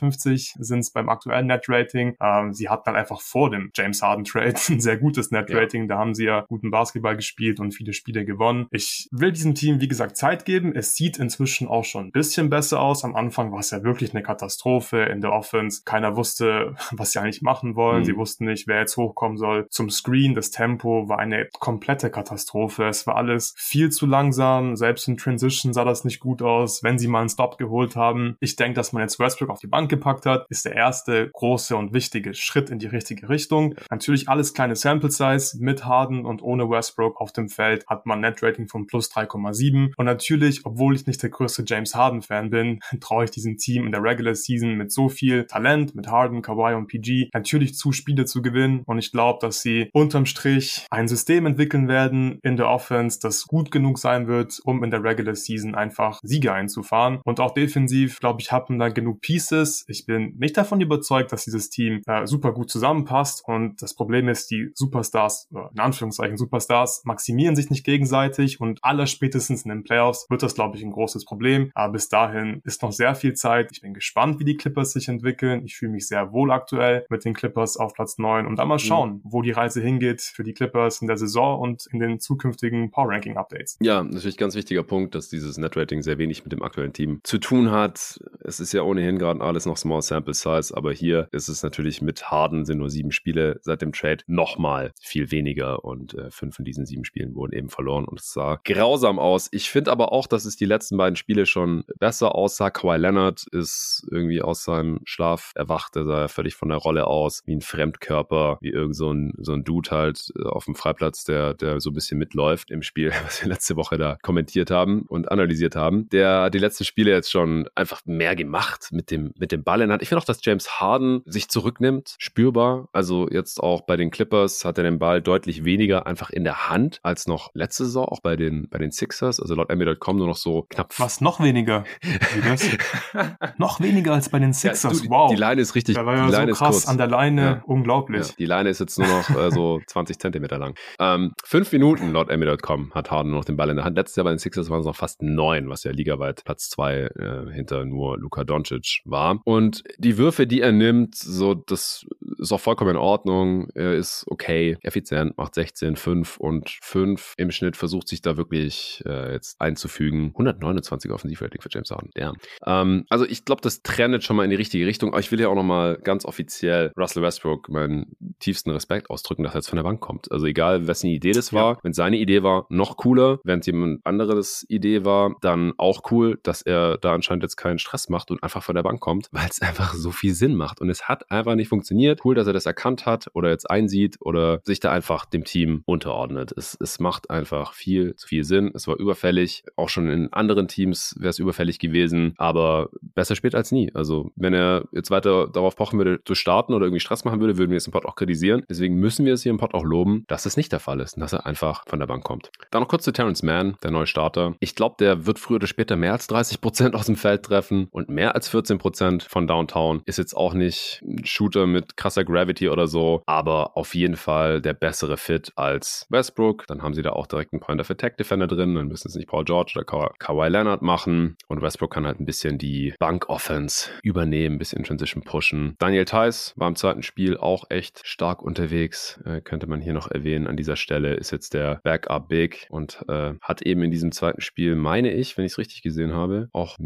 52 sind es beim aktuellen Net-Rating. Sie hatten dann einfach vor dem James Harden-Trade ein sehr gutes Net-Rating. Da haben sie ja guten Basketball gespielt und viele Spiele gewonnen. Ich will diesem Team, wie gesagt, Zeit geben. Es sieht inzwischen auch schon ein bisschen besser aus. Am Anfang war es ja wirklich eine Katastrophe in der Offense. Keiner wusste, was sie eigentlich machen wollen. Sie wussten nicht, wer jetzt hochkommen soll zum Screen. Das Tempo war eine komplette Katastrophe. Es war alles viel zu langsam. Selbst in Transition sah das nicht gut aus, wenn sie mal einen Stop geholt haben. Ich denke, dass man jetzt Westbrook auf die Bank gepackt hat, ist der erste große und wichtige Schritt in die richtige Richtung. Natürlich alles kleine Sample Size mit Harden und ohne Westbrook auf dem Feld hat man Net-Rating von plus 3,7. Und natürlich, obwohl ich nicht der größte James Harden-Fan bin, traue ich diesem Team in der Regular Season mit so viel Talent, mit Harden, Kawhi und PG, natürlich zu, Spiele zu gewinnen. Und ich glaube, dass sie unterm Strich ein System entwickeln werden in der Offense, das gut genug sein wird, um in der Regular Season einfach Siege einzufahren. Und auch defensiv, glaube ich, haben da genug Pieces. Ich bin nicht davon überzeugt, dass dieses Team super gut zusammenpasst. Und das Problem ist, die Superstars, in Anführungszeichen Superstars, maximieren sich nicht gegenseitig und allerspätestens in den Playoffs wird das, glaube ich, ein großes Problem. Aber bis dahin ist noch sehr viel Zeit. Ich bin gespannt, wie die Clippers sich entwickeln. Ich fühle mich sehr wohl aktuell mit den Clippers auf Platz 9 und dann mal schauen, wo die Reise hingeht für die Clippers in der Saison und in den zukünftigen Power-Ranking-Updates. Ja, natürlich ganz wichtiger Punkt, dass dieses Net-Rating sehr wenig mit dem aktuellen Team zu tun hat. Es ist ja ohnehin gerade alles noch Small Sample Size, aber hier ist es natürlich mit Harden sind nur 7 Spiele seit dem Trade nochmal viel weniger und 5 von diesen 7 Spielen wurden eben verloren und es sah grausam aus. Ich finde aber auch, dass es die letzten beiden Spiele schon besser aussah. Kawhi Leonard ist irgendwie aus seinem Schlaf erwacht, er sah ja völlig von der Rolle aus, wie ein Fremdkörper, wie irgend so ein Dude halt auf dem Freiplatz, der so ein bisschen mitläuft im Spiel, was wir letzte Woche da kommentiert haben und analysiert haben. Der hat die letzten Spiele jetzt schon einfach mehr gemacht mit dem Ball in der Hand. Ich finde auch, dass James Harden sich zurücknimmt, spürbar. Also jetzt auch bei den Clippers hat er den Ball deutlich weniger einfach in der Hand als noch letzte Saison, auch bei den Sixers. Also laut NBA.com nur noch so knapp. Was, noch weniger? Wie das? Noch weniger als bei den Sixers, ja, wow. Die Line ist richtig, der war ja die Line so krass an der Leine, unglaublich. Ja, die Leine ist jetzt nur noch so 20 Zentimeter lang. 5 Minuten laut NBA.com hat Harden nur noch den Ball in der Hand. Letztes Jahr bei den Sixers waren es noch fast 9, was ja ligaweit Platz 2 hinter nur Luka Doncic war. Und die Würfe, die er nimmt, so das ist auch vollkommen in Ordnung. Er ist okay, effizient, macht 16, 5 und 5 im Schnitt, versucht sich da wirklich jetzt einzufügen. 129 Offensivrating für James Harden. Also ich glaube, das trendet schon mal in die richtige Richtung. Aber ich will ja auch nochmal ganz offiziell Russell Westbrook meinen tiefsten Respekt ausdrücken, dass er jetzt von der Bank kommt. Also egal, wessen Idee das war. Wenn seine Idee war, noch cooler. Wenn es jemand anderes Idee war, dann auch cool, dass er da anscheinend jetzt keinen Stress macht und einfach von der Bank kommt, weil es einfach so viel Sinn macht. Und es hat einfach nicht funktioniert. Cool, dass er das erkannt hat oder jetzt einsieht oder sich da einfach dem Team unterordnet. Es macht einfach viel zu viel Sinn. Es war überfällig. Auch schon in anderen Teams wäre es überfällig gewesen. Aber besser spät als nie. Also wenn er jetzt weiter darauf pochen würde, zu starten oder irgendwie Stress machen würde, würden wir es im Pod auch kritisieren. Deswegen müssen wir es hier im Pod auch loben, dass es nicht der Fall ist und dass er einfach von der Bank kommt. Dann noch kurz zu Terrence Mann, der neue Starter. Ich glaube, der wird früher oder später mehr als 30% aus dem Feld treffen und mehr als 14% von Downtown. Ist jetzt auch nicht ein Shooter mit krasser Gravity oder so, aber auf jeden Fall der bessere Fit als Westbrook. Dann haben sie da auch direkt einen Point-of-Attack-Defender drin. Dann müssen es nicht Paul George oder Kawhi Leonard machen. Und Westbrook kann halt ein bisschen die Bank-Offense übernehmen, ein bisschen in Transition pushen. Daniel Theis war im zweiten Spiel auch echt stark unterwegs. Könnte man hier noch erwähnen. An dieser Stelle ist jetzt der Backup Big und hat eben in diesem zweiten Spiel, meine ich, wenn ich es richtig gesehen habe, auch mehr gespielt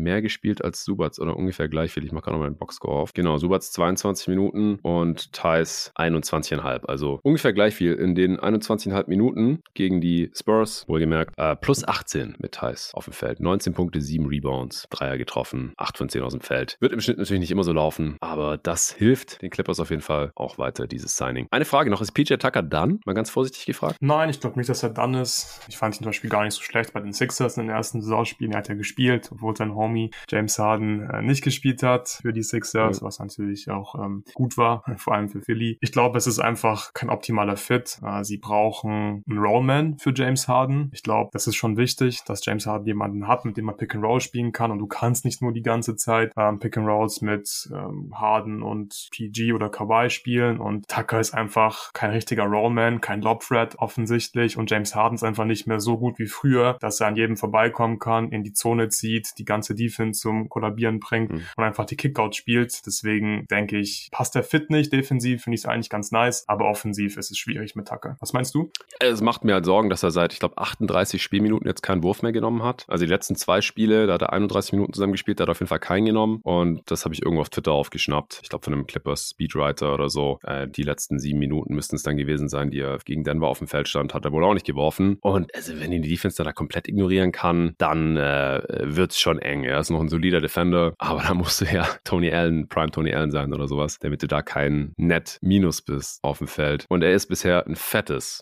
gespielt als Subats oder ungefähr gleich viel. Ich mache gerade noch mal den Boxscore auf. Genau, Subats 22 Minuten und Theis 21,5. Also ungefähr gleich viel in den 21,5 Minuten gegen die Spurs, wohlgemerkt. Plus 18 mit Theis auf dem Feld. 19 Punkte, 7 Rebounds, Dreier getroffen, 8 von 10 aus dem Feld. Wird im Schnitt natürlich nicht immer so laufen, aber das hilft den Clippers auf jeden Fall auch weiter, dieses Signing. Eine Frage noch, ist PJ Tucker done? Mal ganz vorsichtig gefragt. Nein, ich glaube nicht, dass er done ist. Ich fand ihn zum Beispiel gar nicht so schlecht bei den Sixers in den ersten Saisonspielen. Er hat ja gespielt, obwohl sein Homie James Harden nicht gespielt hat für die Sixers, was natürlich auch gut war, vor allem für Philly. Ich glaube, es ist einfach kein optimaler Fit. Sie brauchen einen Rollman für James Harden. Ich glaube, das ist schon wichtig, dass James Harden jemanden hat, mit dem man Pick and Roll spielen kann, und du kannst nicht nur die ganze Zeit Pick and Rolls mit Harden und PG oder Kawhi spielen, und Tucker ist einfach kein richtiger Rollman, kein Lob-Threat offensichtlich, und James Harden ist einfach nicht mehr so gut wie früher, dass er an jedem vorbeikommen kann, in die Zone zieht, die ganze Defense zum Kollabieren bringt und einfach die Kickouts spielt. Deswegen denke ich, passt der Fit nicht. Defensiv finde ich es eigentlich ganz nice, aber offensiv ist es schwierig mit Tucker. Was meinst du? Es macht mir halt Sorgen, dass er seit, ich glaube, 38 Spielminuten jetzt keinen Wurf mehr genommen hat. Also die letzten 2 Spiele, da hat er 31 Minuten zusammen gespielt, da hat er auf jeden Fall keinen genommen, und das habe ich irgendwo auf Twitter aufgeschnappt. Ich glaube, von einem Clippers Speedwriter oder so. Die letzten 7 Minuten müssten es dann gewesen sein, die er gegen Denver auf dem Feld stand, hat er wohl auch nicht geworfen. Und also wenn ihn die Defense da komplett ignorieren kann, dann wird's schon eng. Er ist noch ein solider Defender, aber da musst du ja Prime Tony Allen sein oder sowas, damit du da kein Net-Minus bist auf dem Feld. Und er ist bisher ein fettes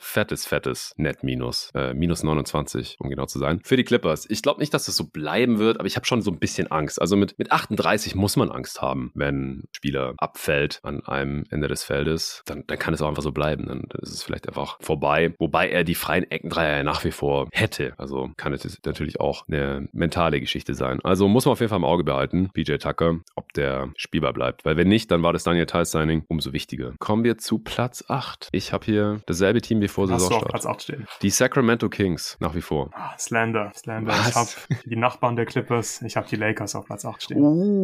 Net-Minus. Minus 29, um genau zu sein. Für die Clippers. Ich glaube nicht, dass das so bleiben wird, aber ich habe schon so ein bisschen Angst. Also mit 38 muss man Angst haben, wenn ein Spieler abfällt an einem Ende des Feldes. Dann kann es auch einfach so bleiben. Dann ist es vielleicht einfach vorbei. Wobei er die freien Eckendreier ja nach wie vor hätte. Also kann es natürlich auch eine mentale Geschichte sein. Also muss man auf jeden Fall im Auge behalten, PJ Tucker, ob der spielbar bleibt. Weil wenn nicht, dann war das Daniel Theis Signing umso wichtiger. Kommen wir zu Platz 8. Ich habe hier dasselbe Team wie vor Saisonstart. Hast du auf Platz 8 stehen? Die Sacramento Kings nach wie vor. Slander. Was? Ich habe die Nachbarn der Clippers, ich habe die Lakers auf Platz 8 stehen.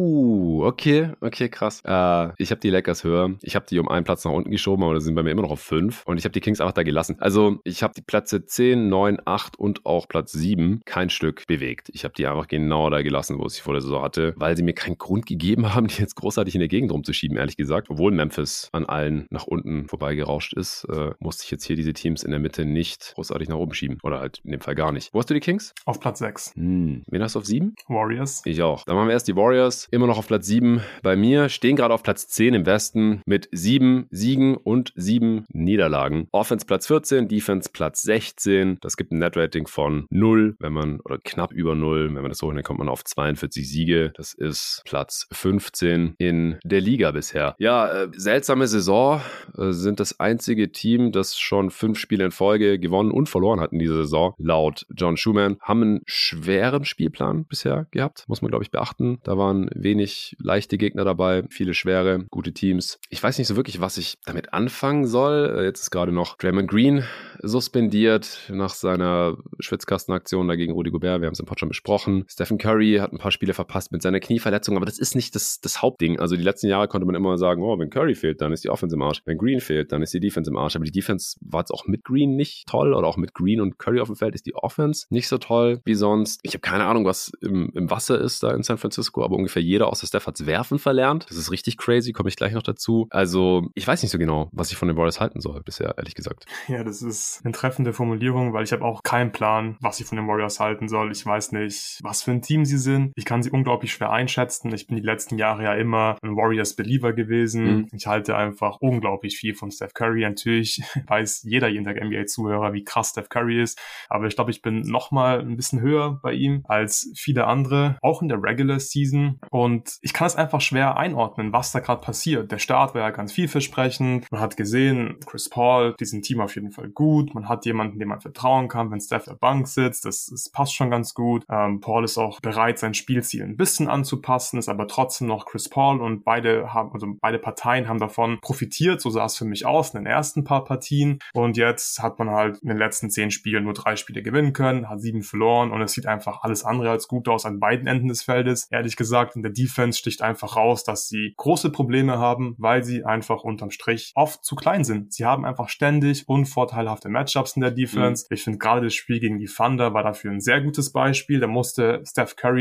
Okay, krass. Ich habe die Lakers höher. Ich habe die um einen Platz nach unten geschoben, aber da sind bei mir immer noch auf 5. Und ich habe die Kings einfach da gelassen. Also ich habe die Plätze 10, 9, 8 und auch Platz 7 kein Stück bewegt. Ich habe die einfach genau da gelassen, wo ich sie vor der Saison hatte, weil sie mir keinen Grund gegeben haben, die jetzt großartig in der Gegend rumzuschieben, ehrlich gesagt. Obwohl Memphis an allen nach unten vorbeigerauscht ist, musste ich jetzt hier diese Teams in der Mitte nicht großartig nach oben schieben. Oder halt in dem Fall gar nicht. Wo hast du die Kings? Auf Platz 6. Wen hast du auf 7? Warriors. Ich auch. Dann machen wir erst die Warriors. Immer noch auf Platz 7 bei mir. Stehen gerade auf Platz 10 im Westen mit 7 Siegen und 7 Niederlagen. Offense Platz 14, Defense Platz 16. Das gibt ein Net-Rating von 0, oder knapp über 0. Wenn man das hochnimmt, kommt man auf 42 Siege. Das ist Platz 15 in der Liga bisher. Ja, seltsame Saison. Sind das einzige Team, das schon 5 Spiele in Folge gewonnen und verloren hat in dieser Saison. Laut John Schumann. Haben einen schweren Spielplan bisher gehabt. Muss man, glaube ich, beachten. Da waren wenig leichte Gegner dabei. Viele schwere, gute Teams. Ich weiß nicht so wirklich, was ich damit anfangen soll. Jetzt ist gerade noch Draymond Green suspendiert nach seiner Schwitzkastenaktion dagegen Rudy Gobert. Wir haben es im Pod schon besprochen. Stephen Curry hat ein paar Spiele verpasst mit seiner Knieverletzung, aber das ist nicht das Hauptding. Also die letzten Jahre konnte man immer sagen, wenn Curry fehlt, dann ist die Offense im Arsch. Wenn Green fehlt, dann ist die Defense im Arsch. Aber die Defense war jetzt auch mit Green nicht toll, oder auch mit Green und Curry auf dem Feld ist die Offense nicht so toll wie sonst. Ich habe keine Ahnung, was im Wasser ist da in San Francisco, aber ungefähr jeder außer Steph hat's Werfen verlernt. Das ist richtig crazy, komme ich gleich noch dazu. Also ich weiß nicht so genau, was ich von den Warriors halten soll bisher, ehrlich gesagt. Ja, das ist eine treffende Formulierung, weil ich habe auch keinen Plan, was ich von den Warriors halten soll. Ich weiß nicht, was für ein Team sie sind. Ich kann sie unglaublich schwer einschätzen. Ich bin die letzten Jahre ja immer ein Warriors-Believer gewesen. Ich halte einfach unglaublich viel von Steph Curry. Natürlich weiß jeder NBA-Zuhörer, wie krass Steph Curry ist. Aber ich glaube, ich bin nochmal ein bisschen höher bei ihm als viele andere, auch in der Regular Season. Und ich kann es einfach schwer einordnen, was da gerade passiert. Der Start war ja ganz vielversprechend. Man hat gesehen, Chris Paul, diesem Team auf jeden Fall gut. Man hat jemanden, dem man vertrauen kann, wenn Steph auf der Bank sitzt. Das passt schon ganz gut. Paul ist auch bereit, sein Spielziel ein bisschen anzupassen, ist aber trotzdem noch Chris Paul, und beide Parteien haben davon profitiert. So sah es für mich aus in den ersten paar Partien. Und jetzt hat man halt in den letzten 10 Spielen nur 3 Spiele gewinnen können, hat 7 verloren, und es sieht einfach alles andere als gut aus an beiden Enden des Feldes. Ehrlich gesagt, in der Defense sticht einfach raus, dass sie große Probleme haben, weil sie einfach unterm Strich oft zu klein sind. Sie haben einfach ständig unvorteilhafte Matchups in der Defense. Ich finde gerade das Spiel gegen die Thunder war dafür ein sehr gutes Beispiel. Da musste Steph Curry halt einfach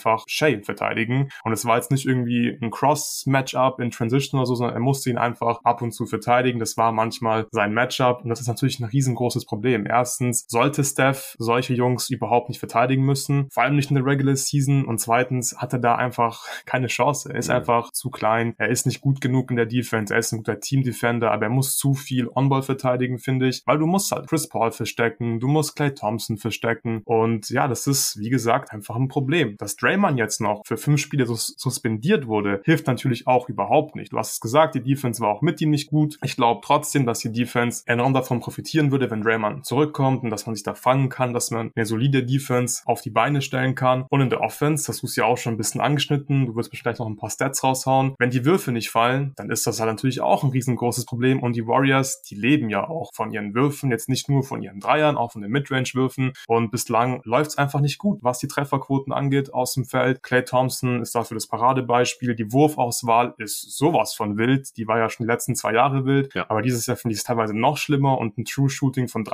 einfach Shai verteidigen. Und es war jetzt nicht irgendwie ein Cross-Matchup in Transition oder so, sondern er musste ihn einfach ab und zu verteidigen. Das war manchmal sein Matchup und das ist natürlich ein riesengroßes Problem. Erstens sollte Steph solche Jungs überhaupt nicht verteidigen müssen, vor allem nicht in der Regular Season, und zweitens hat er da einfach keine Chance. Er ist einfach zu klein, er ist nicht gut genug in der Defense, er ist ein guter Team-Defender, aber er muss zu viel On-Ball verteidigen, finde ich, weil du musst halt Chris Paul verstecken, du musst Klay Thompson verstecken und ja, das ist, wie gesagt, einfach ein Problem. Dass Draymond jetzt noch für 5 Spiele suspendiert wurde, hilft natürlich auch überhaupt nicht. Du hast es gesagt, die Defense war auch mit ihm nicht gut. Ich glaube trotzdem, dass die Defense enorm davon profitieren würde, wenn Draymond zurückkommt und dass man sich da fangen kann, dass man eine solide Defense auf die Beine stellen kann. Und in der Offense, das hast du es ja auch schon ein bisschen angeschnitten, du wirst vielleicht noch ein paar Stats raushauen. Wenn die Würfe nicht fallen, dann ist das halt natürlich auch ein riesengroßes Problem und die Warriors, die leben ja auch von ihren Würfen, jetzt nicht nur von ihren Dreiern, auch von den Midrange-Würfen und bislang läuft es einfach nicht gut, was die Trefferquoten angeht aus dem Feld. Klay Thompson ist dafür das Paradebeispiel, die Wurfauswahl ist sowas von wild, die war ja schon die letzten 2 Jahre wild, aber dieses Jahr finde ich es teilweise noch schlimmer und ein True Shooting von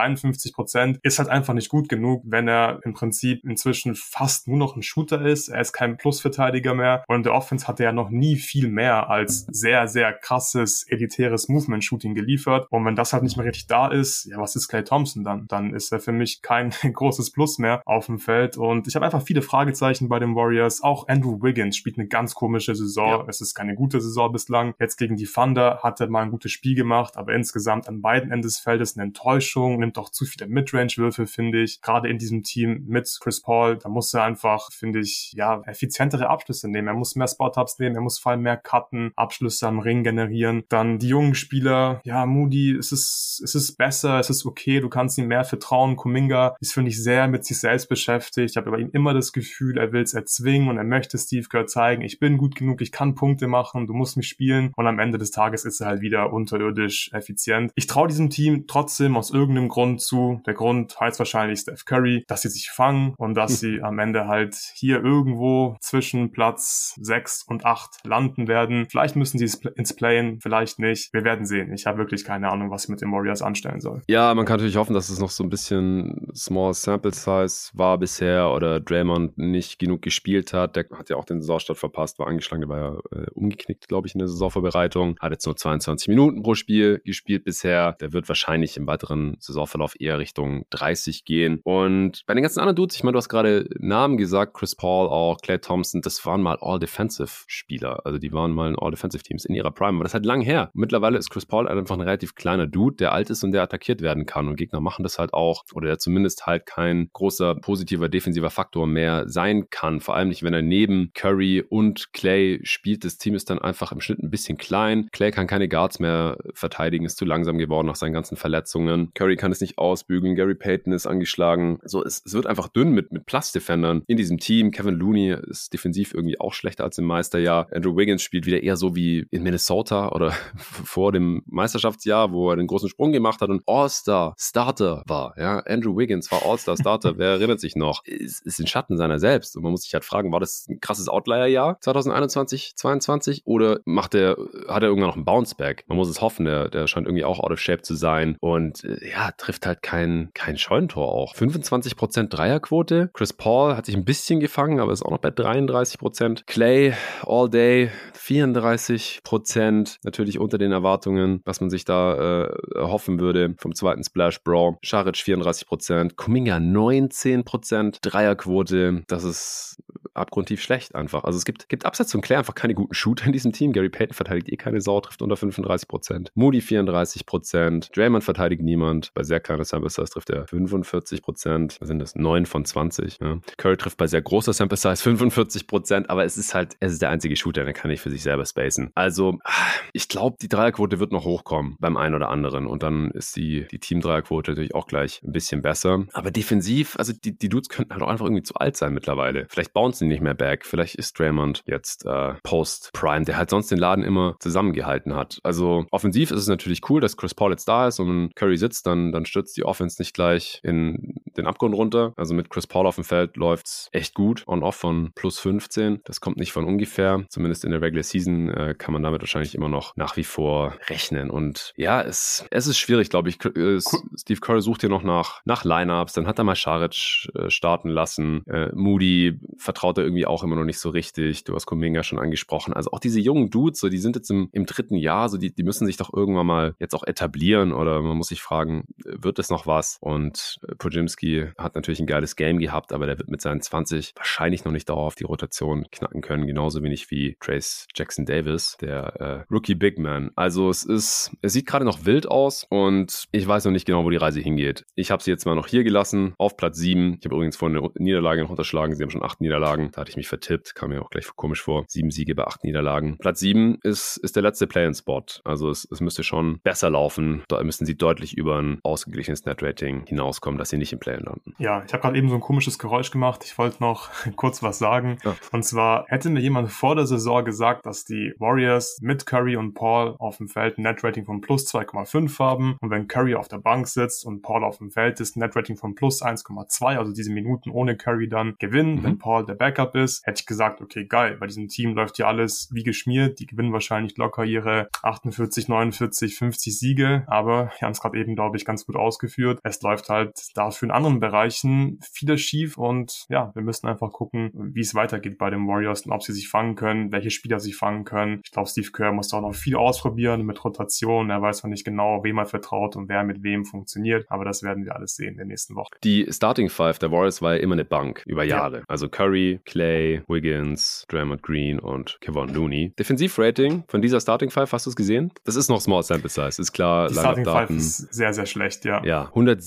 53% ist halt einfach nicht gut genug, wenn er im Prinzip inzwischen fast nur noch ein Shooter ist, er ist kein Plusverteidiger mehr und in der Offense hat er ja noch nie viel mehr als sehr, sehr krasses, elitäres Movement-Shooting geliefert und wenn das halt nicht mehr richtig da ist, ja, was ist Klay Thompson dann? Dann ist er für mich kein großes Plus mehr auf dem Feld und ich habe einfach viele Fragezeichen bei den Warriors. Auch Andrew Wiggins spielt eine ganz komische Saison. Es ist keine gute Saison bislang. Jetzt gegen die Thunder hat er mal ein gutes Spiel gemacht, aber insgesamt an beiden Enden des Feldes eine Enttäuschung, nimmt auch zu viele Midrange-Würfe, finde ich. Gerade in diesem Team mit Chris Paul, da muss er einfach, finde ich, ja, effizientere Abschlüsse nehmen. Er muss mehr Spot-Ups nehmen, er muss vor allem mehr cutten, Abschlüsse am Ring generieren. Dann die jungen Spieler, ja, Moody, es ist besser, es ist okay, du kannst ihm mehr vertrauen. Kuminga ist, finde ich, sehr mit sich selbst beschäftigt. Ich habe bei ihm immer das Gefühl, er will es erzwingen und er möchte Steve Kerr zeigen, ich bin gut genug, ich kann Punkte machen, du musst mich spielen und am Ende des Tages ist er halt wieder unterirdisch effizient. Ich traue diesem Team trotzdem aus irgendeinem Grund zu. Der Grund heißt wahrscheinlich Steph Curry, dass sie sich fangen und dass sie am Ende halt hier irgendwo zwischen Platz 6 und 8 landen werden. Vielleicht müssen sie ins Play-in, vielleicht nicht. Wir werden sehen. Ich habe wirklich keine Ahnung, was ich mit den Warriors anstellen soll. Ja, man kann natürlich hoffen, dass es noch so ein bisschen Small Sample Size war bisher oder Draymond nicht genug gespielt hat. Der hat ja auch den Saisonstart verpasst, war angeschlagen, der war ja umgeknickt, glaube ich, in der Saisonvorbereitung. Hat jetzt nur 22 Minuten pro Spiel gespielt bisher. Der wird wahrscheinlich im weiteren Saisonverlauf eher Richtung 30 gehen. Und bei den ganzen anderen Dudes, ich meine, du hast gerade Namen gesagt, Chris Paul auch, Klay Thompson, das waren mal All-Defensive-Spieler. Also die waren mal in All-Defensive-Teams in ihrer Prime. Aber das ist halt lang her. Mittlerweile ist Chris Paul einfach ein relativ kleiner Dude, der alt ist und der attackiert werden kann. Und Gegner machen das halt auch. Oder der zumindest halt kein großer, positiver, defensiver Faktor mehr sein kann. Vor allem nicht, wenn er neben Curry und Klay spielt. Das Team ist dann einfach im Schnitt ein bisschen klein. Klay kann keine Guards mehr verteidigen, ist zu langsam geworden nach seinen ganzen Verletzungen. Curry kann es nicht ausbügeln. Gary Payton ist angeschlagen. So, es wird einfach dünn mit Plus-Defendern in diesem Team. Kevin Looney ist defensiv irgendwie auch schlechter als im Meisterjahr. Andrew Wiggins spielt wieder eher so wie in Minnesota oder vor dem Meisterschaftsjahr, wo er den großen Sprung gemacht hat und All-Star-Starter war. Ja, Andrew Wiggins war All-Star-Starter. Wer erinnert sich noch? Ist in Schatten seiner selbst. Und man muss sich halt fragen, war das ein krasses Outlier-Jahr 2021, 22 oder hat er irgendwann noch einen Bounce-Back? Man muss es hoffen, der scheint irgendwie auch out of shape zu sein und ja, trifft halt kein Scheunentor auch. 25% Dreierquote. Chris Paul hat sich ein bisschen gefangen, aber ist auch noch bei 33%. Klay, all day, 34%. Natürlich unter den Erwartungen, was man sich da hoffen würde vom zweiten Splash Bro. Šarić 34%. Kuminga 19%. Dreierquote. Das ist abgrundtief schlecht einfach. Also es gibt abseits von Klay einfach keine guten Shooter in diesem Team. Gary Payton verteidigt keine Sau, trifft unter 35%. Moody 34%. Draymond verteidigt niemand. Bei sehr kleiner Sample Size trifft er 45%. Was sind das? 9 von 20. Ja. Curry trifft bei sehr großer Sample Size 45%, aber es ist der einzige Shooter, der kann nicht für sich selber spacen. Also ich glaube, die Dreierquote wird noch hochkommen beim einen oder anderen und dann ist die Team-Dreierquote natürlich auch gleich ein bisschen besser. Aber defensiv, also die Dudes könnten halt auch einfach irgendwie zu alt sein mittlerweile. Vielleicht bauen sie nicht mehr back. Vielleicht ist Draymond jetzt Post-Prime, der halt sonst den Laden immer zusammengehalten hat. Also offensiv ist es natürlich cool, dass Chris Paul jetzt da ist und wenn Curry sitzt, dann stürzt die Offense nicht gleich in den Abgrund runter. Also mit Chris Paul auf dem Feld läuft's echt gut. On-off von plus 15. Das kommt nicht von ungefähr. Zumindest in der Regular Season kann man damit wahrscheinlich immer noch nach wie vor rechnen. Und ja, es ist schwierig, glaube ich. Steve Kerr sucht hier noch nach Lineups. Dann hat er mal Šarić starten lassen. Moody vertraut traut er irgendwie auch immer noch nicht so richtig. Du hast Kuminga schon angesprochen. Also auch diese jungen Dudes, so, die sind jetzt im 3. Jahr, so die müssen sich doch irgendwann mal jetzt auch etablieren oder man muss sich fragen, wird es noch was? Und Podziemski hat natürlich ein geiles Game gehabt, aber der wird mit seinen 20 wahrscheinlich noch nicht dauerhaft die Rotation knacken können, genauso wenig wie Trayce Jackson-Davis, der Rookie Big Man. Also es sieht gerade noch wild aus und ich weiß noch nicht genau, wo die Reise hingeht. Ich habe sie jetzt mal noch hier gelassen, auf Platz 7. Ich habe übrigens vorhin eine Niederlage noch unterschlagen. Sie haben schon 8 Niederlagen. Da hatte ich mich vertippt. Kam mir auch gleich komisch vor. 7 Siege bei 8 Niederlagen. Platz 7 ist der letzte Play-in-Spot. Also es müsste schon besser laufen. Da müssen sie deutlich über ein ausgeglichenes Net-Rating hinauskommen, dass sie nicht im Play-in landen. Ja, ich habe gerade eben so ein komisches Geräusch gemacht. Ich wollte noch kurz was sagen. Ja. Und zwar hätte mir jemand vor der Saison gesagt, dass die Warriors mit Curry und Paul auf dem Feld ein Net-Rating von plus 2,5 haben. Und wenn Curry auf der Bank sitzt und Paul auf dem Feld ist, ein Net-Rating von plus 1,2, also diese Minuten ohne Curry dann gewinnen, wenn Paul der Backup ist, hätte ich gesagt, okay, geil, bei diesem Team läuft hier alles wie geschmiert, die gewinnen wahrscheinlich locker ihre 48, 49, 50 Siege, aber wir haben es gerade eben, glaube ich, ganz gut ausgeführt. Es läuft halt dafür in anderen Bereichen vieles schief und ja, wir müssen einfach gucken, wie es weitergeht bei den Warriors und ob sie sich fangen können, welche Spieler sich fangen können. Ich glaube, Steve Kerr muss da auch noch viel ausprobieren mit Rotation. Er weiß noch nicht genau, wem er vertraut und wer mit wem funktioniert, aber das werden wir alles sehen in den nächsten Wochen. Die Starting Five der Warriors war ja immer eine Bank über Jahre. Ja. Also Curry, Clay, Wiggins, Draymond Green und Kevon Looney. Defensivrating von dieser Starting Five, hast du es gesehen? Das ist noch Small Sample Size, ist klar. Die Starting Five ist sehr, sehr schlecht, ja. Ja,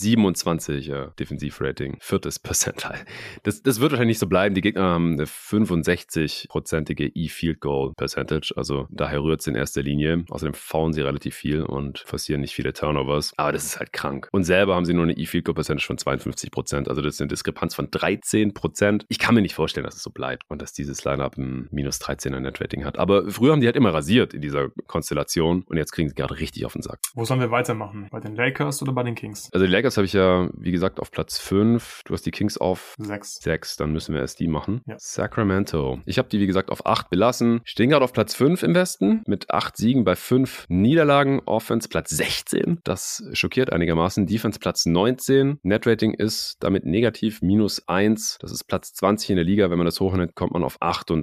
127 Defensivrating, 4. Percentile. Das wird wahrscheinlich nicht so bleiben. Die Gegner haben eine 65-prozentige E-Field Goal Percentage, also daher rührt es in erster Linie. Außerdem foulen sie relativ viel und forcieren nicht viele Turnovers, aber das ist halt krank. Und selber haben sie nur eine E-Field Goal Percentage von 52%, also das ist eine Diskrepanz von 13%. Ich kann mir nicht vorstellen, dass es so bleibt und dass dieses Lineup ein minus 13er Net-Rating hat. Aber früher haben die halt immer rasiert in dieser Konstellation und jetzt kriegen sie gerade richtig auf den Sack. Wo sollen wir weitermachen? Bei den Lakers oder bei den Kings? Also die Lakers habe ich ja, wie gesagt, auf Platz 5. Du hast die Kings auf 6. Dann müssen wir erst die machen. Ja. Sacramento. Ich habe die, wie gesagt, auf 8 belassen. Stehen gerade auf Platz 5 im Westen mit 8 Siegen bei 5 Niederlagen. Offense Platz 16. Das schockiert einigermaßen. Defense Platz 19. Net-Rating ist damit negativ minus 1. Das ist Platz 20 in der Liga. Wenn man das hochnimmt, kommt man auf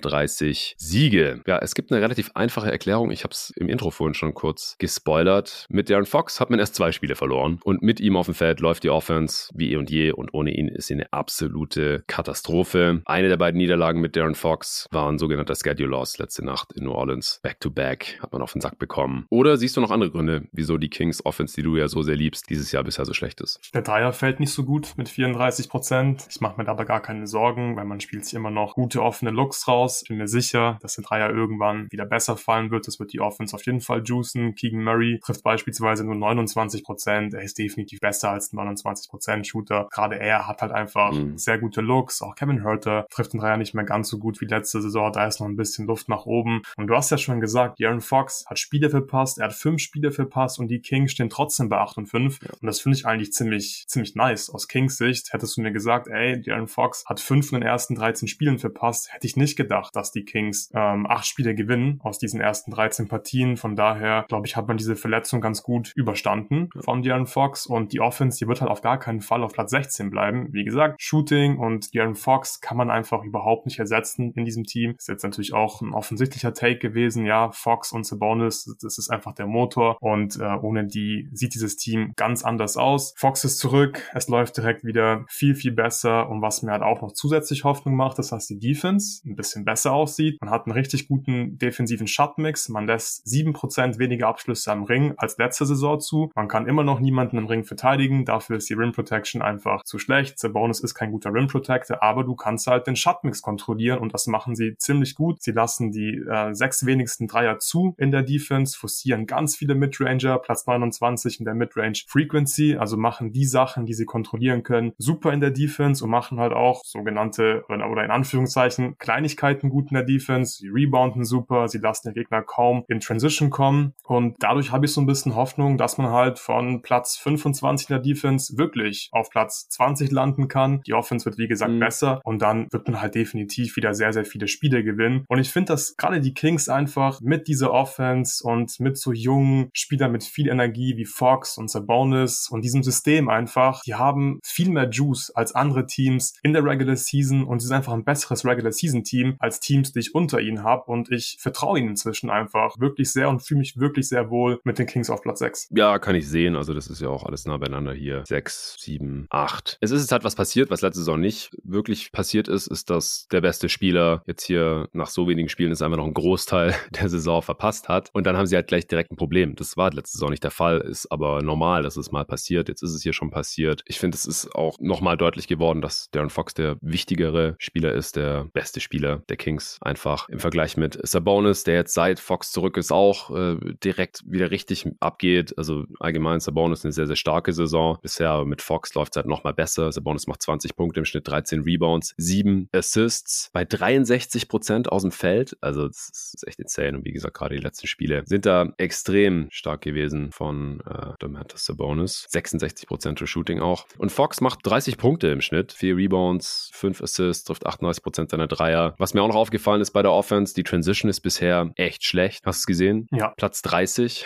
38 Siege. Ja, es gibt eine relativ einfache Erklärung. Ich habe es im Intro vorhin schon kurz gespoilert. Mit De'Aaron Fox hat man erst 2 Spiele verloren. Und mit ihm auf dem Feld läuft die Offense wie eh und je. Und ohne ihn ist sie eine absolute Katastrophe. Eine der beiden Niederlagen mit De'Aaron Fox war ein sogenannter Schedule Loss letzte Nacht in New Orleans. Back-to-back hat man auf den Sack bekommen. Oder siehst du noch andere Gründe, wieso die Kings Offense, die du ja so sehr liebst, dieses Jahr bisher so schlecht ist? Der Dreier fällt nicht so gut mit 34%. Ich mache mir dabei gar keine Sorgen, weil man spielt sich immer noch gute offene Looks raus. Ich bin mir sicher, dass der Dreier irgendwann wieder besser fallen wird. Das wird die Offense auf jeden Fall juicen. Keegan Murray trifft beispielsweise nur 29%. Er ist definitiv besser als ein 29% Shooter. Gerade er hat halt einfach sehr gute Looks. Auch Kevin Huerter trifft den Dreier nicht mehr ganz so gut wie letzte Saison. Da ist noch ein bisschen Luft nach oben. Und du hast ja schon gesagt, De'Aaron Fox hat Spiele verpasst. Er hat 5 Spiele verpasst und die Kings stehen trotzdem bei 8 und 5. Ja. Und das finde ich eigentlich ziemlich nice. Aus Kings Sicht hättest du mir gesagt, ey, De'Aaron Fox hat 5 in den ersten 13 Spielen verpasst. Hätte ich nicht gedacht, dass die Kings 8 Spiele gewinnen aus diesen ersten 13 Partien. Von daher, glaube ich, hat man diese Verletzung ganz gut überstanden von De'Aaron Fox. Und die Offense, die wird halt auf gar keinen Fall auf Platz 16 bleiben. Wie gesagt, Shooting und De'Aaron Fox kann man einfach überhaupt nicht ersetzen in diesem Team. Ist jetzt natürlich auch ein offensichtlicher Take gewesen. Ja, Fox und Sabonis, das ist einfach der Motor. Und ohne die sieht dieses Team ganz anders aus. Fox ist zurück. Es läuft direkt wieder viel, viel besser. Und was mir halt auch noch zusätzlich Hoffnung macht, ist, dass die Defense ein bisschen besser aussieht. Man hat einen richtig guten defensiven Shotmix. Man lässt 7% weniger Abschlüsse am Ring als letzte Saison zu. Man kann immer noch niemanden im Ring verteidigen. Dafür ist die Rim Protection einfach zu schlecht. Sabonis ist kein guter Rim Protector, aber du kannst halt den Shotmix kontrollieren und das machen sie ziemlich gut. Sie lassen die 6 wenigsten Dreier zu in der Defense, forcieren ganz viele Midranger, Platz 29 in der Midrange Frequency, also machen die Sachen, die sie kontrollieren können, super in der Defense und machen halt auch sogenannte oder in Anführungszeichen Kleinigkeiten gut in der Defense. Sie rebounden super, sie lassen den Gegner kaum in Transition kommen und dadurch habe ich so ein bisschen Hoffnung, dass man halt von Platz 25 in der Defense wirklich auf Platz 20 landen kann. Die Offense wird wie gesagt besser und dann wird man halt definitiv wieder sehr, sehr viele Spiele gewinnen. Und ich finde, dass gerade die Kings einfach mit dieser Offense und mit so jungen Spielern mit viel Energie wie Fox und Sabonis und diesem System einfach, die haben viel mehr Juice als andere Teams in der Regular Season und sie sind einfach einfach ein besseres Regular-Season-Team als Teams, die ich unter ihnen habe und ich vertraue ihnen inzwischen einfach wirklich sehr und fühle mich wirklich sehr wohl mit den Kings auf Platz 6. Ja, kann ich sehen. Also das ist ja auch alles nah beieinander hier. 6, 7, 8. Es ist jetzt halt was passiert, was letzte Saison nicht wirklich passiert ist, dass der beste Spieler jetzt hier nach so wenigen Spielen ist einfach noch einen Großteil der Saison verpasst hat. Und dann haben sie halt gleich direkt ein Problem. Das war letzte Saison nicht der Fall, ist aber normal, dass es mal passiert. Jetzt ist es hier schon passiert. Ich finde, es ist auch nochmal deutlich geworden, dass De'Aaron Fox der wichtigere Spieler ist, der beste Spieler der Kings einfach im Vergleich mit Sabonis, der jetzt seit Fox zurück ist auch direkt wieder richtig abgeht. Also allgemein Sabonis eine sehr, sehr starke Saison. Bisher mit Fox läuft es halt nochmal besser. Sabonis macht 20 Punkte im Schnitt, 13 Rebounds, 7 Assists bei 63% aus dem Feld. Also das ist echt insane. Und wie gesagt, gerade die letzten Spiele sind da extrem stark gewesen von Domantas Sabonis. 66% True Shooting auch. Und Fox macht 30 Punkte im Schnitt, 4 Rebounds, 5 Assists, trifft 38% seiner Dreier. Was mir auch noch aufgefallen ist bei der Offense, die Transition ist bisher echt schlecht. Hast du es gesehen? Ja. Platz 30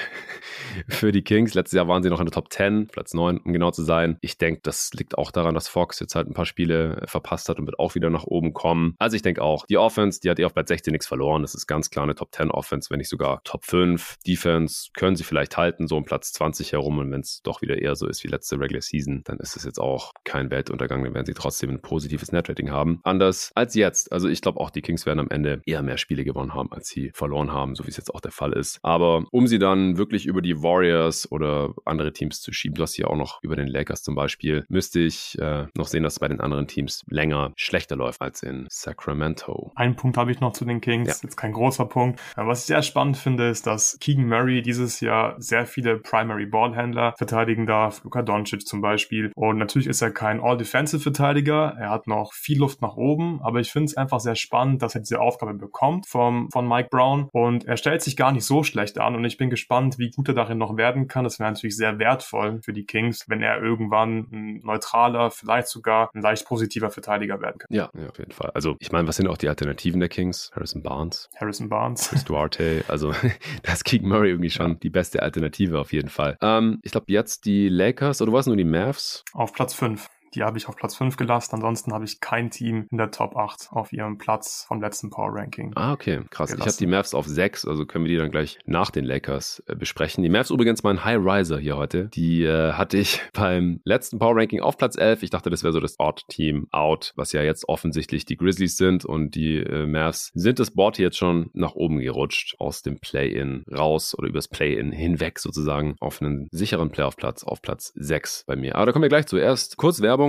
für die Kings. Letztes Jahr waren sie noch in der Top 10, Platz 9, um genau zu sein. Ich denke, das liegt auch daran, dass Fox jetzt halt ein paar Spiele verpasst hat und wird auch wieder nach oben kommen. Also ich denke auch, die Offense, die hat auf Platz 16 nichts verloren. Das ist ganz klar eine Top 10 Offense, wenn nicht sogar Top 5. Defense können sie vielleicht halten, so um Platz 20 herum. Und wenn es doch wieder eher so ist wie letzte Regular Season, dann ist es jetzt auch kein Weltuntergang. Dann werden sie trotzdem ein positives Netrating haben. Anders als jetzt. Also ich glaube auch, die Kings werden am Ende eher mehr Spiele gewonnen haben, als sie verloren haben, so wie es jetzt auch der Fall ist. Aber um sie dann wirklich über die Warriors oder andere Teams zu schieben, du hast hier auch noch über den Lakers zum Beispiel, müsste ich noch sehen, dass es bei den anderen Teams länger schlechter läuft als in Sacramento. Einen Punkt habe ich noch zu den Kings, ja. Jetzt kein großer Punkt. Was ich sehr spannend finde, ist, dass Keegan Murray dieses Jahr sehr viele Primary Ballhändler verteidigen darf, Luka Doncic zum Beispiel. Und natürlich ist er kein All-Defensive-Verteidiger, er hat noch viel Luft nach oben, aber ich finde es einfach sehr spannend, dass er diese Aufgabe bekommt von Mike Brown und er stellt sich gar nicht so schlecht an und ich bin gespannt, wie gut er darin noch werden kann. Das wäre natürlich sehr wertvoll für die Kings, wenn er irgendwann ein neutraler, vielleicht sogar ein leicht positiver Verteidiger werden kann. Ja, auf jeden Fall. Also ich meine, was sind auch die Alternativen der Kings? Harrison Barnes, Chris Duarte, also da ist Keegan Murray irgendwie schon die beste Alternative auf jeden Fall. Ich glaube jetzt die Lakers, oder was, nur die Mavs? Auf Platz 5. Die habe ich auf Platz 5 gelassen. Ansonsten habe ich kein Team in der Top 8 auf ihrem Platz vom letzten Power Ranking. Ah, okay. Krass. Gelassen. Ich habe die Mavs auf 6, also können wir die dann gleich nach den Lakers besprechen. Die Mavs übrigens mein High Riser hier heute. Die hatte ich beim letzten Power Ranking auf Platz 11. Ich dachte, das wäre so das Odd-Team out, was ja jetzt offensichtlich die Grizzlies sind und die Mavs sind das Board hier jetzt schon nach oben gerutscht, aus dem Play-In raus oder übers Play-In hinweg sozusagen auf einen sicheren Playoff-Platz auf Platz 6 bei mir. Aber da kommen wir gleich zuerst. Kurz Werbung.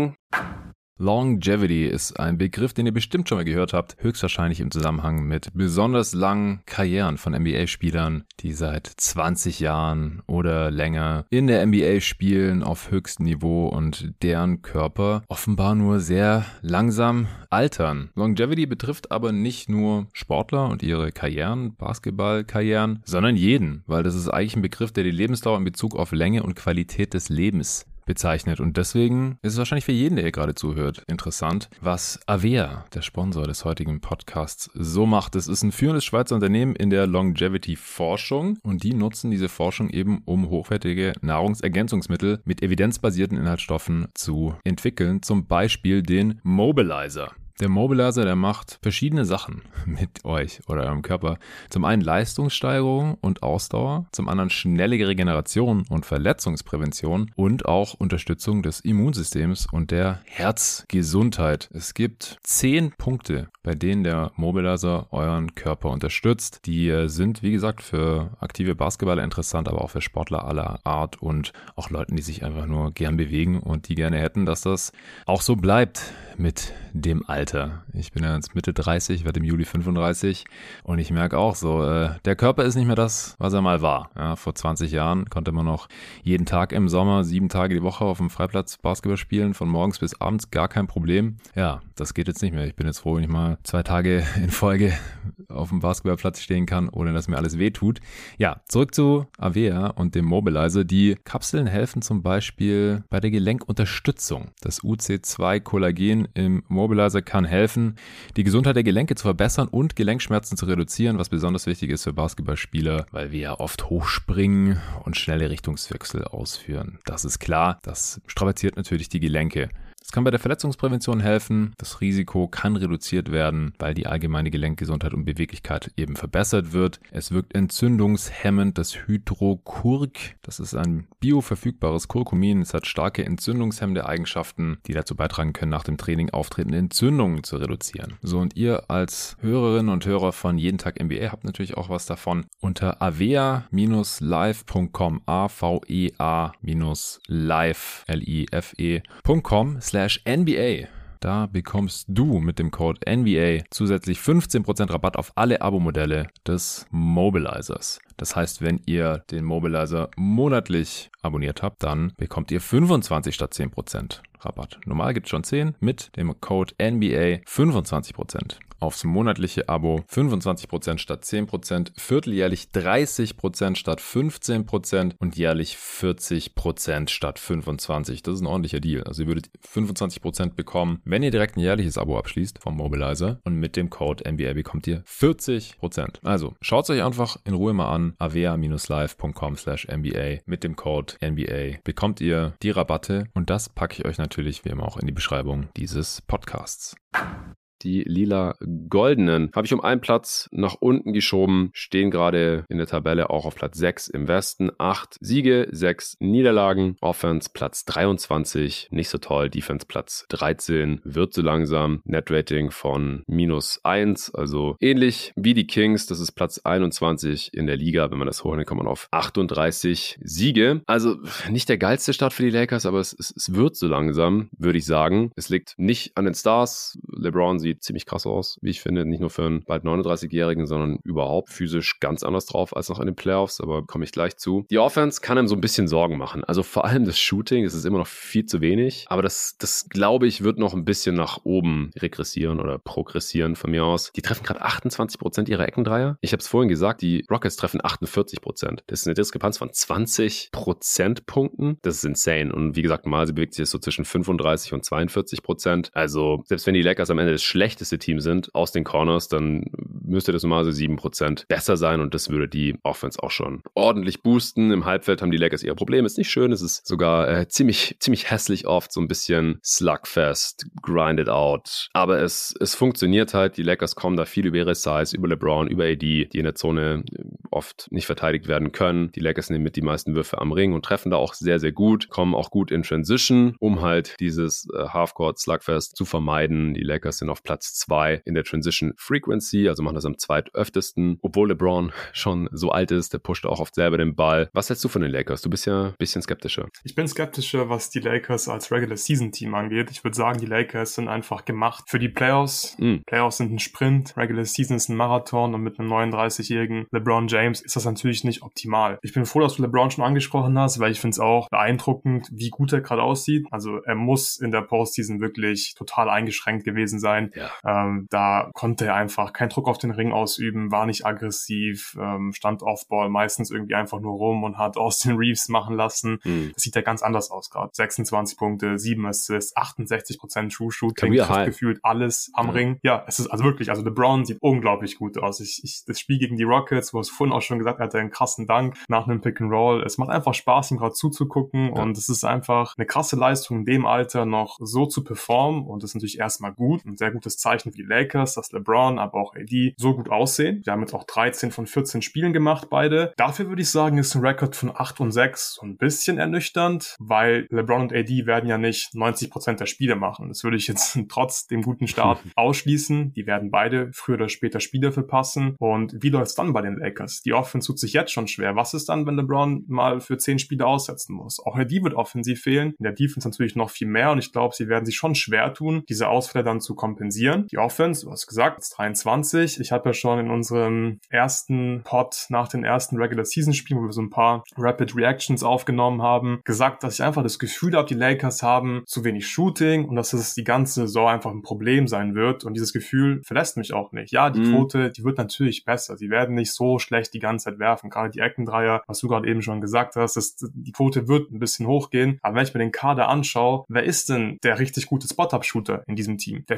Longevity ist ein Begriff, den ihr bestimmt schon mal gehört habt, höchstwahrscheinlich im Zusammenhang mit besonders langen Karrieren von NBA-Spielern, die seit 20 Jahren oder länger in der NBA spielen auf höchstem Niveau und deren Körper offenbar nur sehr langsam altern. Longevity betrifft aber nicht nur Sportler und ihre Karrieren, Basketballkarrieren, sondern jeden, weil das ist eigentlich ein Begriff, der die Lebensdauer in Bezug auf Länge und Qualität des Lebens bezeichnet. Und deswegen ist es wahrscheinlich für jeden, der hier gerade zuhört, interessant, was Avea, der Sponsor des heutigen Podcasts, so macht. Es ist ein führendes Schweizer Unternehmen in der Longevity-Forschung und die nutzen diese Forschung eben, um hochwertige Nahrungsergänzungsmittel mit evidenzbasierten Inhaltsstoffen zu entwickeln. Zum Beispiel den Mobilizer. Der Mobilizer, der macht verschiedene Sachen mit euch oder eurem Körper. Zum einen Leistungssteigerung und Ausdauer, zum anderen schnelle Regeneration und Verletzungsprävention und auch Unterstützung des Immunsystems und der Herzgesundheit. Es gibt 10 Punkte, bei denen der Mobilizer euren Körper unterstützt. Die sind, wie gesagt, für aktive Basketballer interessant, aber auch für Sportler aller Art und auch Leuten, die sich einfach nur gern bewegen und die gerne hätten, dass das auch so bleibt mit dem Alter. Ich bin ja jetzt Mitte 30, werde im Juli 35 und ich merke auch so, der Körper ist nicht mehr das, was er mal war. Ja, vor 20 Jahren konnte man noch jeden Tag im Sommer 7 Tage die Woche auf dem Freiplatz Basketball spielen, von morgens bis abends, gar kein Problem. Ja, das geht jetzt nicht mehr. Ich bin jetzt froh, wenn ich mal 2 Tage in Folge auf dem Basketballplatz stehen kann, ohne dass mir alles wehtut. Ja, zurück zu Avea und dem Mobilizer. Die Kapseln helfen zum Beispiel bei der Gelenkunterstützung. Das UC2-Kollagen im Mobilizer kann helfen, die Gesundheit der Gelenke zu verbessern und Gelenkschmerzen zu reduzieren, was besonders wichtig ist für Basketballspieler, weil wir ja oft hochspringen und schnelle Richtungswechsel ausführen. Das ist klar, das strapaziert natürlich die Gelenke. Es kann bei der Verletzungsprävention helfen. Das Risiko kann reduziert werden, weil die allgemeine Gelenkgesundheit und Beweglichkeit eben verbessert wird. Es wirkt entzündungshemmend. Das Hydrocurc, das ist ein bioverfügbares Curcumin. Es hat starke entzündungshemmende Eigenschaften, die dazu beitragen können, nach dem Training auftretende Entzündungen zu reduzieren. So, und ihr als Hörerinnen und Hörer von Jeden Tag NBA habt natürlich auch was davon. Unter avea-live.com, avea-live.com/NBA. Da bekommst du mit dem Code NBA zusätzlich 15% Rabatt auf alle Abo-Modelle des Mobilizers. Das heißt, wenn ihr den Mobilizer monatlich abonniert habt, dann bekommt ihr 25 statt 10% Rabatt. Normal gibt es schon 10, mit dem Code NBA 25%. Aufs monatliche Abo 25% statt 10%, vierteljährlich 30% statt 15% und jährlich 40% statt 25%. Das ist ein ordentlicher Deal. Also ihr würdet 25% bekommen, wenn ihr direkt ein jährliches Abo abschließt vom Mobilizer, und mit dem Code NBA bekommt ihr 40%. Also schaut es euch einfach in Ruhe mal an. avea-live.com/NBA. Mit dem Code NBA bekommt ihr die Rabatte, und das packe ich euch natürlich wie immer auch in die Beschreibung dieses Podcasts. Die lila-goldenen habe ich um einen Platz nach unten geschoben, stehen gerade in der Tabelle auch auf Platz 6 im Westen. 8 Siege, 6 Niederlagen. Offense Platz 23, nicht so toll. Defense Platz 13, wird so langsam. Net-Rating von -1, also ähnlich wie die Kings. Das ist Platz 21 in der Liga. Wenn man das hochnimmt, kommt man auf 38 Siege. Also nicht der geilste Start für die Lakers, aber es wird so langsam, würde ich sagen. Es liegt nicht an den Stars. LeBron sieht ziemlich krass aus, wie ich finde. Nicht nur für einen bald 39-Jährigen, sondern überhaupt physisch ganz anders drauf als noch in den Playoffs, aber komme ich gleich zu. Die Offense kann einem so ein bisschen Sorgen machen. Also vor allem das Shooting, das ist immer noch viel zu wenig, aber das glaube ich, wird noch ein bisschen nach oben regressieren oder progressieren von mir aus. Die treffen gerade 28% ihrer Eckendreier. Ich habe es vorhin gesagt, die Rockets treffen 48%. Das ist eine Diskrepanz von 20 Prozentpunkten. Das ist insane. Und wie gesagt, mal sie bewegt sich so zwischen 35 und 42%. Also selbst wenn die Lakers am Ende das schlechteste Team sind aus den Corners, dann müsste das normalerweise 7% besser sein, und das würde die Offense auch schon ordentlich boosten. Im Halbfeld haben die Lakers ihre Probleme. Ist nicht schön, es ist sogar ziemlich hässlich oft, so ein bisschen slugfest, grinded out. Aber es funktioniert halt. Die Lakers kommen da viel über ihre Size, über LeBron, über AD, die in der Zone oft nicht verteidigt werden können. Die Lakers nehmen mit die meisten Würfe am Ring und treffen da auch sehr, sehr gut, kommen auch gut in Transition, um halt dieses Halfcourt Slugfest zu vermeiden. Die Lakers sind auf Platz 2 in der Transition Frequency, also machen das am zweitöftesten. Obwohl LeBron schon so alt ist, der pusht auch oft selber den Ball. Was hältst du von den Lakers? Du bist ja ein bisschen skeptischer. Ich bin skeptischer, was die Lakers als Regular-Season-Team angeht. Ich würde sagen, die Lakers sind einfach gemacht für die Playoffs. Playoffs sind ein Sprint, Regular-Season ist ein Marathon, und mit einem 39-jährigen LeBron James ist das natürlich nicht optimal. Ich bin froh, dass du LeBron schon angesprochen hast, weil ich finde es auch beeindruckend, wie gut er gerade aussieht. Also er muss in der Postseason wirklich total eingeschränkt gewesen sein. Ja. Da konnte er einfach keinen Druck auf den Ring ausüben, war nicht aggressiv, stand Offball meistens irgendwie einfach nur rum und hat Austin Reeves machen lassen. Das sieht ja ganz anders aus gerade. 26 Punkte, 7 Assists, 68% True Shooting, gefühlt alles am Ring. Ja, es ist also wirklich, also LeBron sieht unglaublich gut aus. Das Spiel gegen die Rockets, wo es vorhin auch schon gesagt hat, er hat einen krassen Dank nach einem Pick and Roll. Es macht einfach Spaß, ihm gerade zuzugucken, und es ist einfach eine krasse Leistung in dem Alter noch so zu performen, und das ist natürlich erstmal gut, ein sehr gutes Zeichen für die Lakers, dass LeBron, aber auch AD so gut aussehen. Wir haben jetzt auch 13 von 14 Spielen gemacht, beide. Dafür würde ich sagen, ist ein Rekord von 8-6 so ein bisschen ernüchternd, weil LeBron und AD werden ja nicht 90% der Spiele machen. Das würde ich jetzt trotz dem guten Start ausschließen. Die werden beide früher oder später Spiele verpassen. Und wie läuft es dann bei den Lakers? Die Offense tut sich jetzt schon schwer. Was ist dann, wenn LeBron mal für 10 Spiele aussetzen muss? Auch AD wird offensiv fehlen. In der Defense natürlich noch viel mehr, und ich glaube, sie werden sich schon schwer tun, diese Ausfälle dann zu kompensieren. Die Offense, du hast gesagt, ist 23. Ich habe ja schon in unserem ersten Pod nach den ersten Regular-Season-Spielen, wo wir so ein paar Rapid Reactions aufgenommen haben, gesagt, dass ich einfach das Gefühl habe, die Lakers haben zu wenig Shooting und dass es die ganze Saison einfach ein Problem sein wird, und dieses Gefühl verlässt mich auch nicht. Ja, die Quote, die wird natürlich besser. Sie werden nicht so schlecht die ganze Zeit werfen. Gerade die Eckendreier, was du gerade eben schon gesagt hast, die Quote wird ein bisschen hochgehen. Aber wenn ich mir den Kader anschaue, wer ist denn der richtig gute Spot-Up-Shooter in diesem Team? Der fehlt mir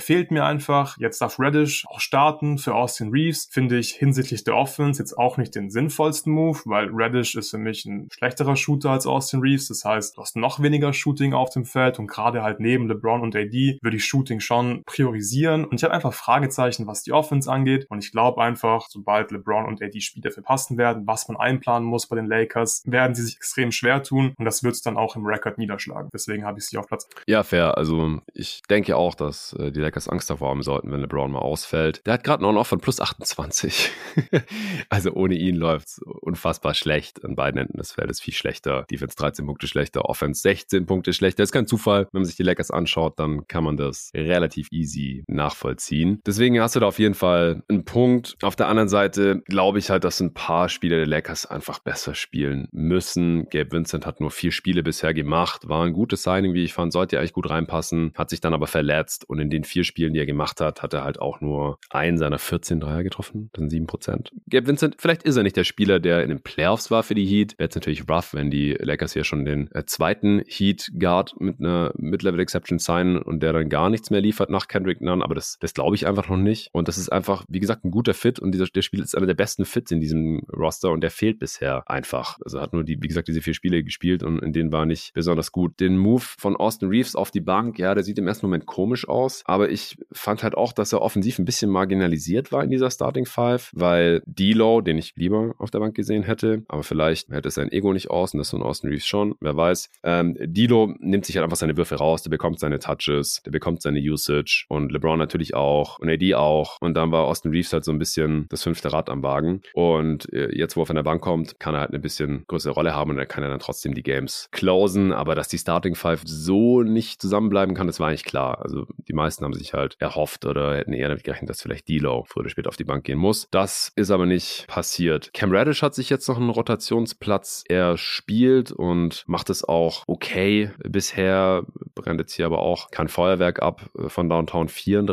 einfach, jetzt darf Reddish auch starten für Austin Reeves, finde ich hinsichtlich der Offense jetzt auch nicht den sinnvollsten Move, weil Reddish ist für mich ein schlechterer Shooter als Austin Reeves, das heißt, du hast noch weniger Shooting auf dem Feld und gerade halt neben LeBron und AD würde ich Shooting schon priorisieren und ich habe einfach Fragezeichen, was die Offense angeht und ich glaube einfach, sobald LeBron und AD Spiele verpassen werden, was man einplanen muss bei den Lakers, werden sie sich extrem schwer tun und das wird es dann auch im Rekord niederschlagen. Deswegen habe ich sie auf Platz. Ja, fair. Also ich denke auch, dass die Lakers Angst davor haben sollten, wenn LeBron mal ausfällt. Der hat gerade noch einen Off von plus 28. Also ohne ihn läuft's unfassbar schlecht an beiden Enden des Feldes. Viel schlechter. Defense 13 Punkte schlechter, Offense 16 Punkte schlechter. Das ist kein Zufall. Wenn man sich die Lakers anschaut, dann kann man das relativ easy nachvollziehen. Deswegen hast du da auf jeden Fall einen Punkt. Auf der anderen Seite glaube ich halt, dass ein paar Spieler der Lakers einfach besser spielen müssen. Gabe Vincent hat nur 4 Spiele bisher gemacht. War ein gutes Signing, wie ich fand. Sollte eigentlich gut reinpassen. Hat sich dann aber verletzt. Und in den 4 Spielen, die er gemacht hat, hat er halt auch nur einen seiner 14 Dreier getroffen. Das sind 7%. Gabe Vincent, vielleicht ist er nicht der Spieler, der in den Playoffs war für die Heat. Wäre jetzt natürlich rough, wenn die Lakers hier schon den zweiten Heat Guard mit einer Mid-Level Exception signen und der dann gar nichts mehr liefert nach Kendrick Nunn. Aber das glaube ich einfach noch nicht. Und das ist einfach, wie gesagt, ein guter Fit. Und der Spieler ist einer der besten Fits in diesem Roster und der fehlt bisher einfach. Also er hat nur wie gesagt, diese 4 Spiele gespielt und in denen war nicht besonders gut. Den Move von Austin Reeves auf die Bank, ja, der sieht im ersten Moment komisch aus, aber ich fand halt auch, dass er offensiv ein bisschen marginalisiert war in dieser Starting Five, weil D'Lo, den ich lieber auf der Bank gesehen hätte, aber vielleicht hätte es sein Ego nicht aus und das von Austin Reeves schon, wer weiß. D'Lo nimmt sich halt einfach seine Würfe raus, der bekommt seine Touches, der bekommt seine Usage und LeBron natürlich auch und AD auch und dann war Austin Reeves halt so ein bisschen das 5. Rad am Wagen und jetzt, wo er von der Bank kommt, kann er halt eine bisschen größere Rolle haben und er kann ja dann trotzdem die Games closen, aber dass die Starting Five so nicht zusammenbleiben kann, das war eigentlich klar. Also die meisten haben sich halt erhofft oder hätten eher damit gerechnet, dass vielleicht D'Lo früher oder später auf die Bank gehen muss. Das ist aber nicht passiert. Cam Reddish hat sich jetzt noch einen Rotationsplatz erspielt und macht es auch okay. Bisher brennt jetzt hier aber auch kein Feuerwerk ab von Downtown.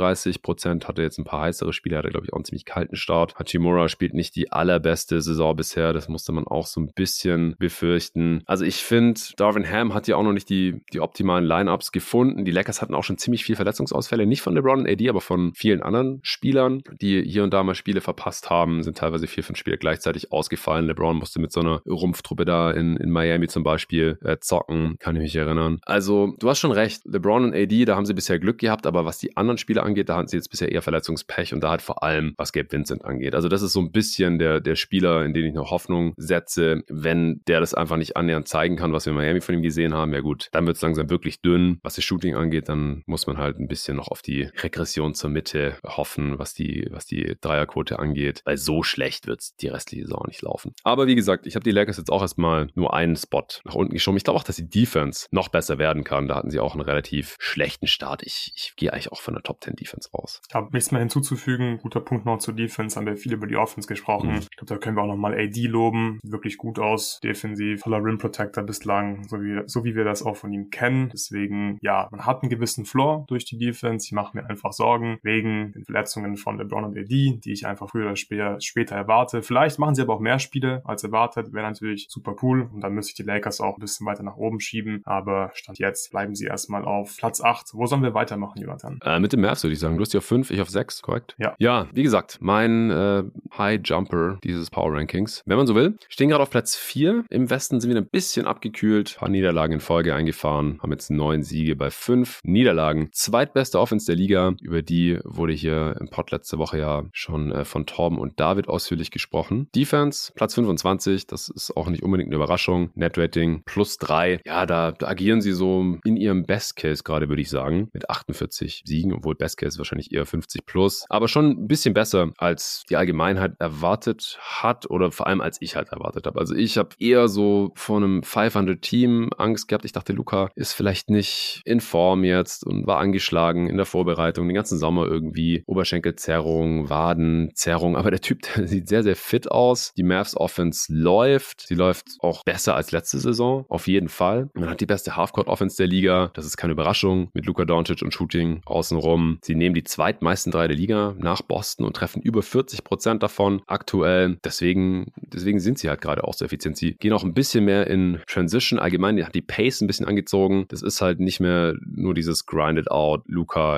34%, hatte jetzt ein paar heißere Spiele, hatte glaube ich auch einen ziemlich kalten Start. Hachimura spielt nicht die allerbeste Saison bisher, das musste man auch so ein bisschen befürchten. Also ich finde, Darvin Ham hat ja auch noch nicht die optimalen Lineups gefunden. Die Lakers hatten auch schon ziemlich viel Verletzungsausfälle, nicht von LeBron und AD, aber von vielen anderen Spielern, die hier und da mal Spiele verpasst haben, sind teilweise 4-5 Spiele gleichzeitig ausgefallen. LeBron musste mit so einer Rumpftruppe da in Miami zum Beispiel zocken, kann ich mich erinnern. Also du hast schon recht, LeBron und AD, da haben sie bisher Glück gehabt, aber was die anderen Spieler angeht, da hatten sie jetzt bisher eher Verletzungspech und da halt vor allem, was Gabe Vincent angeht. Also das ist so ein bisschen der Spieler, in den ich noch Hoffnung setze, wenn der das einfach nicht annähernd zeigen kann, was wir in Miami von ihm gesehen haben, ja gut, dann wird es langsam wirklich dünn. Was das Shooting angeht, dann muss man halt ein bisschen noch auf die Regression zur Mitte hoffen, was die Dreierquote angeht, weil so schlecht wird es die restliche Saison nicht laufen. Aber wie gesagt, ich habe die Lakers jetzt auch erstmal nur einen Spot nach unten geschoben. Ich glaube auch, dass die Defense noch besser werden kann. Da hatten sie auch einen relativ schlechten Start. Ich gehe eigentlich auch von der Top 10 Defense raus. Ich habe nichts mehr hinzuzufügen. Guter Punkt noch zur Defense. Haben wir viel über die Offense gesprochen. Ich glaube, da können wir auch nochmal AD loben. Sieht wirklich gut aus. Defensiv. Toller Rim Protector bislang. So wie wir das auch von ihm kennen. Deswegen, ja, man hat einen gewissen Floor durch die Defense. Ich mache mir einfach Sorgen wegen den Verletzungen von LeBron und AD, die ich einfach früher oder später erwarte. Vielleicht machen sie aber auch mehr Spiele als erwartet. Wäre natürlich super cool. Und dann müsste ich die Lakers auch ein bisschen weiter nach oben schieben. Aber Stand jetzt bleiben sie erstmal auf Platz 8. Wo sollen wir weitermachen, Jonathan? Mit dem Mavs würde ich sagen. Du hast die auf 5, ich auf 6, korrekt? Ja. Ja, wie gesagt, mein High Jumper dieses Power Rankings, wenn man so will, stehen gerade auf Platz 4. Im Westen sind wir ein bisschen abgekühlt. Ein paar Niederlagen in Folge eingefahren. Haben jetzt 9 Siege bei 5 Niederlagen. Zweitbeste Offense der Liga. Über die wurde hier im Pod letzte Woche ja schon von Torben und David ausführlich gesprochen. Defense, Platz 25. Das ist auch nicht unbedingt eine Überraschung. Net Rating plus 3. Ja, da agieren sie so in ihrem Best Case gerade, würde ich sagen. Mit 48 Siegen, obwohl Best Case wahrscheinlich eher 50 plus. Aber schon ein bisschen besser, als die Allgemeinheit erwartet hat oder vor allem als ich halt erwartet habe. Also ich habe eher so von einem 500-Team Angst gehabt. Ich dachte, Luka ist vielleicht nicht in Form jetzt und war angeschlagen in der Vorbereitung, den ganzen Sommer irgendwie. Oberschenkelzerrung, Wadenzerrung. Aber der Typ, der sieht sehr, sehr fit aus. Die Mavs Offense läuft. Sie läuft auch besser als letzte Saison. Auf jeden Fall. Man hat die beste Halfcourt Offense der Liga. Das ist keine Überraschung. Mit Luka Doncic und Shooting außenrum. Sie nehmen die zweitmeisten Dreier der Liga nach Boston und treffen über 40% davon aktuell. Deswegen sind sie halt gerade auch so effizient. Sie gehen auch ein bisschen mehr in Transition. Allgemein hat die Pace ein bisschen angezogen. Das ist halt nicht mehr nur dieses Grinded Out, Luka, Hero Ball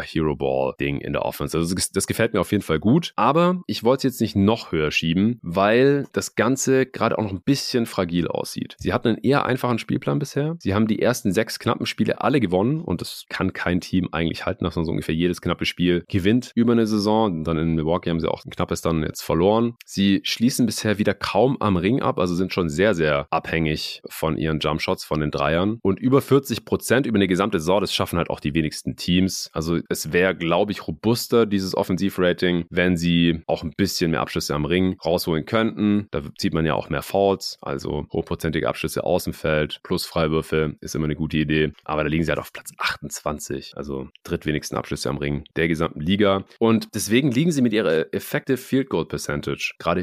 Throwing-the-Ball-Ding in der Offense. Also das gefällt mir auf jeden Fall gut. Aber ich wollte es jetzt nicht noch höher schieben, weil das Ganze gerade auch noch ein bisschen fragil aussieht. Sie hatten einen eher einfachen Spielplan bisher. Sie haben die ersten 6 knappen Spiele alle gewonnen und das kann kein Team eigentlich halten, dass man so ungefähr jedes knappe Spiel gewinnt über eine Saison. Und dann in Milwaukee haben sie auch ein knappes dann jetzt verloren. Sie schließen bisher wieder kaum am Ring ab, also sind schon sehr, sehr abhängig von ihren Jumpshots, von den Dreiern. Und über 40% über eine gesamte Saison, das schaffen halt auch die wenigsten Teams. Also es wäre, glaube ich, robuster, dieses Offensivrating, wenn sie auch ein bisschen mehr Abschlüsse am Ring rausholen könnten. Da zieht man ja auch mehr Fouls, also hochprozentige Abschlüsse aus dem Feld plus Freiwürfe ist immer eine gute Idee. Aber da liegen sie halt auf Platz 28, also drittwenigsten Abschlüsse am Ring der gesamten Liga. Und deswegen liegen sie mit ihrer Effective Field Goal Percentage gerade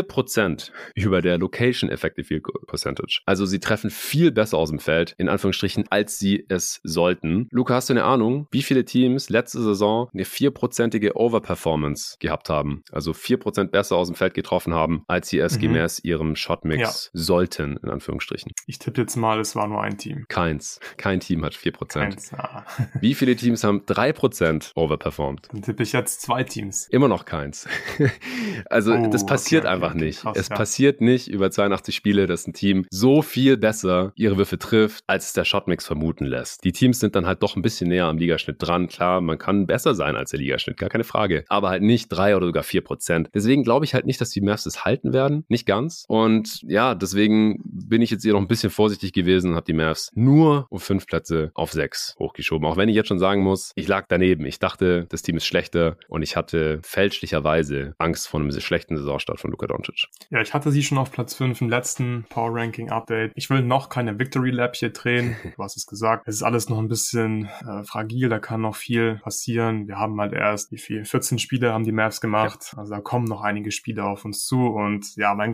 4% über der Location Effective Field Goal Percentage. Also sie treffen viel besser aus dem Feld, in Anführungsstrichen, als sie es sollten. Luca, hast du eine Ahnung, wie viele Teams letzte Saison eine 4%ige Overperformance gehabt haben? Also 4% besser aus dem Feld getroffen haben, als sie es gemäß ihrem Shotmix sollten, in Anführungsstrichen. Ich tippe jetzt mal, es war nur ein Team. Keins. Kein Team hat 4%. Keins, Wie viele Teams haben 3% overperformed? Dann tippe ich jetzt 2 Teams. Immer noch keins. Also das passiert einfach nicht. Krass, es passiert nicht über 82 Spiele, dass ein Team so viel besser ihre Würfe trifft, als es der Shotmix vermuten lässt. Die Teams sind dann halt doch ein bisschen näher am Ligaschnitt dran. Klar, man kann besser sein als der Ligaschnitt, gar keine Frage. Aber halt nicht 3 oder sogar 4%. Deswegen glaube ich halt nicht, dass die Mavs das halten werden. Nicht ganz. Und ja, deswegen bin ich jetzt hier noch ein bisschen vorsichtig gewesen und habe die Mavs nur um 5 Plätze auf 6 hochgeschoben. Auch wenn ich jetzt schon sagen muss, ich lag daneben. Ich dachte, das Team ist schlechter und ich hatte fälschlicherweise Angst vor einem schlechten Saisonstart von Luka Doncic. Ja, ich hatte sie schon auf Platz 5 im letzten Power Ranking Update. Ich will noch keine Victory Lap hier drehen. Du hast es gesagt. Es ist alles noch ein bisschen fragil. Da kann noch viel passieren. Wir haben halt erst, 14 Spiele haben die Mavs gemacht. Ja. Also da kommen noch einige Spiele auf uns zu. Und ja, mein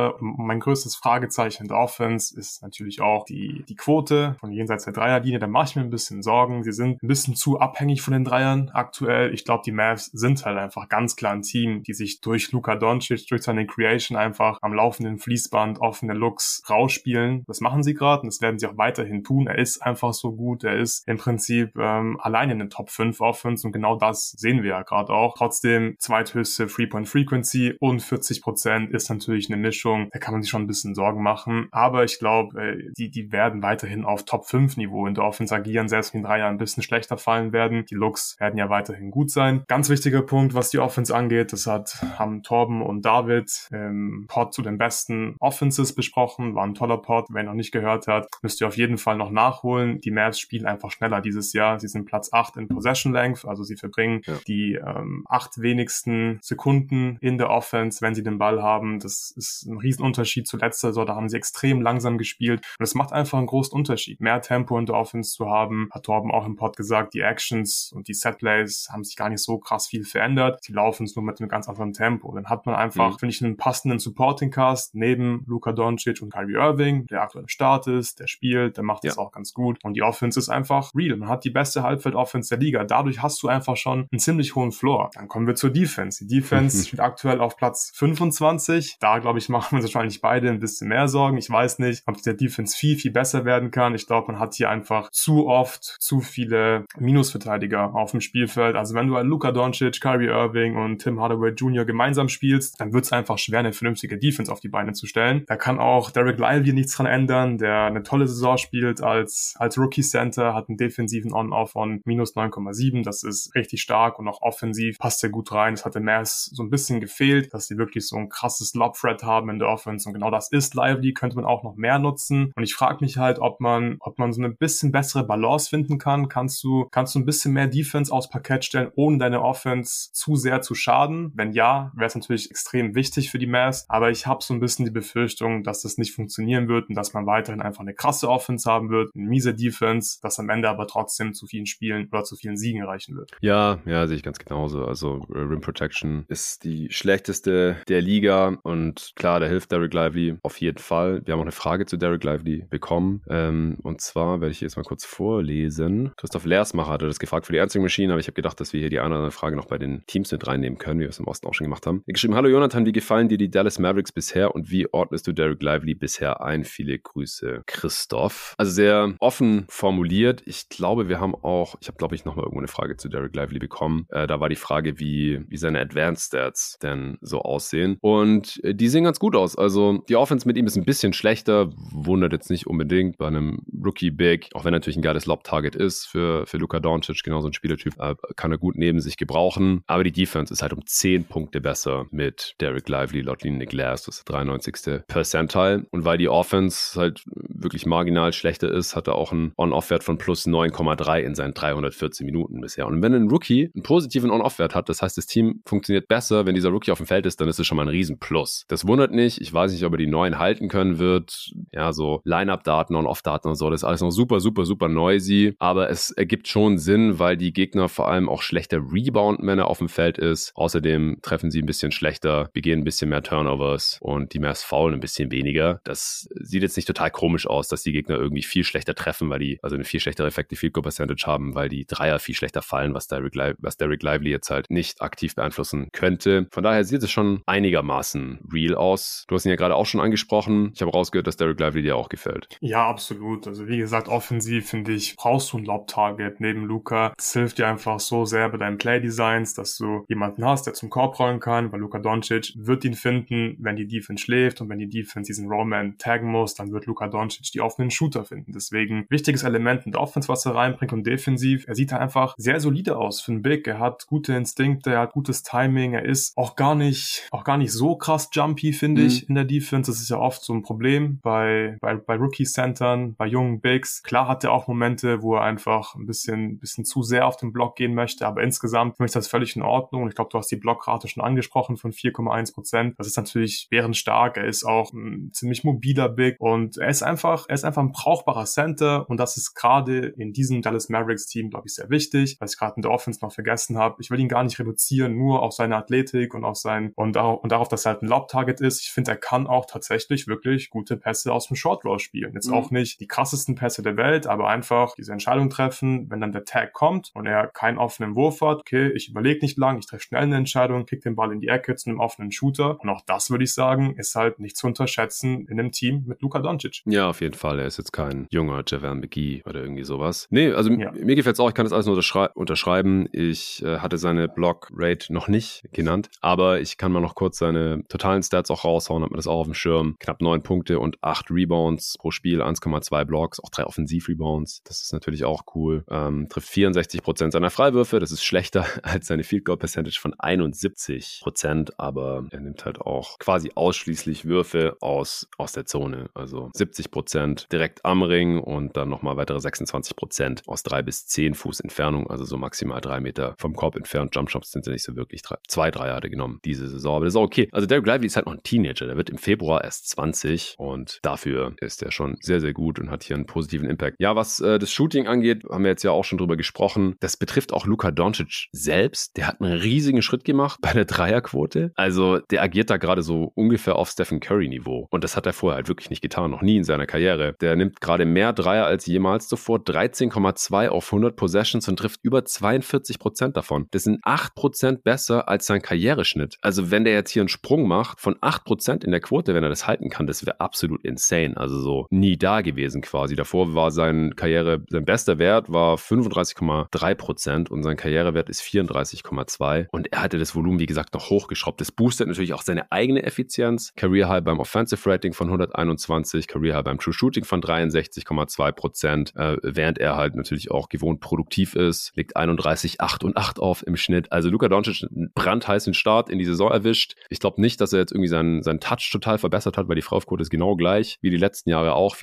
größtes Fragezeichen in der Offense ist natürlich auch die Quote von jenseits der Dreierlinie. Da mache ich mir ein bisschen Sorgen. Sie sind ein bisschen zu abhängig von den Dreiern aktuell. Ich glaube, die Mavs sind halt einfach ganz klar ein Team, die sich durch Luka Doncic, durch seine Creation einfach am laufenden Fließband offene Looks rausspielen. Das machen sie gerade und das werden sie auch weiterhin tun. Er ist einfach so gut. Er ist im Prinzip allein in den Top 5 Offense und genau das sehen wir ja gerade auch. Trotzdem zweithöchste Three-Point-Frequency und 40% ist natürlich eine Mischung. Da kann man sich schon ein bisschen Sorgen machen. Aber ich glaube, die werden weiterhin auf Top 5 Niveau in der Offense agieren, selbst wenn die Dreier ein bisschen schlechter fallen werden. Die Looks werden ja weiterhin gut sein. Ganz wichtiger Punkt, was die Offense angeht, haben Torben und David im Pod zu den besten Offenses besprochen. War ein toller Pod. Wer ihn noch nicht gehört hat, müsst ihr auf jeden Fall noch nachholen. Die Mavs spielen einfach schneller dieses Jahr. Sie sind Platz 8 in Possession Length, also sie verbringen die 8 wenigsten Sekunden in der Offense, wenn sie den Ball haben. Das ist ein Riesenunterschied zu letzter Saison. Da haben sie extrem langsam gespielt und es macht einfach einen großen Unterschied. Mehr Tempo in der Offense zu haben, hat Torben auch im Pod gesagt, die Actions und die Setplays haben sich gar nicht so krass viel verändert. Sie laufen es nur mit einem ganz anderen Tempo. Dann hat man einfach, finde ich, einen passenden Supporting Cast neben Luka Doncic und Kyrie Irving, der aktuell im Start ist, der spielt, der macht das auch ganz gut. Und die Offense ist einfach real. Man hat die beste Halbfeld-Offense der Liga. Dadurch hast du einfach schon einen ziemlich hohen Floor. Dann kommen wir zur Defense. Die Defense steht aktuell auf Platz 25. Da, glaube ich, machen wir uns wahrscheinlich beide ein bisschen mehr Sorgen. Ich weiß nicht, ob der Defense viel, viel besser werden kann. Ich glaube, man hat hier einfach zu oft zu viele Minusverteidiger auf dem Spielfeld. Also wenn du ein Luka Doncic, Kyrie Irving und Tim Hardaway Jr. gemeinsam spielst, dann wird es einfach schwer, eine vernünftige Defense auf die Beine zu stellen. Da kann auch Dereck Lively nichts dran ändern, der eine tolle Saison spielt als Rookie Center, hat einen defensiven On-Off von minus 9,7. Das ist richtig stark und auch offensiv passt er gut rein. Das hat den Mavs so ein bisschen gefehlt, dass sie wirklich so ein krasses Lob-Threat haben in der Offense und genau das ist Lively, könnte man auch noch mehr nutzen. Und ich frage mich halt, ob man so eine bisschen bessere Balance finden kann. Kannst du ein bisschen mehr Defense aufs Parkett stellen, ohne deine Offense zu sehr zu schaden? Wenn ja, wäre es natürlich extrem wichtig für die Mavs, aber ich habe so ein bisschen die Befürchtung, dass das nicht funktionieren wird und dass man weiterhin einfach eine krasse Offense haben wird, eine miese Defense, das am Ende aber trotzdem zu vielen Spielen oder zu vielen Siegen reichen wird. Ja, sehe ich ganz genauso. Also Rim Protection ist die schlechteste der Liga und klar, da hilft Dereck Lively auf jeden Fall. Wir haben auch eine Frage zu Dereck Lively bekommen und zwar werde ich jetzt mal kurz vorlesen. Christoph Leersmacher hatte das gefragt für die Answering Machine, aber ich habe gedacht, dass wir hier die eine oder andere Frage noch bei den Teams mit reinnehmen können, wie wir es im Osten auch schon gemacht haben. Er hat geschrieben, hallo Jonathan, wie gefallen dir die Dallas Mavericks bisher und wie ordnest du Dereck Lively bisher ein? Viele Grüße, Christoph. Also sehr offen formuliert. Ich glaube, wir haben auch, ich habe glaube ich nochmal irgendwo eine Frage Frage zu Dereck Lively bekommen. Da war die Frage, wie seine Advanced Stats denn so aussehen. Und die sehen ganz gut aus. Also die Offense mit ihm ist ein bisschen schlechter, wundert jetzt nicht unbedingt bei einem Rookie-Big, auch wenn natürlich ein geiles Lob-Target ist für Luka Doncic, genau so ein Spielertyp, kann er gut neben sich gebrauchen. Aber die Defense ist halt um 10 Punkte besser mit Dereck Lively laut Linie Glass, das ist der 93. Percentile. Und weil die Offense halt wirklich marginal schlechter ist, hat er auch einen On-Off-Wert von plus 9,3 in seinen 314 Minuten bisher. Und wenn ein Rookie einen positiven On-Off-Wert hat, das heißt, das Team funktioniert besser, wenn dieser Rookie auf dem Feld ist, dann ist es schon mal ein Riesenplus. Das wundert nicht. Ich weiß nicht, ob er die neuen halten können wird. Ja, so Line-Up-Daten, On-Off-Daten und so, das ist alles noch super, super, super noisy. Aber es ergibt schon Sinn, weil die Gegner vor allem auch schlechter rebounden, wenn er auf dem Feld ist. Außerdem treffen sie ein bisschen schlechter, begehen ein bisschen mehr Turnovers und die Mavs foulen ein bisschen weniger. Das sieht jetzt nicht total komisch aus, dass die Gegner irgendwie viel schlechter treffen, weil die also eine viel schlechtere Effective Field Goal Percentage haben, weil die Dreier viel schlechter fallen, was Dereck Lively jetzt halt nicht aktiv beeinflussen könnte. Von daher sieht es schon einigermaßen real aus. Du hast ihn ja gerade auch schon angesprochen. Ich habe rausgehört, dass Dereck Lively dir auch gefällt. Ja, absolut. Also wie gesagt, offensiv finde ich, brauchst du ein Lob-Target neben Luka. Das hilft dir einfach so sehr bei deinen Play-Designs, dass du jemanden hast, der zum Korb rollen kann, weil Luka Doncic wird ihn finden, wenn die Defense schläft, und wenn die Defense diesen Rollman taggen muss, dann wird Luka Doncic die offenen Shooter finden. Deswegen wichtiges Element in der Offense, was er reinbringt, und defensiv. Er sieht da einfach sehr solide aus für einen Big. Er hat gute Instinkte, er hat gutes Timing, er ist auch gar nicht so krass jumpy, finde ich, in der Defense. Das ist ja oft so ein Problem bei Rookie-Centern, bei jungen Bigs. Klar hat er auch Momente, wo er einfach ein bisschen zu sehr auf den Block gehen möchte, aber insgesamt finde ich das völlig in Ordnung. Und ich glaube, du hast die Blockrate schon angesprochen von 4,1%. Das ist natürlich bärenstark. Er ist auch ein ziemlich mobiler Big und er ist einfach ein brauchbarer Center, und das ist gerade in diesem Dallas Mavericks Team, glaube ich, sehr wichtig, was ich gerade in der Offense noch vergessen habe. Ich will ihn gar nicht reduzieren, nur auf seine Athletik und auf darauf, dass er halt ein Lob-Target ist. Ich finde, er kann auch tatsächlich wirklich gute Pässe aus dem Short Roll spielen. Jetzt auch nicht die krassesten Pässe der Welt, aber einfach diese Entscheidung treffen, wenn dann der Tag kommt und er keinen offenen Wurf hat. Okay, ich überlege nicht lang, ich treffe schnell eine Entscheidung, kick den Ball in die Ecke zu einem offenen Shooter. Und auch das, würde ich sagen, ist halt nicht zu unterschätzen in einem Team mit Luka Doncic. Ja, auf jeden Fall. Er ist jetzt kein junger JaVale McGee oder irgendwie sowas. Nee, also mir gefällt es auch. Ich kann das alles nur unterschreiben. Ich hatte seine Block-Rate noch nicht genannt, aber ich kann mal noch kurz seine totalen Stats auch raushauen, hat man das auch auf dem Schirm. Knapp 9 Punkte und 8 Rebounds pro Spiel, 1,2 Blocks, auch 3 Offensiv-Rebounds. Das ist natürlich auch cool. Trifft 64% seiner Freiwürfe. Das ist schlechter als seine Field Goal Percentage von 71%, aber er nimmt halt auch quasi ausschließlich Würfe aus der Zone. Also 70% direkt am Ring und dann nochmal weitere 26% aus 3 bis 10 Fuß Entfernung, also so maximal 3 Meter vom Korb entfernt. Jumpshots sind ja nicht so wirklich. 2 Dreier hat er genommen diese Saison, aber das ist auch okay. Also Dereck Lively ist halt noch ein Teenager, der wird im Februar erst 20 und dafür ist er schon sehr, sehr gut und hat hier einen positiven Impact. Ja, was das Shooting angeht, haben wir jetzt ja auch schon drüber gesprochen. Das betrifft auch Luka Doncic selbst. Der hat einen riesigen Schritt gemacht bei der Dreierquote. Also der agiert da gerade so ungefähr auf Stephen Curry-Niveau. Und das hat er vorher halt wirklich nicht getan, noch nie in seiner Karriere. Der nimmt gerade mehr Dreier als jemals zuvor. 13,2 auf 100 Possessions und trifft über 42% davon. Das sind 8% besser als sein Karriereschnitt. Also wenn der jetzt hier einen Sprung macht von 8% in der Quote, wenn er das halten kann, das wäre absolut insane. Also so nie da gewesen quasi. Davor war sein bester Wert war 35,3% und sein Karrierewert ist 34,2. Und er hatte das Volumen, wie gesagt, noch hochgeschraubt. Das boostet natürlich auch seine eigene Effizienz. Career High beim Offensive Rating von 121, Career High beim True Shooting von 63,2%, während er halt natürlich auch gewohnt produktiv ist, legt 31, 8 und 8 auf im Schnitt. Also Luka Doncic einen brandheißen Start in die Saison erwischt. Ich glaube nicht, dass er jetzt irgendwie seinen Touch total verbessert hat, weil die Freiwurfquote ist genau gleich wie die letzten Jahre auch,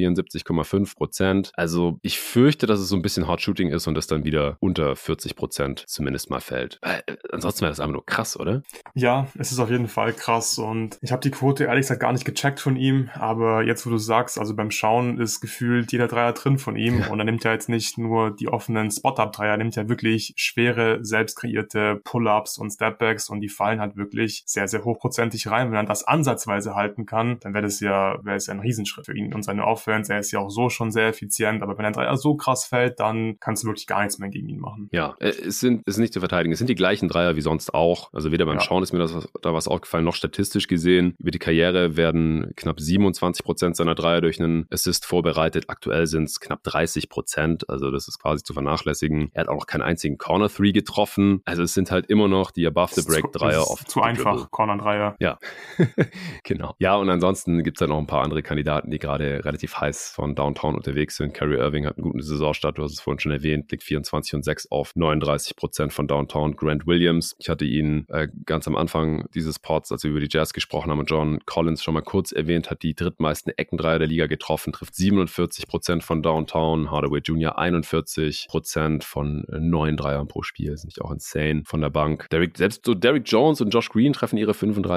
74,5%. Also ich fürchte, dass es so ein bisschen Hard Shooting ist und das dann wieder unter 40% zumindest mal fällt. Ansonsten wäre das einfach nur krass, oder? Ja, es ist auf jeden Fall krass und ich habe die Quote ehrlich gesagt gar nicht gecheckt von ihm, aber jetzt, wo du sagst, also beim Schauen ist gefühlt jeder Dreier drin von ihm und er nimmt ja jetzt nicht nur die offenen Spot-Up-Dreier, er nimmt ja wirklich schwere, selbst kreierte Pull-Ups und Stepbacks und die fallen halt wirklich sehr, sehr hochprozentig rein. Wenn er das ansatzweise halten kann, dann wäre es ja ein Riesenschritt für ihn und seine Offense. Er ist ja auch so schon sehr effizient, aber wenn ein Dreier so krass fällt, dann kannst du wirklich gar nichts mehr gegen ihn machen. Ja, es ist nicht zu verteidigen. Es sind die gleichen Dreier wie sonst auch. Also weder beim Schauen ist mir da was aufgefallen, noch statistisch gesehen. Über die Karriere werden knapp 27% seiner Dreier durch einen Assist vorbereitet. Aktuell sind es knapp 30%. Also das ist quasi zu vernachlässigen. Er hat auch noch keinen einzigen Corner-3 getroffen. Also es sind halt immer noch die Above-the-Break-Dreier oft. Zu einfach, Corner-Dreier. Ja, genau. Ja, und ansonsten gibt es halt noch ein paar andere Kandidaten, die gerade relativ heiß von Downtown unterwegs sind. Kyrie Irving hat einen guten Saisonstart, du hast es vorhin schon erwähnt, liegt 24,6 auf 39% von Downtown. Grant Williams, ich hatte ihn ganz am Anfang dieses Pods, als wir über die Jazz gesprochen haben und John Collins schon mal kurz erwähnt, hat die drittmeisten Eckendreier der Liga getroffen, trifft 47% von Downtown. Hardaway Jr. 41% von 9 Dreiern pro Spiel, sind auch insane von der Bank. Selbst so Derrick Jones und Josh Green treffen ihre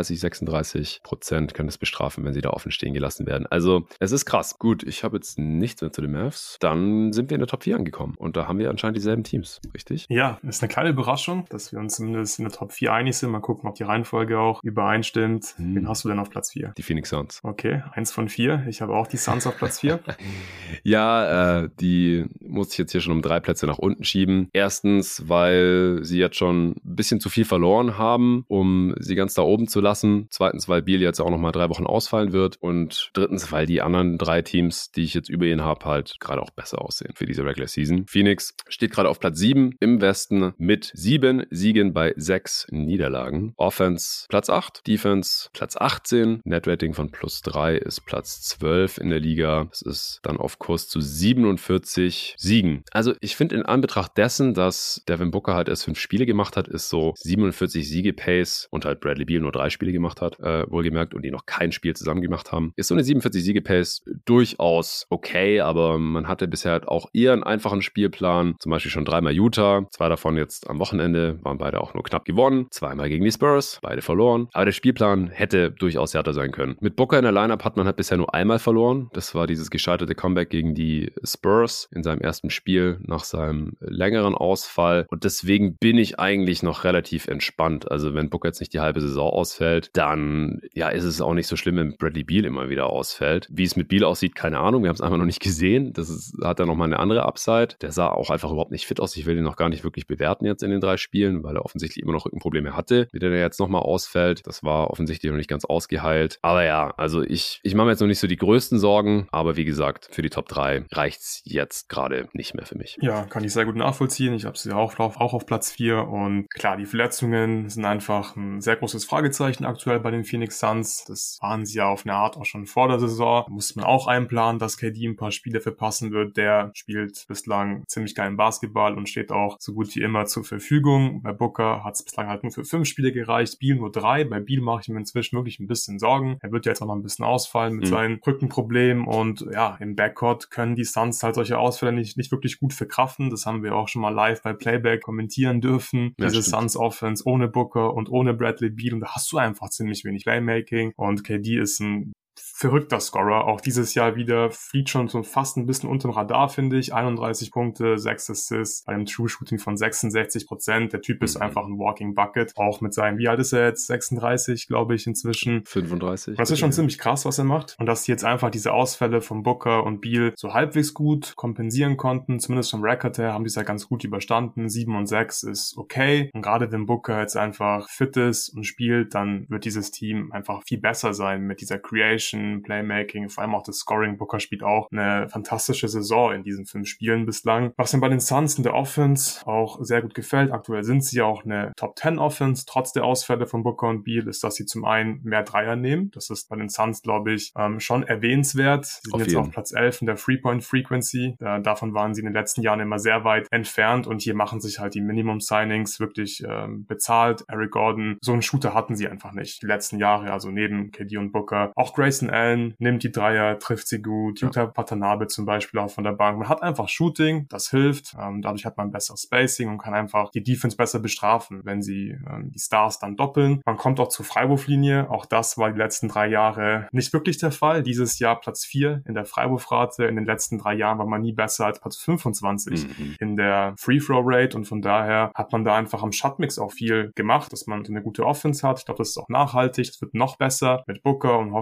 35-36%, können es bestrafen, wenn sie da offen stehen gelassen werden. Also es ist krass. Gut, ich habe jetzt nichts mehr zu den Mavs. Dann sind wir in der Top 4 angekommen und da haben wir anscheinend dieselben Teams, richtig? Ja, ist eine kleine Überraschung, dass wir uns zumindest in der Top 4 einig sind. Mal gucken, ob die Reihenfolge auch übereinstimmt. Wen hast du denn auf Platz 4? Die Phoenix Suns. Okay, 1 von 4. Ich habe auch die Suns auf Platz 4. Ja, die muss ich jetzt hier schon um 3 Plätze nach unten schieben. Erstens, weil sie jetzt schon ein bisschen zu viel verloren haben, um sie ganz da oben zu lassen. Zweitens, weil Beal jetzt auch nochmal 3 Wochen ausfallen wird. Und drittens, weil die anderen 3 Teams, die ich jetzt über ihn habe, halt gerade auch besser aussehen für diese Regular Season. Phoenix steht gerade auf Platz 7 im Westen mit 7 Siegen bei 6 Niederlagen. Offense Platz 8, Defense Platz 18, Netrating von +3 ist Platz 12 in der Liga. Es ist dann auf Kurs zu 47 Siegen. Also ich finde in Anbetracht dessen, dass Devin Booker halt erst 5 Spiele gemacht hat, ist so 47 Siege-Pace und halt Bradley Beal nur 3 Spiele gemacht hat, wohlgemerkt, und die noch kein Spiel zusammen gemacht haben, ist so eine 47 Siege-Pace durchaus okay, aber man hatte bisher halt auch eher einen einfachen Spielplan, zum Beispiel schon 3-mal Utah, 2 davon jetzt am Wochenende, waren beide auch nur knapp gewonnen, 2-mal gegen die Spurs, beide verloren, aber der Spielplan hätte durchaus härter sein können. Mit Booker in der Lineup hat man halt bisher nur einmal verloren, das war dieses gescheiterte Comeback gegen die Spurs in seinem ersten Spiel nach seinem längeren Ausfall, und deswegen bin ich eigentlich noch relativ entspannt. Also wenn Booker jetzt nicht die halbe Saison ausfällt, dann ja, ist es auch nicht so schlimm, wenn Bradley Beal immer wieder ausfällt. Wie es mit Beal aussieht, keine Ahnung, wir haben es einfach noch nicht gesehen. Hat er nochmal eine andere Upside. Der sah auch einfach überhaupt nicht fit aus. Ich will ihn noch gar nicht wirklich bewerten jetzt in den 3 Spielen, weil er offensichtlich immer noch Rückenprobleme hatte. Wie der jetzt nochmal ausfällt, das war offensichtlich noch nicht ganz ausgeheilt. Aber ja, also ich mache mir jetzt noch nicht so die größten Sorgen, aber wie gesagt, für die Top 3 reicht's jetzt gerade nicht mehr für mich. Ja, kann ich sehr gut nachvollziehen. Ich habe sie auch auf Platz 4, und klar, die Verletzungen sind einfach ein sehr großes Fragezeichen aktuell bei den Phoenix Suns. Das waren sie ja auf eine Art auch schon vor der Saison. Da muss man auch einplanen, dass KD ein paar Spiele verpassen wird. Der spielt bislang ziemlich geilen Basketball und steht auch so gut wie immer zur Verfügung. Bei Booker hat es bislang halt nur für 5 Spiele gereicht, Beal nur 3. Bei Beal mache ich mir inzwischen wirklich ein bisschen Sorgen. Er wird ja jetzt auch noch ein bisschen ausfallen mit seinen Rückenproblemen, und ja, im Backcourt können die Suns halt solche Ausfälle nicht wirklich gut verkraften. Das haben wir auch schon mal live bei Playback kommentieren dürfen. Ja, diese Suns Offense ohne Booker und ohne Bradley Beal, und da hast du einfach ziemlich wenig Playmaking, und KD ist ein verrückter Scorer. Auch dieses Jahr wieder fliegt schon so fast ein bisschen unterm Radar, finde ich. 31 Punkte, 6 Assists, bei einem True Shooting von 66%. Der Typ ist einfach ein Walking Bucket. Auch mit seinem, wie alt ist er jetzt? 36, glaube ich, inzwischen. 35. Das ist schon ziemlich krass, was er macht. Und dass die jetzt einfach diese Ausfälle von Booker und Beal so halbwegs gut kompensieren konnten, zumindest vom Record her, haben die es ja ganz gut überstanden. 7 und 6 ist okay. Und gerade wenn Booker jetzt einfach fit ist und spielt, dann wird dieses Team einfach viel besser sein mit dieser Creation, Playmaking, vor allem auch das Scoring. Booker spielt auch eine fantastische Saison in diesen 5 Spielen bislang. Was mir bei den Suns in der Offense auch sehr gut gefällt, aktuell sind sie auch eine Top 10 Offense, trotz der Ausfälle von Booker und Beal, ist, dass sie zum einen mehr Dreier nehmen. Das ist bei den Suns, glaube ich, schon erwähnenswert. Sie sind jetzt auf Platz 11 in der Three-Point-Frequency. Davon waren sie in den letzten Jahren immer sehr weit entfernt, und hier machen sich halt die Minimum-Signings wirklich bezahlt. Eric Gordon, so einen Shooter hatten sie einfach nicht die letzten Jahre, also neben KD und Booker. Auch Grayson Allen nimmt die Dreier, trifft sie gut. Yuta Watanabe zum Beispiel auch von der Bank. Man hat einfach Shooting, das hilft. Dadurch hat man besseres Spacing und kann einfach die Defense besser bestrafen, wenn sie die Stars dann doppeln. Man kommt auch zur Freiwurflinie. Auch das war die letzten 3 Jahre nicht wirklich der Fall. Dieses Jahr Platz 4 in der Freiwurfrate. In den letzten 3 Jahren war man nie besser als Platz 25 in der Free-Throw-Rate, und von daher hat man da einfach am Shotmix auch viel gemacht, dass man so eine gute Offense hat. Ich glaube, das ist auch nachhaltig. Das wird noch besser mit Booker und hoffentlich dann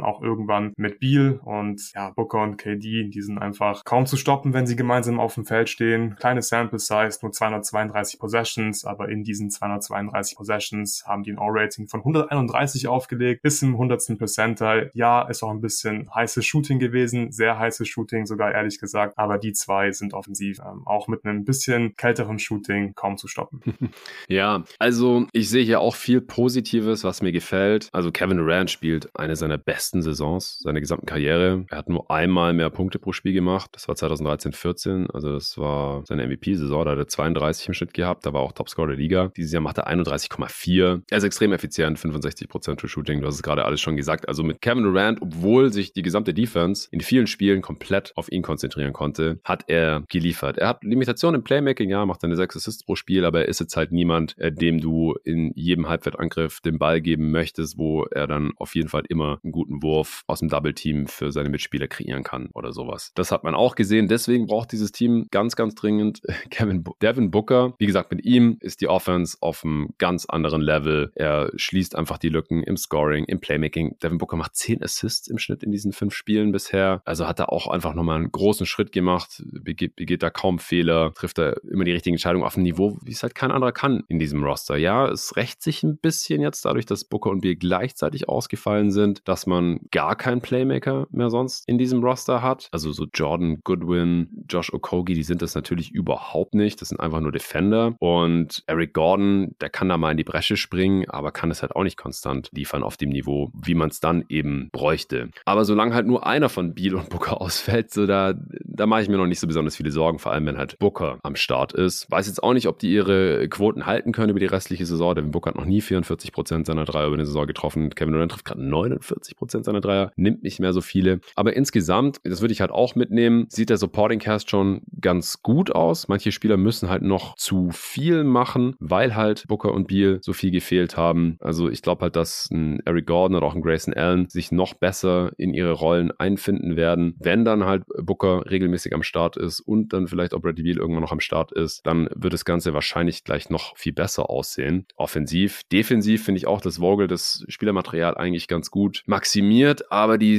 auch irgendwann mit Beal und ja, Booker und KD, die sind einfach kaum zu stoppen, wenn sie gemeinsam auf dem Feld stehen. Kleine Sample Size, nur 232 Possessions, aber in diesen 232 Possessions haben die ein All-Rating von 131 aufgelegt, bis im 100. Percentile. Ja, ist auch ein bisschen heißes Shooting gewesen, sehr heißes Shooting sogar, ehrlich gesagt, aber die zwei sind offensiv auch mit einem bisschen kälteren Shooting kaum zu stoppen. Ja, also ich sehe hier auch viel Positives, was mir gefällt. Also Kevin Durant spielt eine seiner besten Saisons seiner gesamten Karriere. Er hat nur einmal mehr Punkte pro Spiel gemacht. Das war 2013-14, also das war seine MVP-Saison. Da hat er 32 im Schnitt gehabt, da war auch Topscorer der Liga. Dieses Jahr macht er 31,4. Er ist extrem effizient, 65% True Shooting, du hast es gerade alles schon gesagt. Also mit Kevin Durant, obwohl sich die gesamte Defense in vielen Spielen komplett auf ihn konzentrieren konnte, hat er geliefert. Er hat Limitationen im Playmaking, ja, macht seine 6 Assists pro Spiel, aber er ist jetzt halt niemand, dem du in jedem Halbfeldangriff den Ball geben möchtest, wo er dann auf jeden Fall immer einen guten Wurf aus dem Double-Team für seine Mitspieler kreieren kann oder sowas. Das hat man auch gesehen, deswegen braucht dieses Team ganz, ganz dringend Devin Booker. Wie gesagt, mit ihm ist die Offense auf einem ganz anderen Level. Er schließt einfach die Lücken im Scoring, im Playmaking. Devin Booker macht 10 Assists im Schnitt in diesen 5 Spielen bisher. Also hat er auch einfach nochmal einen großen Schritt gemacht, begeht da kaum Fehler, trifft da immer die richtigen Entscheidungen auf einem Niveau, wie es halt kein anderer kann in diesem Roster. Ja, es rächt sich ein bisschen jetzt dadurch, dass Booker und Beal gleichzeitig ausgefallen sind, dass man gar keinen Playmaker mehr sonst in diesem Roster hat. Also so Jordan Goodwin, Josh Okogie, die sind das natürlich überhaupt nicht. Das sind einfach nur Defender. Und Eric Gordon, der kann da mal in die Bresche springen, aber kann es halt auch nicht konstant liefern auf dem Niveau, wie man es dann eben bräuchte. Aber solange halt nur einer von Beal und Booker ausfällt, so da mache ich mir noch nicht so besonders viele Sorgen, vor allem wenn halt Booker am Start ist. Weiß jetzt auch nicht, ob die ihre Quoten halten können über die restliche Saison. Devin Booker hat noch nie 44% seiner Dreier über eine Saison getroffen. Kevin Durant trifft gerade 49% seiner Dreier, nimmt nicht mehr so viele. Aber insgesamt, das würde ich halt auch mitnehmen, sieht der Supporting Cast schon ganz gut aus. Manche Spieler müssen halt noch zu viel machen, weil halt Booker und Beal so viel gefehlt haben. Also ich glaube halt, dass ein Eric Gordon oder auch ein Grayson Allen sich noch besser in ihre Rollen einfinden werden. Wenn dann halt Booker regelmäßig am Start ist und dann vielleicht auch Bradley Beal irgendwann noch am Start ist, dann wird das Ganze wahrscheinlich gleich noch viel besser aussehen. Offensiv, defensiv finde ich auch, dass Vogel das Spielermaterial eigentlich ganz gut maximiert, aber die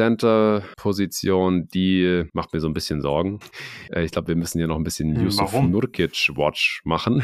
Center-Position, die macht mir so ein bisschen Sorgen. Ich glaube, wir müssen hier noch ein bisschen Yusuf Nurkic-Watch machen.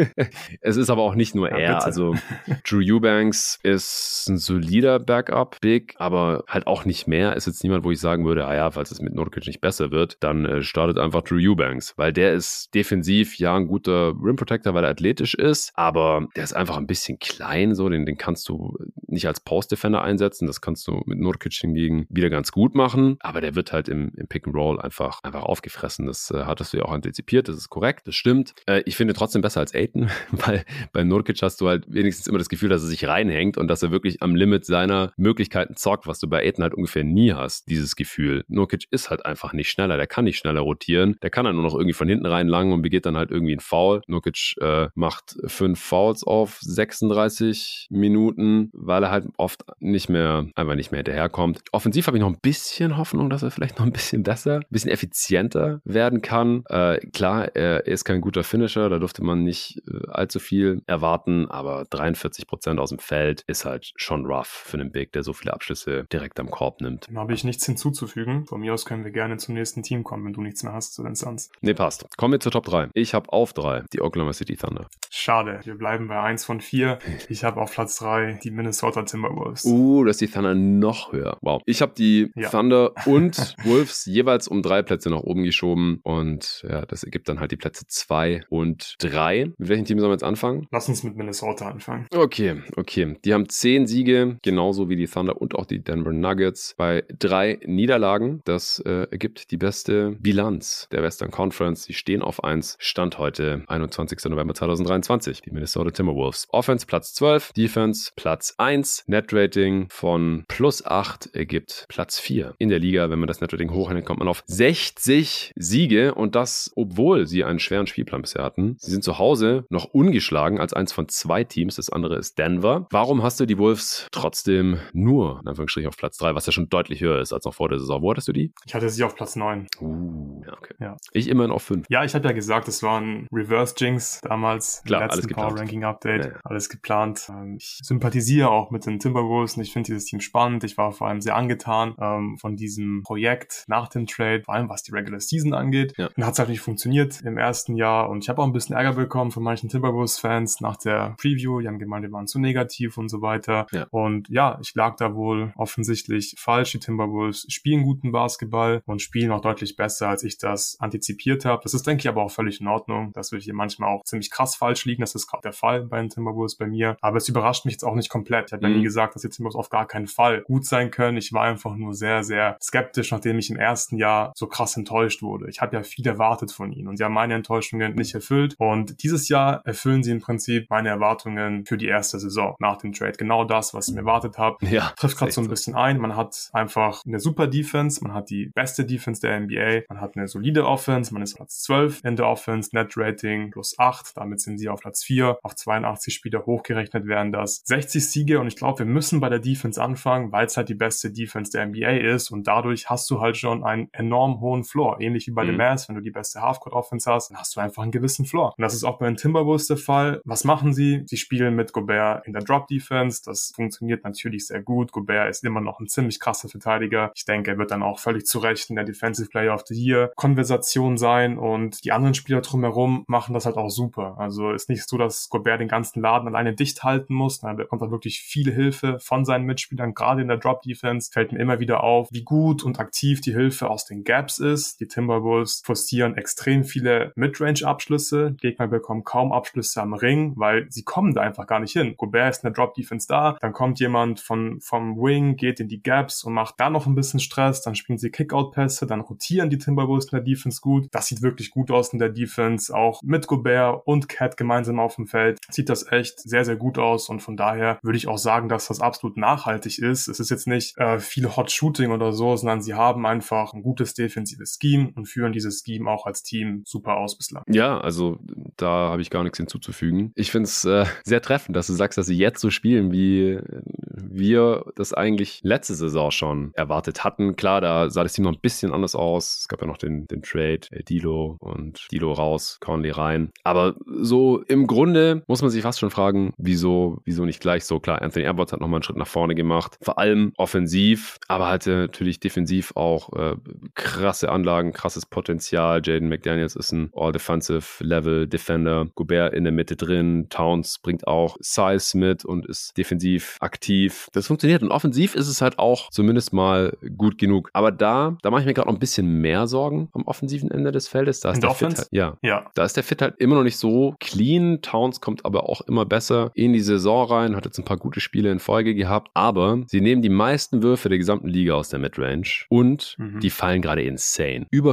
Es ist aber auch nicht nur er, bitte. Also Drew Eubanks ist ein solider Backup-Big, aber halt auch nicht mehr. Ist jetzt niemand, wo ich sagen würde, falls es mit Nurkic nicht besser wird, dann startet einfach Drew Eubanks, weil der ist defensiv, ja, ein guter Rim-Protector, weil er athletisch ist, aber der ist einfach ein bisschen klein, so, den kannst du nicht als Post-Defender einsetzen, das kannst du mit Nurkic hingegen wieder ganz gut machen, aber der wird halt im Pick-and-Roll einfach aufgefressen. Das hattest du ja auch antizipiert, das ist korrekt, das stimmt. Ich finde trotzdem besser als Ayton, weil bei Nurkic hast du halt wenigstens immer das Gefühl, dass er sich reinhängt und dass er wirklich am Limit seiner Möglichkeiten zockt, was du bei Ayton halt ungefähr nie hast, dieses Gefühl. Nurkic ist halt einfach nicht schneller, der kann nicht schneller rotieren, der kann dann nur noch irgendwie von hinten reinlangen und begeht dann halt irgendwie einen Foul. Nurkic macht 5 Fouls auf 36 Minuten, weil er halt oft einfach nicht mehr hinterherkommt. Offensiv habe ich noch ein bisschen Hoffnung, dass er vielleicht noch ein bisschen besser, ein bisschen effizienter werden kann. Klar, er ist kein guter Finisher, da dürfte man nicht allzu viel erwarten, aber 43% aus dem Feld ist halt schon rough für einen Big, der so viele Abschlüsse direkt am Korb nimmt. Dann habe ich nichts hinzuzufügen. Von mir aus können wir gerne zum nächsten Team kommen, wenn du nichts mehr hast zu den Suns. Nee, passt. Kommen wir zur Top 3. Ich habe auf 3 die Oklahoma City Thunder. Schade, wir bleiben bei 1 von 4. Ich habe auf Platz 3 die Minnesota Timberwolves. Du hast die Thunder noch höher. Wow. Ich habe die Thunder und Wolves jeweils um 3 Plätze nach oben geschoben und ja, das ergibt dann halt die Plätze 2 und 3. Mit welchem Team sollen wir jetzt anfangen? Lass uns mit Minnesota anfangen. Okay. Die haben 10 Siege, genauso wie die Thunder und auch die Denver Nuggets bei 3 Niederlagen. Das ergibt die beste Bilanz der Western Conference. Sie stehen auf 1, Stand heute 21. November 2023, die Minnesota Timberwolves. Offense Platz 12, Defense Platz 1, Netrating von plus 8 ergibt Platz 4 in der Liga. Wenn man das Netrating hochrechnet, kommt man auf 60 Siege und das, obwohl sie einen schweren Spielplan bisher hatten. Sie sind zu Hause noch ungeschlagen als eins von 2 Teams, das andere ist Denver. Warum hast du die Wolves trotzdem nur, in Anführungsstrichen, auf Platz 3, was ja schon deutlich höher ist als noch vor der Saison? Wo hattest du die? Ich hatte sie auf Platz 9. Ja, okay. Ja. Ich immerhin auf 5. Ja, ich habe ja gesagt, es war ein Reverse-Jinx damals. Klar, im letzten alles geplant. Power-Ranking-Update. Ja. Alles geplant. Ich sympathisiere auch mit den Timberwolves und ich finde dieses Team spannend. gespannt. Ich war vor allem sehr angetan von diesem Projekt nach dem Trade, vor allem was die Regular Season angeht. Ja. Dann hat es halt nicht funktioniert im ersten Jahr und ich habe auch ein bisschen Ärger bekommen von manchen Timberwolves-Fans nach der Preview. Die haben gemeint, die waren zu negativ und so weiter. Ja. Und ja, ich lag da wohl offensichtlich falsch. Die Timberwolves spielen guten Basketball und spielen auch deutlich besser, als ich das antizipiert habe. Das ist, denke ich, aber auch völlig in Ordnung, dass wir hier manchmal auch ziemlich krass falsch liegen. Das ist gerade der Fall bei den Timberwolves bei mir. Aber es überrascht mich jetzt auch nicht komplett. Ich habe ja nie gesagt, dass die Timberwolves auf gar keinen Fall gut sein können. Ich war einfach nur sehr, sehr skeptisch, nachdem ich im ersten Jahr so krass enttäuscht wurde. Ich habe ja viel erwartet von ihnen und sie haben meine Enttäuschungen nicht erfüllt. Und dieses Jahr erfüllen sie im Prinzip meine Erwartungen für die erste Saison nach dem Trade. Genau das, was ich mir erwartet habe. Ja, Trifft gerade so ein bisschen ein. Man hat einfach eine super Defense. Man hat die beste Defense der NBA. Man hat eine solide Offense. Man ist Platz 12 in der Offense. Net Rating +8. Damit sind sie auf Platz 4. Auf 82 Spieler hochgerechnet wären das 60 Siege. Und ich glaube, wir müssen bei der Defense anfangen, weil es halt die beste Defense der NBA ist. Und dadurch hast du halt schon einen enorm hohen Floor. Ähnlich wie bei den Mavs. Wenn du die beste Halfcourt-Offense hast, dann hast du einfach einen gewissen Floor. Und das ist auch bei den Timberwolves der Fall. Was machen sie? Sie spielen mit Gobert in der Drop-Defense. Das funktioniert natürlich sehr gut. Gobert ist immer noch ein ziemlich krasser Verteidiger. Ich denke, er wird dann auch völlig zu Recht in der Defensive Player of the Year Konversation sein und die anderen Spieler drumherum machen das halt auch super. Also ist nicht so, dass Gobert den ganzen Laden alleine dicht halten muss. Da bekommt er wirklich viel Hilfe von seinen Mitspielern. Gerade in der Drop-Defense fällt mir immer wieder auf, wie gut und aktiv die Hilfe aus den Gaps ist. Die Timberwolves forcieren extrem viele Midrange-Abschlüsse. Gegner bekommen kaum Abschlüsse am Ring, weil sie kommen da einfach gar nicht hin. Gobert ist in der Drop-Defense da, dann kommt jemand vom Wing, geht in die Gaps und macht da noch ein bisschen Stress, dann spielen sie Kick-Out-Pässe, dann rotieren die Timberwolves in der Defense gut. Das sieht wirklich gut aus in der Defense, auch mit Gobert und Cat gemeinsam auf dem Feld. Sieht das echt sehr, sehr gut aus und von daher würde ich auch sagen, dass das absolut nachhaltig ist. Es ist jetzt nicht viel Hot Shooting oder so, sondern sie haben einfach ein gutes defensives Scheme und führen dieses Scheme auch als Team super aus bislang. Ja, also da habe ich gar nichts hinzuzufügen. Ich finde es sehr treffend, dass du sagst, dass sie jetzt so spielen, wie wir das eigentlich letzte Saison schon erwartet hatten. Klar, da sah das Team noch ein bisschen anders aus. Es gab ja noch den Trade, D'Lo und D'Lo raus, Conley rein. Aber so im Grunde muss man sich fast schon fragen, wieso nicht gleich so. Klar, Anthony Edwards hat nochmal einen Schritt nach vorne gemacht. Vor allem offensiv, aber hatte natürlich defensiv auch krasse Anlagen, krasses Potenzial. Jaden McDaniels ist ein All-Defensive-Level-Defender. Gobert in der Mitte drin. Towns bringt auch Size mit und ist defensiv aktiv. Das funktioniert. Und offensiv ist es halt auch zumindest mal gut genug. Aber da mache ich mir gerade noch ein bisschen mehr Sorgen am offensiven Ende des Feldes. Da ist der Fit halt, ja. Da ist der Fit halt immer noch nicht so clean. Towns kommt aber auch immer besser in die Saison rein, hat jetzt ein paar gute Spiele in Folge gehabt. Aber sie nehmen die meisten Würfe der gesamten Liga aus der Midrange und die fallen gerade insane. Über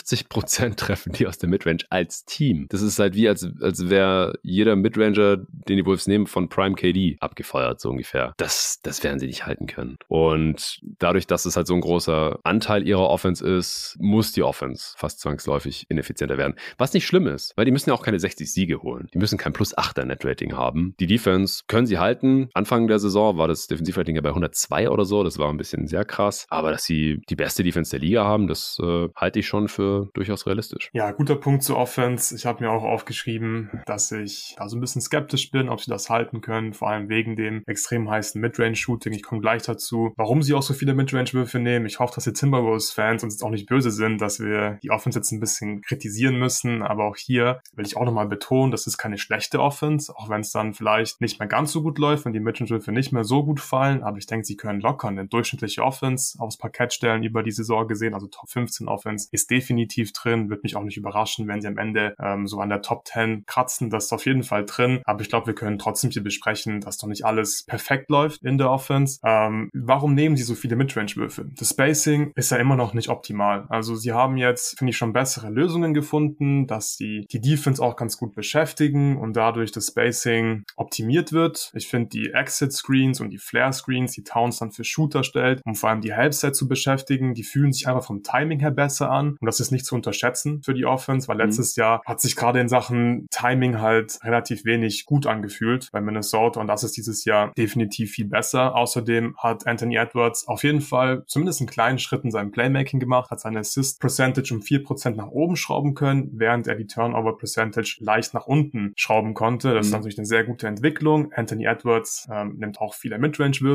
50% treffen die aus der Midrange als Team. Das ist halt wie, als wäre jeder Midranger, den die Wolves nehmen, von Prime KD abgefeuert, so ungefähr. Das werden sie nicht halten können. Und dadurch, dass es halt so ein großer Anteil ihrer Offense ist, muss die Offense fast zwangsläufig ineffizienter werden. Was nicht schlimm ist, weil die müssen ja auch keine 60 Siege holen. Die müssen kein +8er Net-Rating haben. Die Defense können sie halten. Anfang der Saison war das Defensivrating ja bei 102 oder so. Das war ein bisschen sehr krass. Aber dass sie die beste Defense der Liga haben, das halte ich schon für durchaus realistisch. Ja, guter Punkt zur Offense. Ich habe mir auch aufgeschrieben, dass ich da so ein bisschen skeptisch bin, ob sie das halten können, vor allem wegen dem extrem heißen Midrange-Shooting. Ich komme gleich dazu, warum sie auch so viele Midrange-Würfe nehmen. Ich hoffe, dass die Timberwolves-Fans uns jetzt auch nicht böse sind, dass wir die Offense jetzt ein bisschen kritisieren müssen, aber auch hier will ich auch nochmal betonen, das ist keine schlechte Offense, auch wenn es dann vielleicht nicht mehr ganz so gut läuft, wenn die Midrange-Würfe nicht mehr so gut fallen, aber ich denke, sie können locker eine durchschnittliche Offense aufs Parkett stellen über die Saison gesehen, also Top 15 Offense ist definitiv drin, wird mich auch nicht überraschen, wenn sie am Ende so an der Top 10 kratzen, das ist auf jeden Fall drin, aber ich glaube, wir können trotzdem hier besprechen, dass doch nicht alles perfekt läuft in der Offense. Warum nehmen sie so viele Midrange-Würfe? Das Spacing ist ja immer noch nicht optimal, also sie haben jetzt, finde ich, schon bessere Lösungen gefunden, dass sie die Defense auch ganz gut beschäftigen und dadurch das Spacing optimiert wird. Ich finde die Exit-Screens und die Flare-Screens, die Towns dann für Shooter stellt, um vor allem die Help-Set zu beschäftigen, die fühlen sich einfach vom Timing her besser an und das ist nicht zu unterschätzen für die Offense, weil letztes Jahr hat sich gerade in Sachen Timing halt relativ wenig gut angefühlt bei Minnesota und das ist dieses Jahr definitiv viel besser. Außerdem hat Anthony Edwards auf jeden Fall zumindest einen kleinen Schritt in seinem Playmaking gemacht, hat seine Assist-Percentage um 4% nach oben schrauben können, während er die Turnover-Percentage leicht nach unten schrauben konnte. Das ist natürlich eine sehr gute Entwicklung. Anthony Edwards nimmt auch viele Midrange-Würfe, weil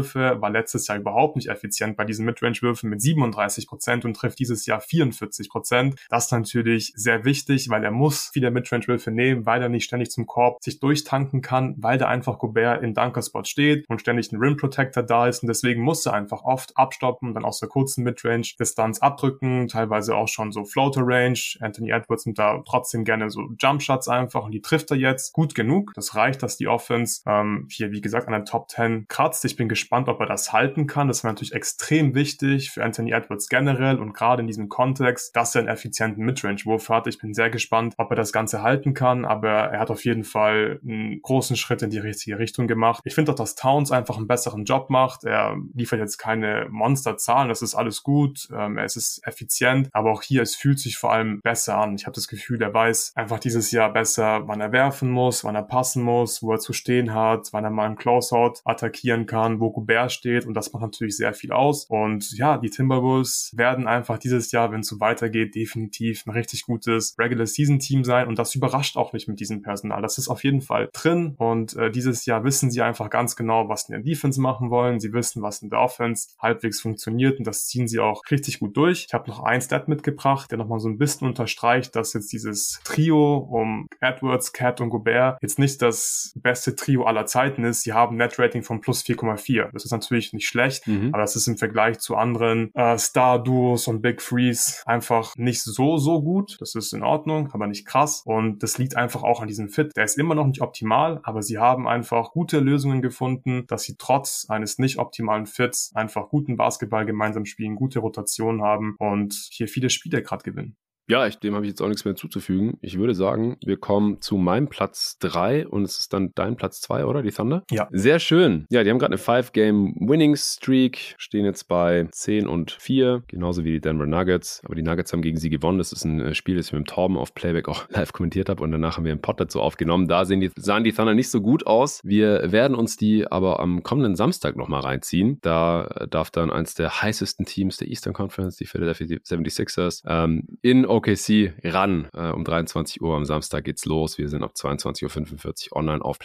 war letztes Jahr überhaupt nicht effizient bei diesen Midrange-Würfen mit 37% und trifft dieses Jahr 44%. Das ist natürlich sehr wichtig, weil er muss viele Midrange-Würfe nehmen, weil er nicht ständig zum Korb sich durchtanken kann, weil da einfach Gobert im Dunker-Spot steht und ständig ein Rim-Protector da ist und deswegen muss er einfach oft abstoppen, dann aus der kurzen Midrange-Distanz abdrücken, teilweise auch schon so Floater-Range. Anthony Edwards nimmt da trotzdem gerne so Jump-Shots einfach und die trifft er jetzt gut genug. Das reicht, dass die Offense hier, wie gesagt, an der Top 10 kratzt. Ich bin gespannt, ob er das halten kann. Das wäre natürlich extrem wichtig für Anthony Edwards generell und gerade in diesem Kontext, dass er einen effizienten Midrange-Wurf hat. Ich bin sehr gespannt, ob er das Ganze halten kann, aber er hat auf jeden Fall einen großen Schritt in die richtige Richtung gemacht. Ich finde auch, dass Towns einfach einen besseren Job macht. Er liefert jetzt keine Monsterzahlen, das ist alles gut. Es ist effizient, aber auch hier, es fühlt sich vor allem besser an. Ich habe das Gefühl, er weiß einfach dieses Jahr besser, wann er werfen muss, wann er passen muss, wo er zu stehen hat, wann er mal einen Closeout attackieren kann, wo Gobert steht und das macht natürlich sehr viel aus. Und ja, die Timberwolves werden einfach dieses Jahr, wenn es so weitergeht, definitiv ein richtig gutes Regular-Season-Team sein und das überrascht auch nicht mit diesem Personal. Das ist auf jeden Fall drin und dieses Jahr wissen sie einfach ganz genau, was sie in der Defense machen wollen. Sie wissen, was in der Offense halbwegs funktioniert und das ziehen sie auch richtig gut durch. Ich habe noch ein Stat mitgebracht, der nochmal so ein bisschen unterstreicht, dass jetzt dieses Trio um Edwards, Cat und Gobert jetzt nicht das beste Trio aller Zeiten ist. Sie haben ein Net-Rating von plus 4,4. Das ist natürlich nicht schlecht, aber das ist im Vergleich zu anderen Star-Duos und Big Threes einfach nicht so gut. Das ist in Ordnung, aber nicht krass und das liegt einfach auch an diesem Fit. Der ist immer noch nicht optimal, aber sie haben einfach gute Lösungen gefunden, dass sie trotz eines nicht optimalen Fits einfach guten Basketball gemeinsam spielen, gute Rotation haben und hier viele Spiele gerade gewinnen. Ja, dem habe ich jetzt auch nichts mehr zuzufügen. Ich würde sagen, wir kommen zu meinem Platz 3 und es ist dann dein Platz 2, oder? Die Thunder? Ja. Sehr schön. Ja, die haben gerade eine 5-Game-Winning-Streak, stehen jetzt bei 10-4, genauso wie die Denver Nuggets. Aber die Nuggets haben gegen sie gewonnen. Das ist ein Spiel, das ich mit dem Torben auf Playback auch live kommentiert habe und danach haben wir einen Pod dazu aufgenommen. Da sahen die Thunder nicht so gut aus. Wir werden uns die aber am kommenden Samstag nochmal reinziehen. Da darf dann eins der heißesten Teams der Eastern Conference, die Philadelphia 76ers, in OKC ran. Um 23 Uhr am Samstag geht's los. Wir sind ab 22.45 Uhr online auf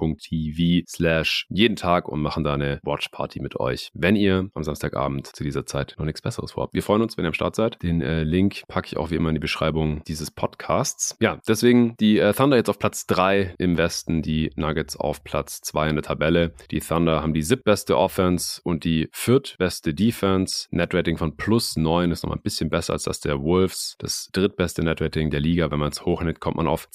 playback.tv/jeden Tag und machen da eine Watch-Party mit euch, wenn ihr am Samstagabend zu dieser Zeit noch nichts Besseres vorhabt. Wir freuen uns, wenn ihr am Start seid. Den Link packe ich auch wie immer in die Beschreibung dieses Podcasts. Ja, deswegen die Thunder jetzt auf Platz 3 im Westen, die Nuggets auf Platz 2 in der Tabelle. Die Thunder haben die 7. beste Offense und die 4. beste Defense. Net-Rating von plus 9 ist nochmal ein bisschen besser als das der Wolves. Das 3. beste Net-Rating der Liga. Wenn man es hochnimmt, kommt man auf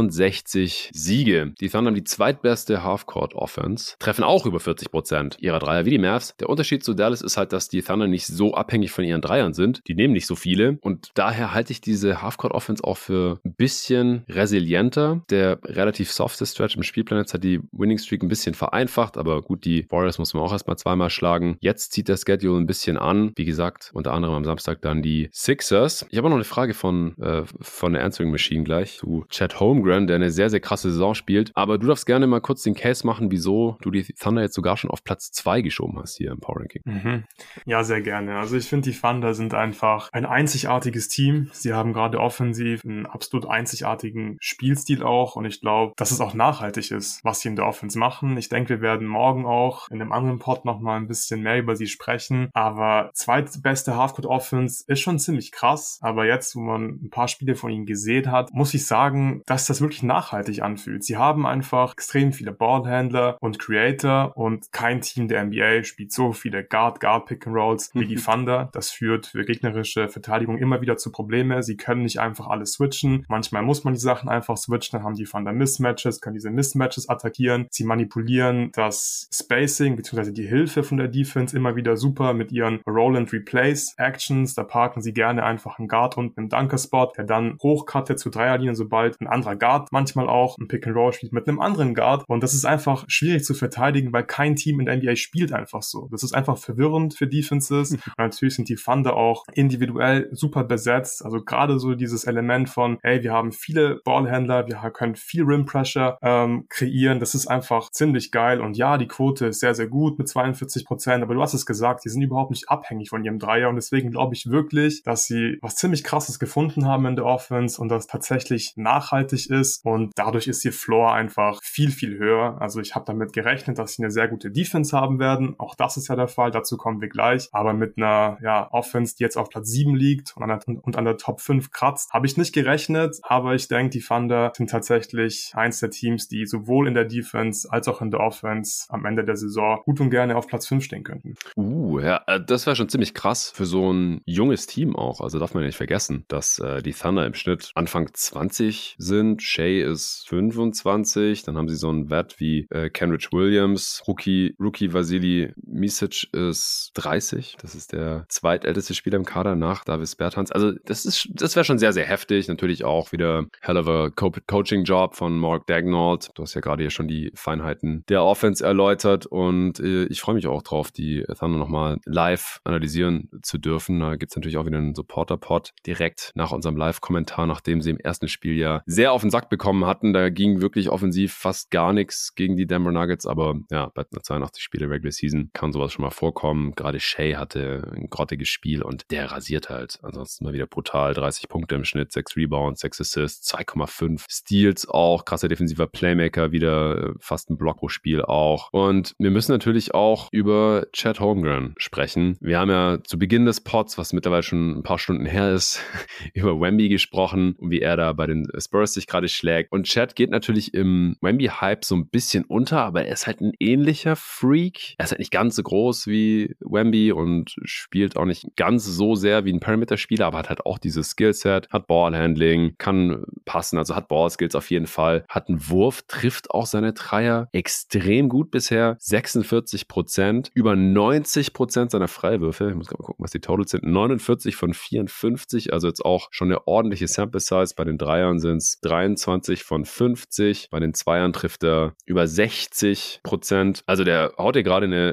62 Siege. Die Thunder haben die 2. beste Half-Court-Offense, treffen auch über 40% ihrer Dreier wie die Mavs. Der Unterschied zu Dallas ist halt, dass die Thunder nicht so abhängig von ihren Dreiern sind. Die nehmen nicht so viele und daher halte ich diese Half-Court-Offense auch für ein bisschen resilienter. Der relativ softe Stretch im Spielplan jetzt hat die Winning-Streak ein bisschen vereinfacht, aber gut, die Warriors muss man auch erstmal zweimal schlagen. Jetzt zieht der Schedule ein bisschen an. Wie gesagt, unter anderem am Samstag dann die Sixers. Ich habe auch noch eine Frage von der Answering Machine gleich zu Chet Holmgren, der eine sehr, sehr krasse Saison spielt. Aber du darfst gerne mal kurz den Case machen, wieso du die Thunder jetzt sogar schon auf Platz 2 geschoben hast hier im Power Ranking. Ja, sehr gerne. Also ich finde, die Thunder sind einfach ein einzigartiges Team. Sie haben gerade offensiv einen absolut einzigartigen Spielstil auch und ich glaube, dass es auch nachhaltig ist, was sie in der Offense machen. Ich denke, wir werden morgen auch in einem anderen Pod nochmal ein bisschen mehr über sie sprechen, aber zweitbeste Halfcourt Offense ist schon ziemlich krass, aber jetzt, wo man ein paar Spiele von ihnen gesehen hat, muss ich sagen, dass das wirklich nachhaltig anfühlt. Sie haben einfach extrem viele Ballhandler und Creator und kein Team der NBA spielt so viele Guard-Pick-and-Rolls wie die Thunder. Das führt für gegnerische Verteidigung immer wieder zu Problemen. Sie können nicht einfach alles switchen. Manchmal muss man die Sachen einfach switchen, dann haben die Thunder Mismatches, können diese Mismatches attackieren. Sie manipulieren das Spacing bzw. die Hilfe von der Defense immer wieder super mit ihren Roll-and-Replace-Actions. Da parken sie gerne einfach einen Guard unten im Dunker-Spot, der dann hochcuttet zu Dreierlinien, sobald ein anderer Guard manchmal auch ein Pick-and-Roll spielt mit einem anderen Guard. Und das ist einfach schwierig zu verteidigen, weil kein Team in der NBA spielt einfach so. Das ist einfach verwirrend für Defenses. Und natürlich sind die Thunder auch individuell super besetzt. Also gerade so dieses Element von, hey, wir haben viele Ballhändler, wir können viel Rim-Pressure kreieren. Das ist einfach ziemlich geil. Und ja, die Quote ist sehr, sehr gut mit 42%. Aber du hast es gesagt, die sind überhaupt nicht abhängig von ihrem Dreier. Und deswegen glaube ich wirklich, dass sie was ziemlich Krasses was gefunden haben in der Offense und das tatsächlich nachhaltig ist und dadurch ist ihr Floor einfach viel, viel höher. Also ich habe damit gerechnet, dass sie eine sehr gute Defense haben werden. Auch das ist ja der Fall, dazu kommen wir gleich. Aber mit einer Offense, die jetzt auf Platz 7 liegt und an der Top 5 kratzt, habe ich nicht gerechnet. Aber ich denke, die Thunder sind tatsächlich eins der Teams, die sowohl in der Defense als auch in der Offense am Ende der Saison gut und gerne auf Platz 5 stehen könnten. Ja, das wäre schon ziemlich krass für so ein junges Team auch. Also darf man nicht vergessen, dass die Thunder im Schnitt Anfang 20 sind. Shea ist 25. Dann haben sie so einen Vet wie Kenrich Williams. Rookie Vasily Micic ist 30. Das ist der zweitälteste Spieler im Kader nach Davis Bertans. Also das wäre schon sehr, sehr heftig. Natürlich auch wieder hell of a Coaching-Job von Mark Daigneault. Du hast ja gerade hier schon die Feinheiten der Offense erläutert und ich freue mich auch drauf, die Thunder nochmal live analysieren zu dürfen. Da gibt es natürlich auch wieder einen Supporter-Pod direkt nach unserem Live-Kommentar, nachdem sie im ersten Spiel ja sehr auf den Sack bekommen hatten. Da ging wirklich offensiv fast gar nichts gegen die Denver Nuggets, aber ja, bei 82 Spiele Regular Season kann sowas schon mal vorkommen. Gerade Shea hatte ein grottiges Spiel und der rasiert halt. Ansonsten mal wieder brutal. 30 Punkte im Schnitt, 6 Rebounds, 6 Assists, 2,5 Steals auch. Krasser defensiver Playmaker, wieder fast ein Block pro Spiel auch. Und wir müssen natürlich auch über Chet Holmgren sprechen. Wir haben ja zu Beginn des Pods, was mittlerweile schon ein paar Stunden her ist, über Wemby gesprochen und wie er da bei den Spurs sich gerade schlägt. Und Chet geht natürlich im Wemby-Hype so ein bisschen unter, aber er ist halt ein ähnlicher Freak. Er ist halt nicht ganz so groß wie Wemby und spielt auch nicht ganz so sehr wie ein Perimeter-Spieler, aber hat halt auch dieses Skillset, hat Ballhandling, kann passen, also hat Ballskills auf jeden Fall, hat einen Wurf, trifft auch seine Dreier extrem gut bisher, 46%, über 90% seiner Freiwürfe, ich muss gerade mal gucken, was die Totals sind, 49 von 54, also jetzt auch schon eine ordentliche Sample-Size, bei den Dreiern sind es 23 von 50, bei den Zweiern trifft er über 60%, also der haut ja gerade eine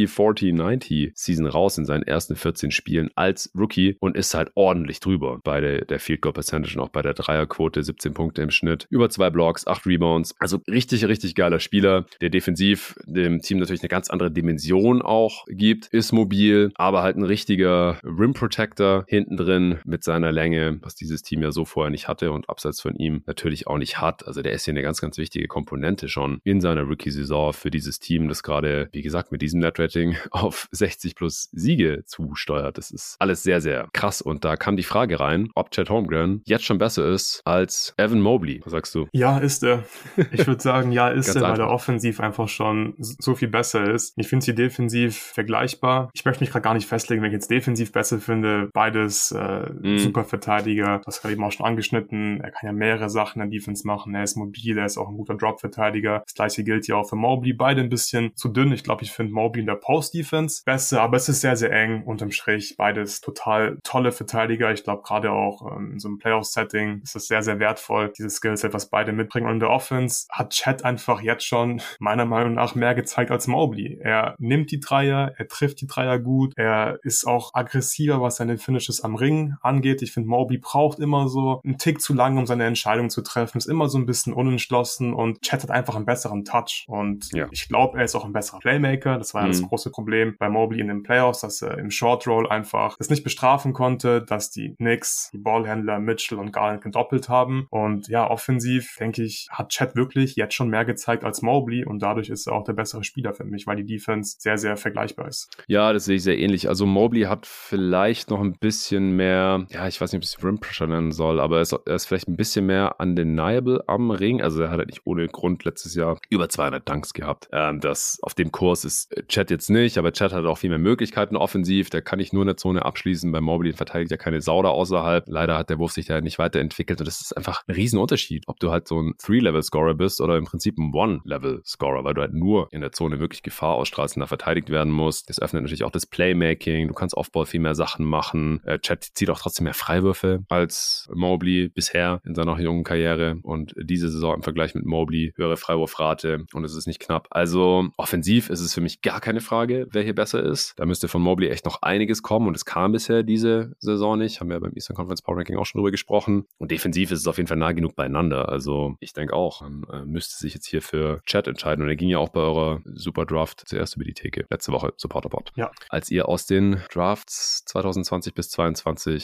50-40-90 Season raus in seinen ersten 14 Spielen als Rookie und ist halt ordentlich drüber bei der Field Goal Percentage und auch bei der Dreierquote, 17 Punkte im Schnitt, über 2 Blocks, 8 Rebounds, also richtig, richtig geiler Spieler, der defensiv dem Team natürlich eine ganz andere Dimension auch gibt, ist mobil, aber halt ein richtiger Rim Protector hinten drin mit seiner Länge, was dieses Team ja so vorher nicht hatte und abseits von ihm natürlich auch nicht hat. Also der ist hier eine ganz, ganz wichtige Komponente schon in seiner Rookie-Saison für dieses Team, das gerade, wie gesagt, mit diesem Net-Rating auf 60 plus Siege zusteuert. Das ist alles sehr, sehr krass und da kam die Frage rein, ob Chet Holmgren jetzt schon besser ist als Evan Mobley. Was sagst du? Ja, ist er. Ich würde sagen, ja, ist er, weil er offensiv einfach schon so viel besser ist. Ich finde sie defensiv vergleichbar. Ich möchte mich gerade gar nicht festlegen, wenn ich jetzt defensiv besser finde. Beides super Verteidiger. Das gerade eben auch schon angeschnitten. Er kann ja mehrere Sachen in der Defense machen. Er ist mobil, er ist auch ein guter Drop-Verteidiger. Das gleiche gilt ja auch für Mobley. Beide ein bisschen zu dünn. Ich glaube, ich finde Mobley in der Post-Defense besser, aber es ist sehr, sehr eng unterm Strich. Beides total tolle Verteidiger. Ich glaube, gerade auch in so einem Playoff-Setting ist es sehr, sehr wertvoll, dieses Skillset, was beide mitbringen. Und in der Offense hat Chet einfach jetzt schon meiner Meinung nach mehr gezeigt als Mobley. Er nimmt die Dreier, er trifft die Dreier gut, er ist auch aggressiver, was seine Finishes am Ring angeht. Ich finde, Mobley braucht immer so einen Tick zu lang, um seine Entscheidung zu treffen, ist immer so ein bisschen unentschlossen und Chet hat einfach einen besseren Touch und ich glaube, er ist auch ein besserer Playmaker. Das war ja das große Problem bei Mobley in den Playoffs, dass er im Short Roll einfach das nicht bestrafen konnte, dass die Knicks, die Ballhändler Mitchell und Garland gedoppelt haben und ja, offensiv, denke ich, hat Chet wirklich jetzt schon mehr gezeigt als Mobley und dadurch ist er auch der bessere Spieler für mich, weil die Defense sehr, sehr vergleichbar ist. Ja, das sehe ich sehr ähnlich. Also Mobley hat vielleicht noch ein bisschen mehr, ja, ich weiß nicht, ob ich es Rim Pressure nennen soll, aber er ist vielleicht ein bisschen mehr undeniable am Ring. Also er hat halt nicht ohne Grund letztes Jahr über 200 Dunks gehabt. Das auf dem Kurs ist Chet jetzt nicht, aber Chet hat auch viel mehr Möglichkeiten offensiv. Der kann nicht nur in der Zone abschließen. Bei Mobley verteidigt er keine Sau da außerhalb. Leider hat der Wurf sich da nicht weiterentwickelt und das ist einfach ein Riesenunterschied, ob du halt so ein 3-Level-Scorer bist oder im Prinzip ein 1-Level-Scorer, weil du halt nur in der Zone wirklich Gefahr ausstrahlst und da verteidigt werden musst. Das öffnet natürlich auch das Playmaking. Du kannst Offball viel mehr Sachen machen. Chet zieht auch trotzdem mehr Freiwürfe als Mobley bisher in seiner jungen Karriere und diese Saison im Vergleich mit Mobley höhere Freiwurfrate und es ist nicht knapp. Also offensiv ist es für mich gar keine Frage, wer hier besser ist. Da müsste von Mobley echt noch einiges kommen und es kam bisher diese Saison nicht. Haben wir ja beim Eastern Conference Power Ranking auch schon drüber gesprochen. Und defensiv ist es auf jeden Fall nah genug beieinander. Also ich denke auch, man müsste sich jetzt hier für Chet entscheiden und er ging ja auch bei eurer Super Draft zuerst über die Theke. Letzte Woche Supporterbot. Ja. Als ihr aus den Drafts 2020 bis 2022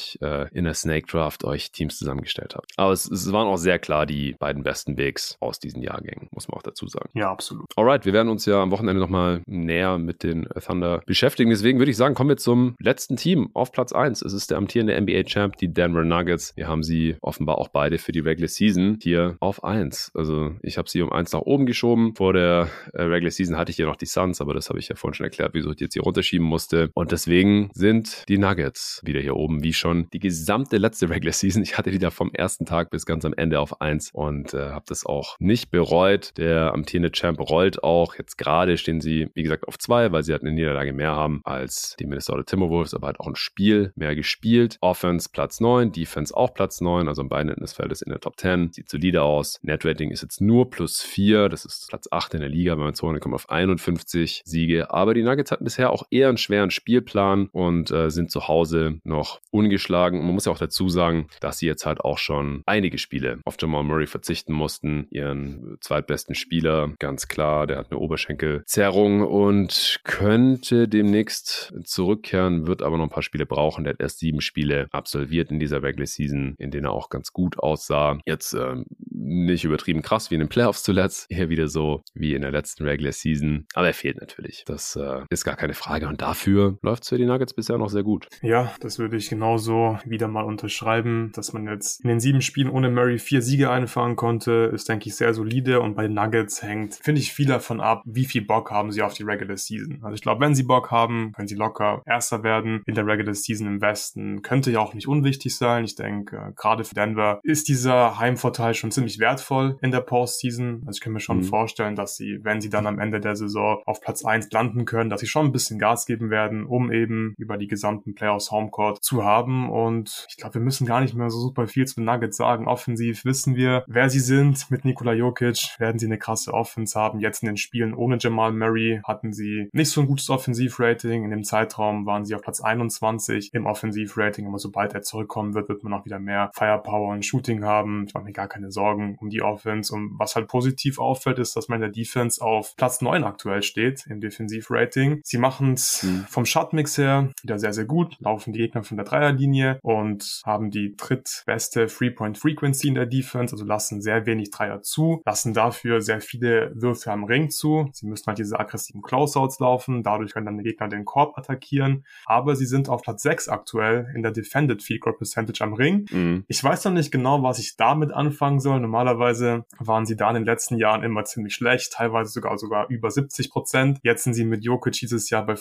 ihr in der Snake Draft euch Teams zusammengestellt habt. Aber es waren auch sehr klar die beiden besten Bigs aus diesen Jahrgängen, muss man auch dazu sagen. Ja, absolut. Alright, wir werden uns ja am Wochenende nochmal näher mit den Thunder beschäftigen. Deswegen würde ich sagen, kommen wir zum letzten Team auf Platz 1. Es ist der amtierende NBA-Champ, die Denver Nuggets. Wir haben sie offenbar auch beide für die Regular Season hier auf 1. Also ich habe sie um 1 nach oben geschoben. Vor der Regular Season hatte ich hier noch die Suns, aber das habe ich ja vorhin schon erklärt, wieso ich die jetzt hier runterschieben musste. Und deswegen sind die Nuggets wieder hier oben, wie schon die gesamte letzte Regular Season. Ich hatte die da vom ersten Tag bis ganz am Ende auf 1 und habe das auch nicht bereut. Der amtierende Champ rollt auch. Jetzt gerade stehen sie, wie gesagt, auf 2, weil sie halt eine Niederlage mehr haben als die Minnesota Timberwolves, aber halt auch ein Spiel mehr gespielt. Offense Platz 9, Defense auch Platz 9, also am beiden Enden des Feldes in der Top 10. Sieht solide aus. Net-Rating ist jetzt nur +4, das ist Platz 8 in der Liga, wenn man so kommt auf 51 Siege. Aber die Nuggets hatten bisher auch eher einen schweren Spielplan und sind zu Hause noch ungeschlagen. Und man muss ja auch dazu sagen, dass sie jetzt halt auch schon einige Spiele auf Jamal Murray verzichten mussten. Ihren zweitbesten Spieler, ganz klar, der hat eine Oberschenkelzerrung und könnte demnächst zurückkehren, wird aber noch ein paar Spiele brauchen. Der hat erst 7 Spiele absolviert in dieser Regular Season, in denen er auch ganz gut aussah. Jetzt nicht übertrieben krass wie in den Playoffs zuletzt, eher wieder so wie in der letzten Regular Season. Aber er fehlt natürlich. Das ist gar keine Frage. Und dafür läuft es für die Nuggets bisher noch sehr gut. Ja, das würde ich genauso wieder mal unterschreiben, dass man jetzt in den 7 Spielen ohne Murray 4 Siege einfahren konnte, ist, denke ich, sehr solide. Und bei den Nuggets hängt, finde ich, viel davon ab, wie viel Bock haben sie auf die Regular Season. Also ich glaube, wenn sie Bock haben, können sie locker Erster werden in der Regular Season im Westen. Könnte ja auch nicht unwichtig sein. Ich denke, gerade für Denver ist dieser Heimvorteil schon ziemlich wertvoll in der Postseason. Also ich kann mir schon vorstellen, dass sie, wenn sie dann am Ende der Saison auf Platz 1 landen können, dass sie schon ein bisschen Gas geben werden, um eben über die gesamten Playoffs Homecourt zu haben. Und ich glaube, wir müssen gar nicht mehr so super viel zu den Nuggets sagen. Offensiv wissen wir, wer sie sind. Mit Nikola Jokic werden sie eine krasse Offense haben. Jetzt in den Spielen ohne Jamal Murray hatten sie nicht so ein gutes Offensivrating. In dem Zeitraum waren sie auf Platz 21 im Offensivrating. Aber sobald er zurückkommen wird man auch wieder mehr Firepower und Shooting haben. Ich mache mir gar keine Sorgen um die Offense. Und was halt positiv auffällt, ist, dass man in der Defense auf Platz 9 aktuell steht im Defensivrating. Sie machen es vom Shotmix her wieder sehr, sehr gut, laufen die Gegner von der Dreierlinie und haben die drittbeste Three-Point-Frequency in der Defense, also lassen sehr wenig Dreier zu, lassen dafür sehr viele Würfe am Ring zu. Sie müssen halt diese aggressiven Closeouts laufen, dadurch können dann die Gegner den Korb attackieren, aber sie sind auf Platz 6 aktuell in der Defended Field Goal Percentage am Ring. Ich weiß noch nicht genau, was ich damit anfangen soll. Normalerweise waren sie da in den letzten Jahren immer ziemlich schlecht, teilweise sogar über 70%. Jetzt sind sie mit Jokic dieses Jahr bei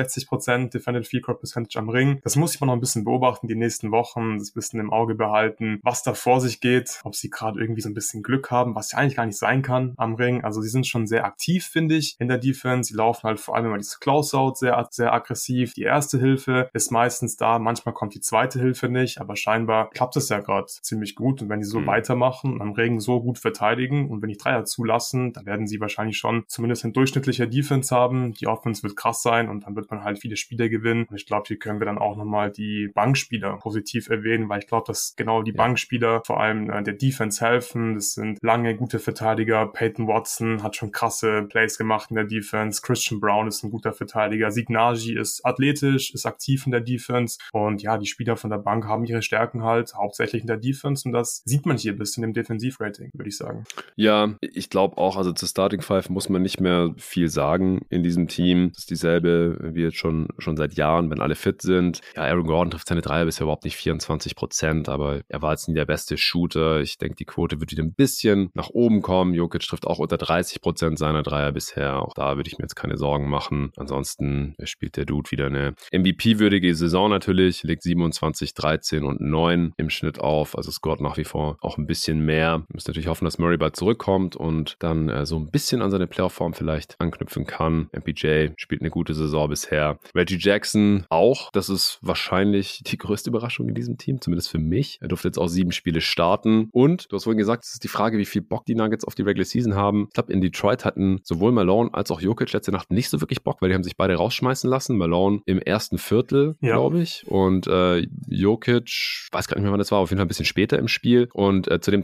65% Defended Field Goal Percentage am Ring. Das muss ich mal noch ein bisschen beobachten, die nächsten Wochen, das ein bisschen im Auge behalten, was da vor sich geht, ob sie gerade irgendwie so ein bisschen Glück haben, was ja eigentlich gar nicht sein kann am Ring. Also sie sind schon sehr aktiv, finde ich, in der Defense. Sie laufen halt vor allem immer dieses Closeout sehr, sehr aggressiv. Die erste Hilfe ist meistens da, manchmal kommt die zweite Hilfe nicht, aber scheinbar klappt es ja gerade ziemlich gut. Und wenn die so weitermachen und am Ring so gut verteidigen und wenn die Dreier zulassen, dann werden sie wahrscheinlich schon zumindest ein durchschnittlicher Defense haben. Die Offense wird krass sein und dann wird man halt viele Spiele gewinnen. Und ich glaube, hier können wir dann auch nochmal die Bankspieler positiv erwähnen, weil ich glaube, dass genau die Bankspieler vor allem der Defense helfen. Das sind lange gute Verteidiger. Peyton Watson hat schon krasse Plays gemacht in der Defense. Christian Brown ist ein guter Verteidiger. Signagi ist athletisch, ist aktiv in der Defense. Und ja, die Spieler von der Bank haben ihre Stärken halt hauptsächlich in der Defense und das sieht man hier ein bisschen im Defensivrating, würde ich sagen. Ja, ich glaube auch, also zur Starting Five muss man nicht mehr viel sagen in diesem Team. Das ist dieselbe wie jetzt schon seit Jahren, wenn alle fit sind. Ja, Aaron Gordon trifft seine Dreier bisher überhaupt nicht 24%, aber er war jetzt nie der beste Shooter. Ich denke, die Quote wird wieder ein bisschen nach oben kommen. Jokic trifft auch unter 30% seiner Dreier bisher. Auch da würde ich mir jetzt keine Sorgen machen. Ansonsten spielt der Dude wieder eine MVP-würdige Saison natürlich. Legt 27, 13 und 9 im Schnitt auf. Also scoret nach wie vor auch ein bisschen mehr. Wir müssen natürlich hoffen, dass Murray bald zurückkommt und dann so ein bisschen an seine Playoff-Form vielleicht anknüpfen kann. MPJ spielt eine gute Saison bisher. Reggie Jackson auch. Das ist wahrscheinlich die größte Überraschung in diesem Team, zumindest für mich. Er durfte jetzt auch 7 Spiele starten. Und du hast vorhin gesagt, es ist die Frage, wie viel Bock die Nuggets auf die Regular Season haben. Ich glaube, in Detroit hatten sowohl Malone als auch Jokic letzte Nacht nicht so wirklich Bock, weil die haben sich beide rausschmeißen lassen. Malone im ersten Viertel, glaube ich. Und Jokic, weiß gar nicht mehr, wann das war, auf jeden Fall ein bisschen später im Spiel. Und zu dem Zeitpunkt war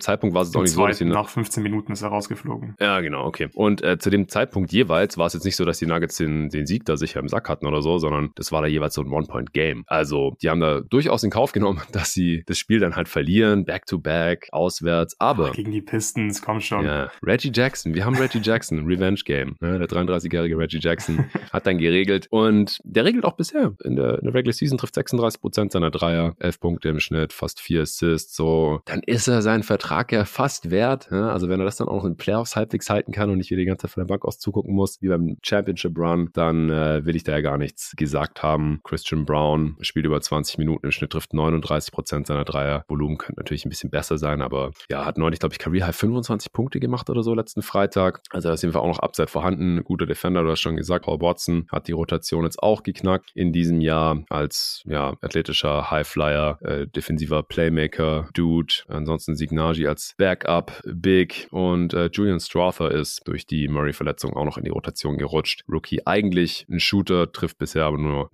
es auch nicht so, dass nach 15 Minuten ist er rausgeflogen. Ja, genau, okay. Und zu dem Zeitpunkt jeweils war es jetzt nicht so, dass die Nuggets den Sieg da sicher im Sack hatten oder so, sondern das war da jeweils so ein One-Point-Game. Also die haben da durchaus in Kauf genommen, dass sie das Spiel dann halt verlieren, Back-to-Back, auswärts, aber... Gegen die Pistons, komm schon. Ja, Reggie Jackson, wir haben Reggie Jackson, Revenge-Game. Ne? Der 33-jährige Reggie Jackson hat dann geregelt und der regelt auch bisher. In der Regular Season trifft 36% seiner Dreier, 11 Punkte im Schnitt, fast 4 Assists, so. Dann ist er seinen Vertrag ja fast wert. Ja? Also wenn er das dann auch in den Playoffs halbwegs halten kann und nicht wieder die ganze Zeit von der Bank aus zugucken muss, wie beim Championship Run, dann will ich da ja gar nichts gesagt haben. Christian Brown spielt über 20 Minuten im Schnitt, trifft 39% seiner Dreier. Volumen könnte natürlich ein bisschen besser sein, aber ja, hat neulich, glaube ich, Career High 25 Punkte gemacht oder so letzten Freitag. Also da ist jedenfalls auch noch Upside vorhanden. Guter Defender, du hast schon gesagt, Paul Watson hat die Rotation jetzt auch geknackt in diesem Jahr als athletischer Highflyer, defensiver Playmaker, Dude. Ansonsten Signaji als Backup, Big und Julian Strawther ist durch die Murray-Verletzung auch noch in die Rotation gerutscht. Rookie eigentlich ein Shooter, trifft bisher aber nur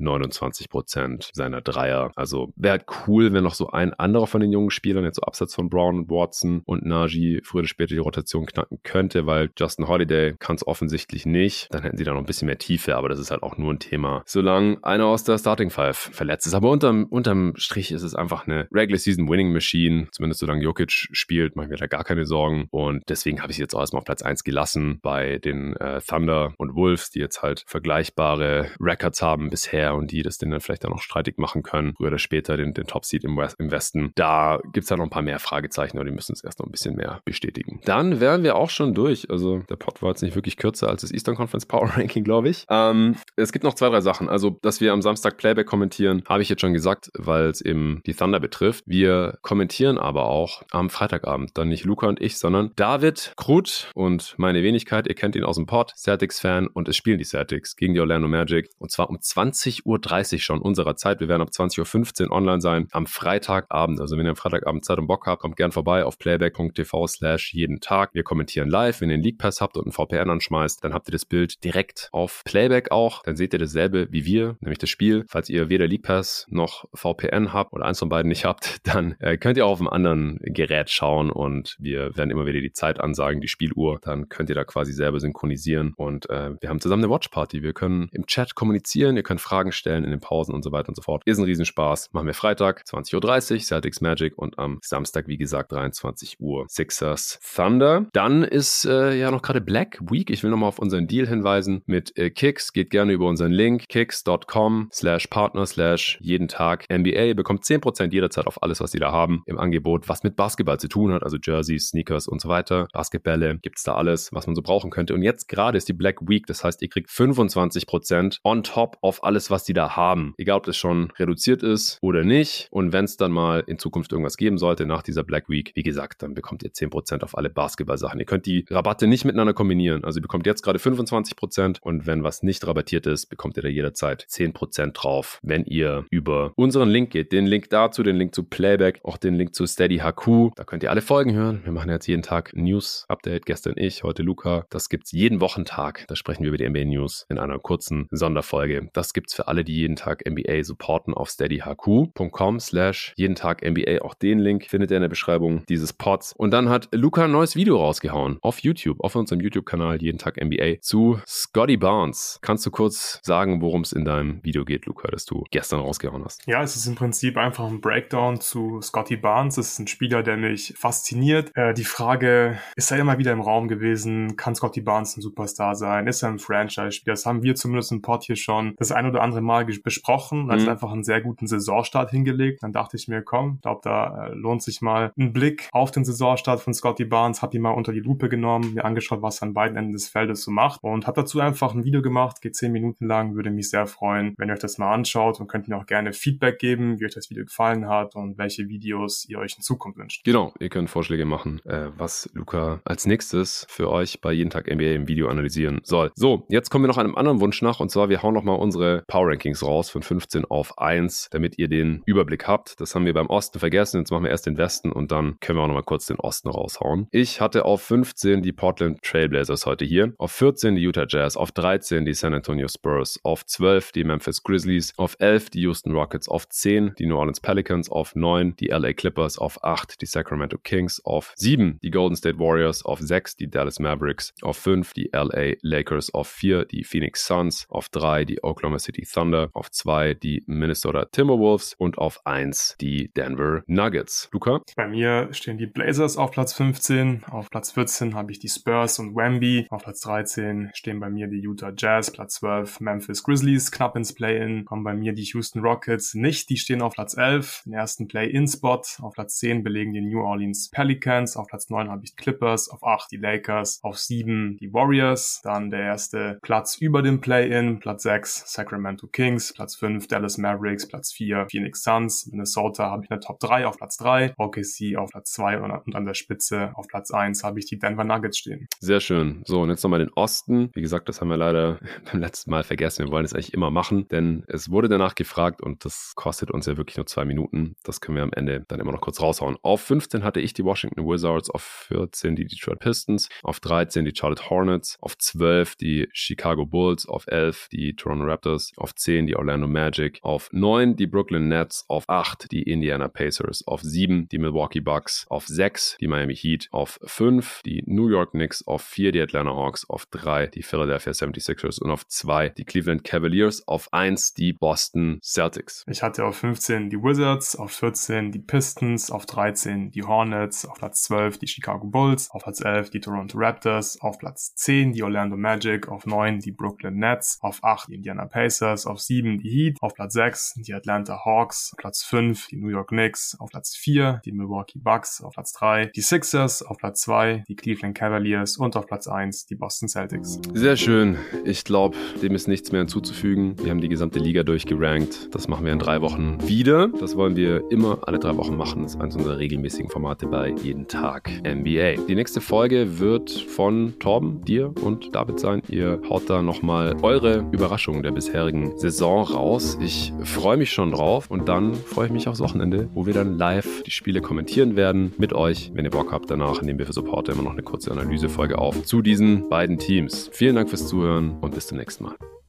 29% seiner Dreier. Also wäre halt cool, wenn noch so ein anderer von den jungen Spielern, jetzt so abseits von Brown und Watson und Najee, früher oder später die Rotation knacken könnte, weil Justin Holiday kann es offensichtlich nicht. Dann hätten sie da noch ein bisschen mehr Tiefe, aber das ist halt auch nur ein Thema, solange einer aus der Starting Five verletzt ist. Aber unterm Strich ist es einfach eine Regular Season Winning Machine, zumindest solange Jokic spielt, mache ich mir da gar keine Sorgen und deswegen habe ich sie jetzt auch erstmal auf Platz 1 gelassen bei den Thunder und Wolves, die jetzt halt vergleichbare Records haben bisher und die das denen dann vielleicht auch noch streitig machen können, früher oder später den Top-Seed im Westen. Da gibt es ja noch ein paar mehr Fragezeichen, aber die müssen es erst noch ein bisschen mehr bestätigen. Dann wären wir auch schon durch, also der Pod war jetzt nicht wirklich kürzer als das Eastern Conference Power Ranking, glaube ich. Es gibt noch 2, 3 Sachen, also dass wir am Samstag Playback kommentieren, habe ich jetzt schon gesagt, weil es eben die Thunder betrifft. Wir kommentieren aber auch am Freitagabend, dann nicht Luca und ich, sondern David Krut und meine Wenigkeit, ihr kennt ihn aus dem Pod, Celtics-Fan und es spielen die Celtics gegen die Orlando Magic und zwar um 20.30 Uhr schon unserer Zeit. Wir werden ab 20.15 Uhr online sein am Freitagabend. Also wenn ihr am Freitagabend Zeit und Bock habt, kommt gern vorbei auf playback.tv/jeden Tag. Wir kommentieren live. Wenn ihr einen League Pass habt und einen VPN anschmeißt, dann habt ihr das Bild direkt auf Playback auch. Dann seht ihr dasselbe wie wir, nämlich das Spiel. Falls ihr weder League Pass noch VPN habt oder eins von beiden nicht habt, dann könnt ihr auch auf einem anderen Gerät schauen und wir werden immer wieder die Zeit ansagen, die Spieluhr. Dann könnt ihr da quasi selber synchronisieren und wir haben zusammen eine Watchparty. Wir können im Chat kommunizieren, ihr könnt Fragen stellen in den Pausen und so weiter und so fort. Ist ein Riesenspaß. Machen wir Freitag, 20.30 Uhr, Celtics Magic und am Samstag, wie gesagt, 23 Uhr, Sixers Thunder. Dann ist noch gerade Black Week. Ich will nochmal auf unseren Deal hinweisen mit Kicks. Geht gerne über unseren Link kicks.com/partner/jeden Tag NBA. Ihr bekommt 10% jederzeit auf alles, was sie da haben im Angebot, was mit Basketball zu tun hat, also Jerseys, Sneakers und so weiter. Basketbälle, gibt's da alles, was man so brauchen könnte. Und jetzt gerade ist die Black Week, das heißt, ihr kriegt 25% on top auf alles, was die da haben. Egal, ob das schon reduziert ist oder nicht. Und wenn es dann mal in Zukunft irgendwas geben sollte nach dieser Black Week, wie gesagt, dann bekommt ihr 10% auf alle Basketball-Sachen. Ihr könnt die Rabatte nicht miteinander kombinieren. Also ihr bekommt jetzt gerade 25% und wenn was nicht rabattiert ist, bekommt ihr da jederzeit 10% drauf, wenn ihr über unseren Link geht. Den Link dazu, den Link zu Playback, auch den Link zu Steady HQ. Da könnt ihr alle Folgen hören. Wir machen jetzt jeden Tag ein News-Update. Gestern ich, heute Luca. Das gibt's jeden Wochentag. Da sprechen wir über die NBA News in einer kurzen Sonderfolge. Das gibt's für alle, die jeden Tag NBA supporten auf steadyhq.com/jeden Tag NBA. Auch den Link findet ihr in der Beschreibung dieses Pods. Und dann hat Luca ein neues Video rausgehauen auf YouTube, auf unserem YouTube-Kanal jeden Tag NBA zu Scottie Barnes. Kannst du kurz sagen, worum es in deinem Video geht, Luca, das du gestern rausgehauen hast? Ja, es ist im Prinzip einfach ein Breakdown zu Scottie Barnes. Es ist ein Spieler, der mich fasziniert. Die Frage ist ja immer wieder im Raum gewesen, kann Scottie Barnes ein Superstar sein? Ist er ein Franchise-Spieler? Das haben wir zumindest im Pod hier schon das ein oder andere Mal besprochen. Er hat einfach einen sehr guten Saisonstart hingelegt. Dann dachte ich mir, komm, ich glaube, da lohnt sich mal ein Blick auf den Saisonstart von Scottie Barnes. Hab ihn mal unter die Lupe genommen, mir angeschaut, was er an beiden Enden des Feldes so macht und habe dazu einfach ein Video gemacht, geht 10 Minuten lang, würde mich sehr freuen, wenn ihr euch das mal anschaut und könnt mir auch gerne Feedback geben, wie euch das Video gefallen hat und welche Videos ihr euch in Zukunft wünscht. Genau, ihr könnt Vorschläge machen, was Luca als nächstes für euch bei jeden Tag NBA im Video analysieren soll. So, jetzt kommen wir noch einem anderen Wunsch nach und zwar, wir hauen nochmal unsere Power Rankings raus von 15 auf 1, damit ihr den Überblick habt. Das haben wir beim Osten vergessen, jetzt machen wir erst den Westen und dann können wir auch nochmal kurz den Osten raushauen. Ich hatte auf 15 die Portland Trailblazers heute hier, auf 14 die Utah Jazz, auf 13 die San Antonio Spurs, auf 12 die Memphis Grizzlies, auf 11 die Houston Rockets, auf 10 die New Orleans Pelicans, auf 9 die LA Clippers, auf 8 die Sacramento Kings, Kings, auf 7 die Golden State Warriors, auf 6 die Dallas Mavericks, auf 5 die LA Lakers, auf 4 die Phoenix Suns, auf 3 die Oklahoma City Thunder, auf 2 die Minnesota Timberwolves und auf 1 die Denver Nuggets. Luca? Bei mir stehen die Blazers auf Platz 15, auf Platz 14 habe ich die Spurs und Wemby, auf Platz 13 stehen bei mir die Utah Jazz, Platz 12 Memphis Grizzlies, knapp ins Play-In, kommen bei mir die Houston Rockets nicht, die stehen auf Platz 11, den ersten Play-In-Spot, auf Platz 10 belegen die New Orleans Pelicans, auf Platz 9 habe ich die Clippers, auf 8 die Lakers, auf 7 die Warriors, dann der erste Platz über dem Play-In, Platz 6 Sacramento Kings, Platz 5 Dallas Mavericks, Platz 4 Phoenix Suns, Minnesota habe ich eine Top 3 auf Platz 3, OKC auf Platz 2 und an der Spitze auf Platz 1 habe ich die Denver Nuggets stehen. Sehr schön. So, und jetzt nochmal den Osten. Wie gesagt, das haben wir leider beim letzten Mal vergessen. Wir wollen es eigentlich immer machen, denn es wurde danach gefragt und das kostet uns ja wirklich nur 2 Minuten. Das können wir am Ende dann immer noch kurz raushauen. Auf 15 hatte ich die Washington Wizards, auf 14 die Detroit Pistons, auf 13 die Charlotte Hornets, auf 12 die Chicago Bulls, auf 11 die Toronto Raptors, auf 10 die Orlando Magic, auf 9 die Brooklyn Nets, auf 8 die Indiana Pacers, auf 7 die Milwaukee Bucks, auf 6 die Miami Heat, auf 5 die New York Knicks, auf 4 die Atlanta Hawks, auf 3 die Philadelphia 76ers und auf 2 die Cleveland Cavaliers, auf 1 die Boston Celtics. Ich hatte auf 15 die Wizards, auf 14 die Pistons, auf 13 die Hornets, auf Platz 12 die Chicago Bulls, auf Platz 11 die Toronto Raptors, auf Platz 10 die Orlando Magic, auf 9 die Brooklyn Nets, auf 8 die Indiana Pacers, auf 7 die Heat, auf Platz 6 die Atlanta Hawks, auf Platz 5 die New York Knicks, auf Platz 4 die Milwaukee Bucks, auf Platz 3 die Sixers, auf Platz 2 die Cleveland Cavaliers und auf Platz 1 die Boston Celtics. Sehr schön. Ich glaube, dem ist nichts mehr hinzuzufügen. Wir haben die gesamte Liga durchgerankt. Das machen wir in 3 Wochen wieder. Das wollen wir immer alle 3 Wochen machen. Das ist eines unserer regelmäßigen Formate bei Jeden Tag NBA. Die nächste Folge wird von Torben, dir und David sein. Ihr haut da nochmal eure Überraschungen der bisherigen Saison raus. Ich freue mich schon drauf und dann freue ich mich aufs Wochenende, wo wir dann live die Spiele kommentieren werden mit euch. Wenn ihr Bock habt, danach nehmen wir für Supporter immer noch eine kurze Analysefolge auf zu diesen beiden Teams. Vielen Dank fürs Zuhören und bis zum nächsten Mal.